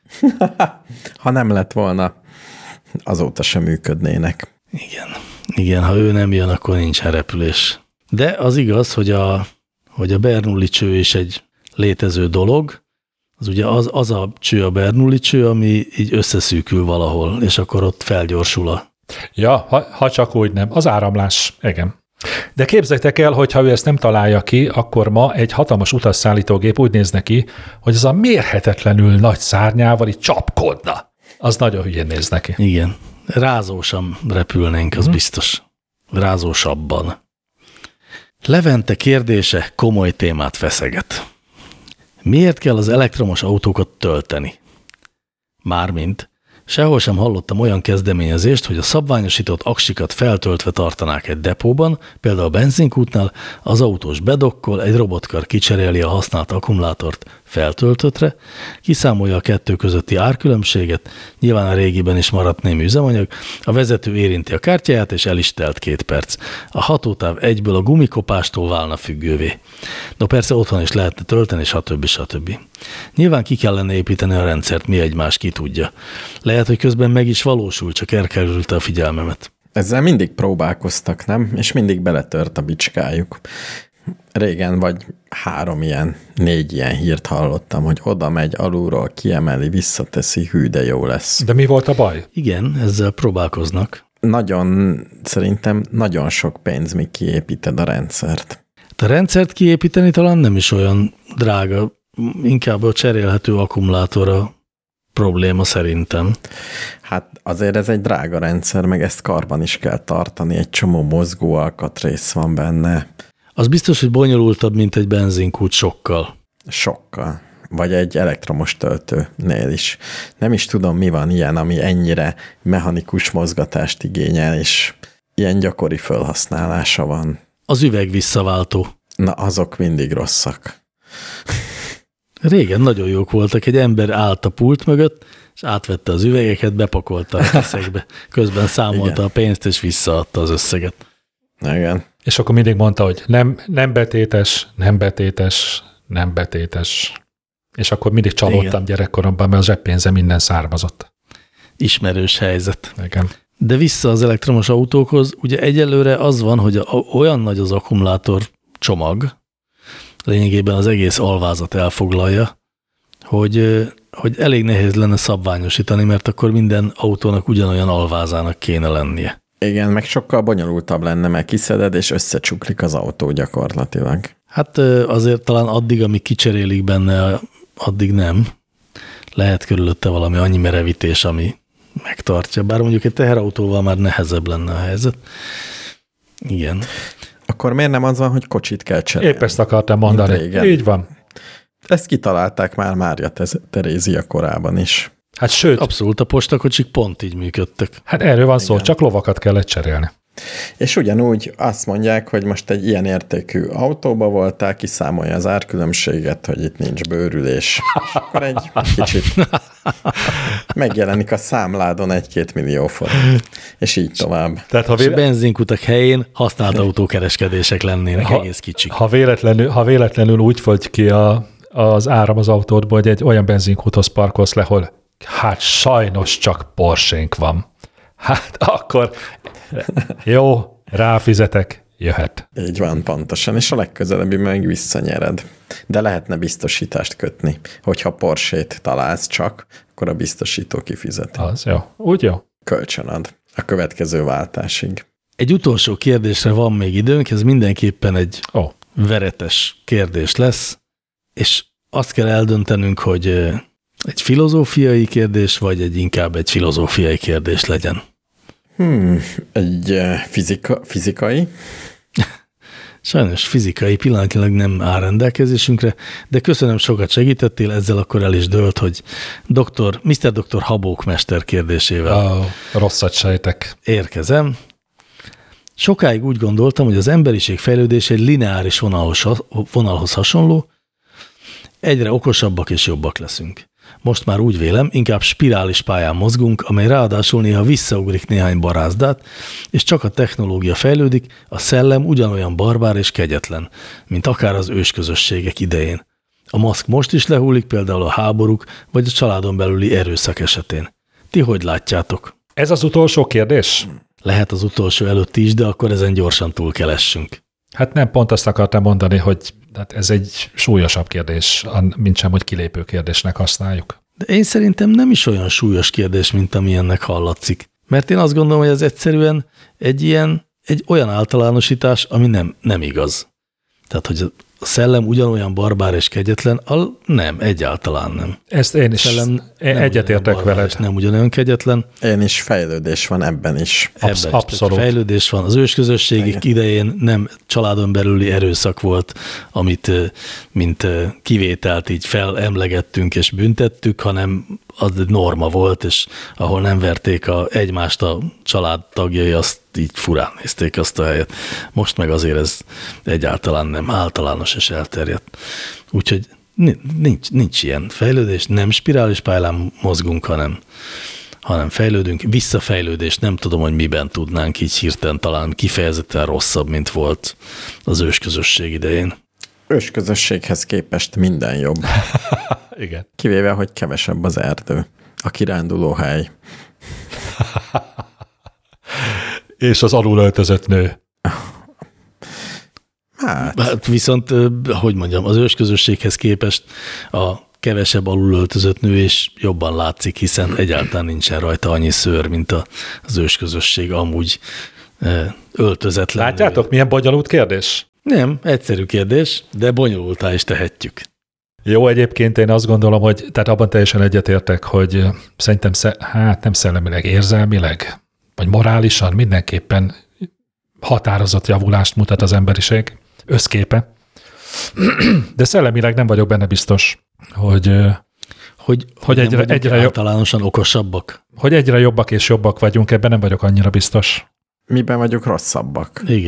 Ha nem lett volna, azóta sem működnének. Igen, ha ő nem jön, akkor nincsen repülés. De az igaz, hogy a Bernoulli cső is egy létező dolog, az ugye az a cső, a Bernoulli cső, ami így összeszűkül valahol, és akkor ott felgyorsul a... Ja, ha csak úgy nem. Az áramlás, igen. De képzeljétek el, hogy ha ő ezt nem találja ki, akkor ma egy hatalmas utasszállítógép úgy néz neki, hogy az a mérhetetlenül nagy szárnyával így csapkodna. Az nagyon hülyén néz neki. Igen. Rázósan repülnénk, az biztos. Rázósabban. Levente kérdése komoly témát feszeget. Miért kell az elektromos autókat tölteni? Mármint, sehol sem hallottam olyan kezdeményezést, hogy a szabványosított aksikat feltöltve tartanák egy depóban, például a benzinkútnál, az autós bedokkol, egy robotkar kicseréli a használt akkumulátort feltöltöttre, kiszámolja a kettő közötti árkülönbséget, nyilván a régiben is maradt némi üzemanyag, a vezető érinti a kártyáját, és el is telt 2 perc. A hatótáv egyből a gumikopástól válna függővé. No persze otthon is lehetne tölteni, stb. Nyilván ki kellene építeni a rendszert, mi egymás ki tudja. Lehet, hogy közben meg is valósul, csak elkerülte a figyelmemet. Ezzel mindig próbálkoztak, nem? És mindig beletört a bicskájuk. Régen vagy 4 ilyen hírt hallottam, hogy oda megy, alulról kiemeli, visszateszi, hű, de jó lesz. De mi volt a baj? Igen, ezzel próbálkoznak. Szerintem nagyon sok pénz, míg kiépíted a rendszert. A rendszert kiépíteni talán nem is olyan drága, inkább a cserélhető akkumulátor a probléma szerintem. Hát azért ez egy drága rendszer, meg ezt karban is kell tartani, egy csomó mozgó alkatrész van benne. Az biztos, hogy bonyolultabb, mint egy benzinkút sokkal. Sokkal. Vagy egy elektromos töltőnél is. Nem is tudom, mi van ilyen, ami ennyire mechanikus mozgatást igényel, és ilyen gyakori felhasználása van. Az üveg visszaváltó. Na, azok mindig rosszak. Régen nagyon jók voltak, egy ember állt a pult mögött, és átvette az üvegeket, bepakolta a keszekbe, közben számolta igen. a pénzt, és visszaadta az összeget. Igen. És akkor mindig mondta, hogy nem betétes, nem betétes, nem betétes. És akkor mindig csalódtam igen. gyerekkoromban, mert a zseppénze minden származott. Ismerős helyzet. Igen. De vissza az elektromos autókhoz, ugye egyelőre az van, hogy olyan nagy az akkumulátor csomag, lényegében az egész alvázat elfoglalja, hogy elég nehéz lenne szabványosítani, mert akkor minden autónak ugyanolyan alvázának kéne lennie. Igen, meg sokkal bonyolultabb lenne, mert kiszeded, és összecsuklik az autó gyakorlatilag. Hát azért talán addig, amíg kicserélik benne, addig nem. Lehet körülötte valami annyi merevítés, ami megtartja. Bár mondjuk egy teherautóval már nehezebb lenne a helyzet. Igen. Akkor miért nem az van, hogy kocsit kell cserélni? Épp ezt akartam mondani. Így van. Ezt kitalálták már Mária Terézia korában is. Hát sőt. Abszolút, a postakocsik pont így működtek. Hát erről van szó, csak lovakat kellett cserélni. És ugyanúgy azt mondják, hogy most egy ilyen értékű autóba voltál, kiszámolja az árkülönbséget, hogy itt nincs bőrülés. És akkor egy kicsit megjelenik a számládon 1-2 millió forint. És így tovább. Tehát, ha benzinkutak helyén használt autókereskedések lennének, egész kicsik. Ha véletlenül úgy fogy ki az áram az autódból, hogy egy olyan benzinkúthoz parkolsz le, hol hát sajnos csak Porsche-nk van. Hát akkor jó, ráfizetek, jöhet. Így van, pontosan, és a legközelebbi meg visszanyered. De lehetne biztosítást kötni, hogyha Porsche-t találsz csak, akkor a biztosító kifizeti. Az jó, úgy jó. Kölcsönad a következő váltásig. Egy utolsó kérdésre van még időnk, ez mindenképpen egy veretes kérdés lesz, és azt kell eldöntenünk, hogy egy filozófiai kérdés, vagy inkább egy filozófiai kérdés legyen. Egy fizikai? Sajnos fizikai pillanatilag nem áll rendelkezésünkre, de köszönöm, sokat segítettél, ezzel akkor el is dőlt, hogy Mr. Dr. Habókmester kérdésével rosszat sejtek. Érkezem. Sokáig úgy gondoltam, hogy az emberiség fejlődése egy lineáris vonalhoz hasonló, egyre okosabbak és jobbak leszünk. Most már úgy vélem, inkább spirális pályán mozgunk, amely ráadásul néha visszaugrik néhány barázdát, és csak a technológia fejlődik, a szellem ugyanolyan barbár és kegyetlen, mint akár az ősközösségek idején. A maszk most is lehullik például a háborúk, vagy a családon belüli erőszak esetén. Ti hogy látjátok? Ez az utolsó kérdés? Lehet az utolsó előtt is, de akkor ezen gyorsan túl kell essünk. Hát nem, pont azt akartam mondani, hogy hát ez egy súlyosabb kérdés, mint sem, hogy kilépő kérdésnek használjuk. De én szerintem nem is olyan súlyos kérdés, mint amilyennek hallatszik. Mert én azt gondolom, hogy ez egyszerűen egy olyan általánosítás, ami nem igaz. Tehát, hogy a szellem ugyanolyan barbár és kegyetlen, nem, egyáltalán nem. Ezt én is egyetértek veled. Nem ugyanolyan kegyetlen. Én is fejlődés van ebben is. Abszolút. Fejlődés van. Az ősközösségek idején nem családon belüli erőszak volt, amit mint kivételt így felemlegettünk és büntettük, hanem az egy norma volt, és ahol nem verték egymást a családtagjai, azt így furán nézték azt a helyet. Most meg azért ez egyáltalán nem általános és elterjedt. Úgyhogy nincs ilyen fejlődés, nem spirális pályán mozgunk, hanem fejlődünk. Visszafejlődés nem tudom, hogy miben tudnánk így hirtelen, talán kifejezetten rosszabb, mint volt az ősközösség idején. Ősközösséghez képest minden jobb. Igen. Kivéve, hogy kevesebb az erdő. A kiránduló hely. És az alulöltözött nő. Hát viszont, hogy mondjam, az ősközösséghez képest a kevesebb alulöltözött nő is jobban látszik, hiszen egyáltalán nincsen rajta annyi szőr, mint az ősközösség amúgy öltözetlen. Látjátok, milyen bonyolult kérdés? Nem, egyszerű kérdés, de bonyolultá is tehetjük. Jó, egyébként én azt gondolom, hogy tehát abban teljesen egyetértek, hogy szerintem nem szellemileg, érzelmileg, vagy morálisan mindenképpen határozott javulást mutat az emberiség összképe. De szellemileg nem vagyok benne biztos, hogy egyre általánosan okosabbak. Hogy egyre jobbak és jobbak vagyunk, ebben nem vagyok annyira biztos. Miben vagyok rosszabbak? Igen.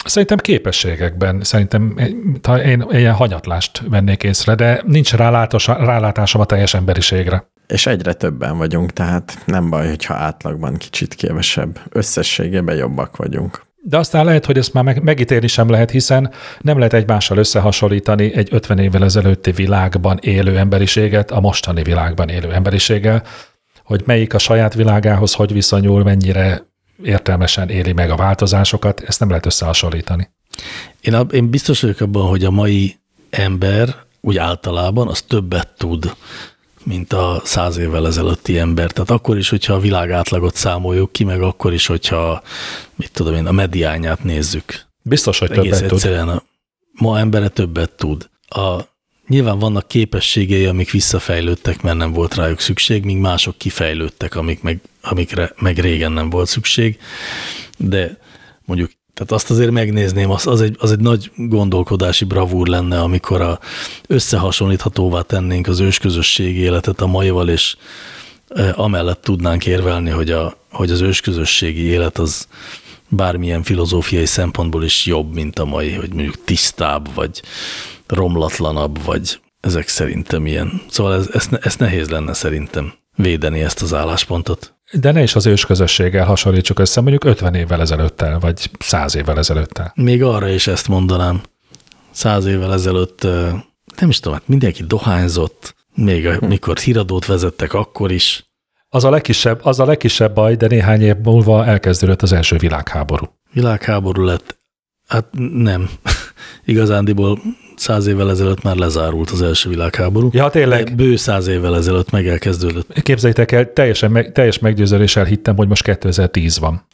Szerintem képességekben, én ilyen hanyatlást vennék észre, de nincs rálátásom a teljes emberiségre. És egyre többen vagyunk, tehát nem baj, hogyha átlagban kicsit kevesebb. Összességében jobbak vagyunk. De aztán lehet, hogy ezt már megítélni sem lehet, hiszen nem lehet egymással összehasonlítani egy 50 évvel ezelőtti világban élő emberiséget a mostani világban élő emberiséggel, hogy melyik a saját világához hogy viszonyul, mennyire értelmesen éli meg a változásokat, ezt nem lehet összehasonlítani. Én biztos vagyok abban, hogy a mai ember úgy általában az többet tud, mint a 100 évvel ezelőtti ember. Tehát akkor is, hogyha a világ átlagot számoljuk ki, meg akkor is, hogyha mit tudom én, a mediányát nézzük. Biztos, hogy egész többet tud. Egyszerűen a ma embere többet tud. Nyilván vannak képességei, amik visszafejlődtek, mert nem volt rájuk szükség, míg mások kifejlődtek, amikre meg régen nem volt szükség. De mondjuk, tehát azt azért megnézném, az egy nagy gondolkodási bravúr lenne, amikor összehasonlíthatóvá tennénk az ősközösségi életet a maival, és amellett tudnánk érvelni, hogy az ősközösségi élet az bármilyen filozófiai szempontból is jobb, mint a mai, hogy mondjuk tisztább, vagy romlatlanabb, vagy ezek szerintem ilyen. Szóval ezt nehéz lenne szerintem védeni ezt az álláspontot. De ne is az ősközösséggel hasonlítsuk össze, mondjuk 50 évvel ezelőttel, vagy 100 évvel ezelőttel. Még arra is ezt mondanám. 100 évvel ezelőtt, nem is tudom, mindenki dohányzott, még mikor híradót vezettek, akkor is. Az a legkisebb baj, de néhány év múlva elkezdődött az első világháború. Világháború lett? Hát nem. Igazándiból 100 évvel ezelőtt már lezárult az első világháború. Ja, tényleg. Bő 100 évvel ezelőtt elkezdődött. Képzeljétek el, teljes meggyőződéssel hittem, hogy most 2010 van.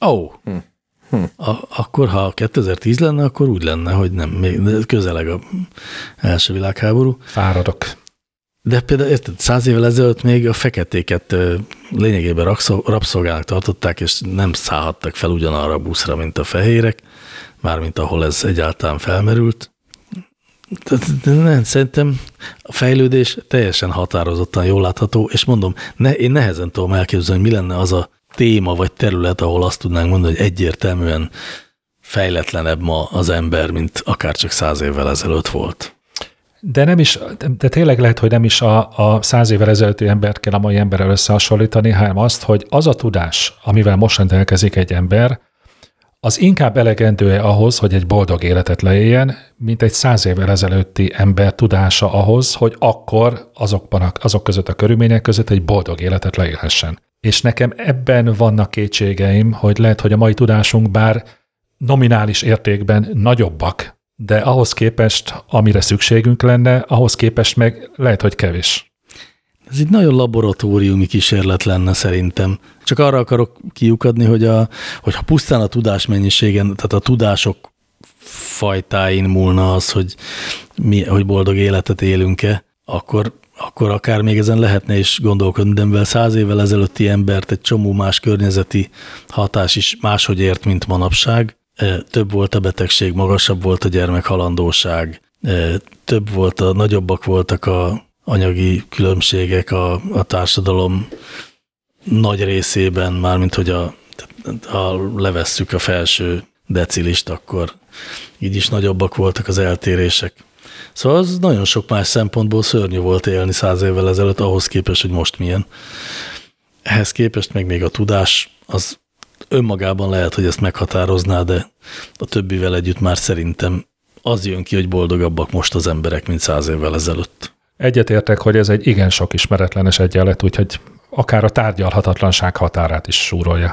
Akkor, ha 2010 lenne, akkor úgy lenne, hogy nem, még közeleg az első világháború. Fáradok. De például, érted, 100 évvel ezelőtt még a feketéket lényegében rabszolgának tartották, és nem szállhattak fel ugyanarra a buszra, mint a fehérek, mármint ahol ez egyáltalán felmerült. De nem, szerintem a fejlődés teljesen határozottan jól látható, és mondom, én nehezen tudom elképzelni, hogy mi lenne az a téma vagy terület, ahol azt tudnánk mondani, hogy egyértelműen fejletlenebb ma az ember, mint akár csak 100 évvel ezelőtt volt. De tényleg lehet, hogy nem is a 100 évvel ezelőtti embert kell a mai emberrel összehasonlítani, hanem azt, hogy az a tudás, amivel most rendelkezik egy ember, az inkább elegendő-e ahhoz, hogy egy boldog életet leéljen, mint egy 100 évvel ezelőtti ember tudása ahhoz, hogy akkor azok között a körülmények között egy boldog életet leélhessen. És nekem ebben vannak kétségeim, hogy lehet, hogy a mai tudásunk bár nominális értékben nagyobbak, de ahhoz képest, amire szükségünk lenne, ahhoz képest meg lehet, hogy kevés. Ez egy nagyon laboratóriumi kísérlet lenne szerintem. Csak arra akarok kiukadni, hogyha pusztán a tudás mennyiségen, tehát a tudások fajtáin múlna az, hogy boldog életet élünk-e, akkor akár még ezen lehetne is gondolkodni, de mivel 100 évvel ezelőtti embert egy csomó más környezeti hatás is máshogy ért, mint manapság. Több volt a betegség, magasabb volt a gyermekhalandóság, nagyobbak voltak a anyagi különbségek a társadalom nagy részében, mármint hogy ha levesszük a felső decilist, akkor így is nagyobbak voltak az eltérések. Szóval az nagyon sok más szempontból szörnyű volt élni 100 évvel ezelőtt, ahhoz képest, hogy most milyen. Ehhez képest meg még a tudás, az önmagában lehet, hogy ezt meghatározná, de a többivel együtt már szerintem az jön ki, hogy boldogabbak most az emberek, mint 100 évvel ezelőtt. Egyetértek, hogy ez egy igen sok ismeretlenes egyenlet, úgyhogy akár a tárgyalhatatlanság határát is súrolja.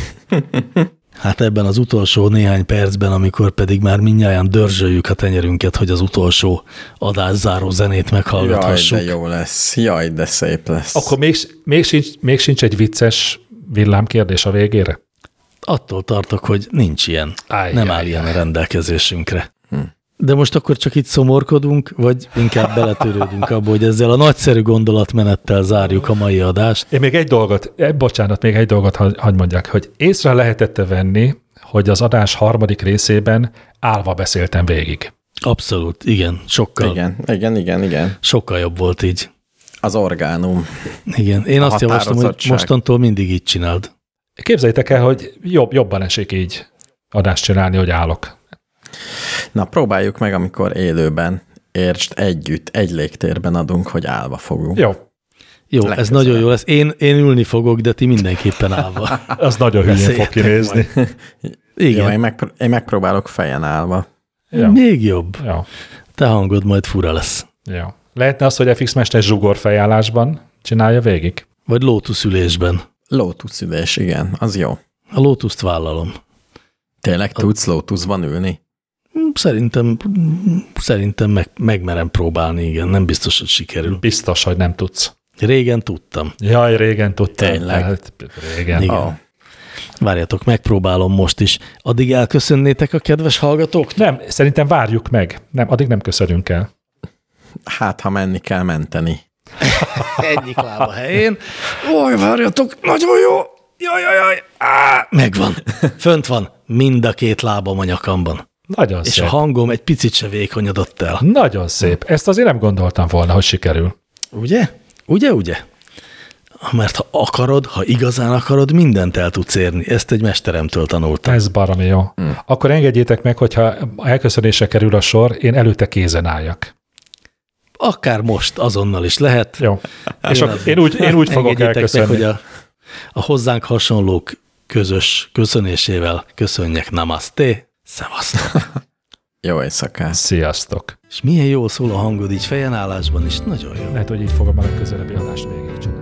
Hát ebben az utolsó néhány percben, amikor pedig már mindnyáján dörzsöljük a tenyerünket, hogy az utolsó adászáró zenét meghallgathassuk. Jaj, de jó lesz. Jaj, de szép lesz. Akkor még sincs egy vicces villámkérdés a végére? Attól tartok, hogy nincs ilyen. Nem áll ilyen a rendelkezésünkre. De most akkor csak itt szomorkodunk, vagy inkább beletörődünk abba, hogy ezzel a nagyszerű gondolatmenettel zárjuk a mai adást. Én még egy dolgot hadd mondjak, hogy észre lehetett venni, hogy az adás harmadik részében állva beszéltem végig. Abszolút, igen, sokkal. Igen. Sokkal jobb volt így. Az orgánum. Igen, én azt javaslom, hogy mostantól mindig így csináld. Képzeljétek el, hogy jobban esik így adást csinálni, hogy állok. Na, próbáljuk meg, amikor élőben, értsd, együtt, egy légtérben adunk, hogy állva fogunk. Jó. Jó, ez nagyon jó lesz. Én ülni fogok, de ti mindenképpen állva. Az nagyon hülyén fog kinézni. Igen. Jó, én megpróbálok fejen állva. Ja. Még jobb. Ja. Te hangod majd fura lesz. Ja. Lehetne az, hogy FX Mester zsugor fejállásban csinálja végig? Vagy lótuszülésben. Lótuszülés, igen, az jó. A lótuszt vállalom. Tényleg tudsz lótuszban ülni? Szerintem megmerem próbálni, igen. Nem biztos, hogy sikerül. Biztos, hogy nem tudsz. Régen tudtam. Jaj, régen tudtam. Tényleg? Hát, régen. Igen. Oh. Várjatok, megpróbálom most is. Addig elköszönnétek a kedves hallgatók? Nem, szerintem várjuk meg. Nem, addig nem köszönünk el. Hát, ha menni kell menteni. Egyik lába helyén. Oj, várjatok, nagyon jó. Jaj. Megvan. Fönt van. Mind a két lábam a nyakamban. Nagyon És szép. a hangom egy picit se vékonyodott el. Nagyon szép. Ezt azért nem gondoltam volna, hogy sikerül. Ugye? Mert ha akarod, ha igazán akarod, mindent el tudsz érni. Ezt egy mesteremtől tanultam. Ez baromi jó. Akkor engedjétek meg, hogyha elköszönésre kerül a sor, én előtte kézen álljak. Akár most, azonnal is lehet. Jó. És én úgy fogok Engedjétek elköszönni. meg, hogy a hozzánk hasonlók közös köszönésével köszönjek, namaste, szevasztok. Jó éjszakát. Sziasztok. És milyen jól szól a hangod így fejenállásban is, nagyon jó. Lehet, hogy így fogom a legközelebbi adást végigcsinálni.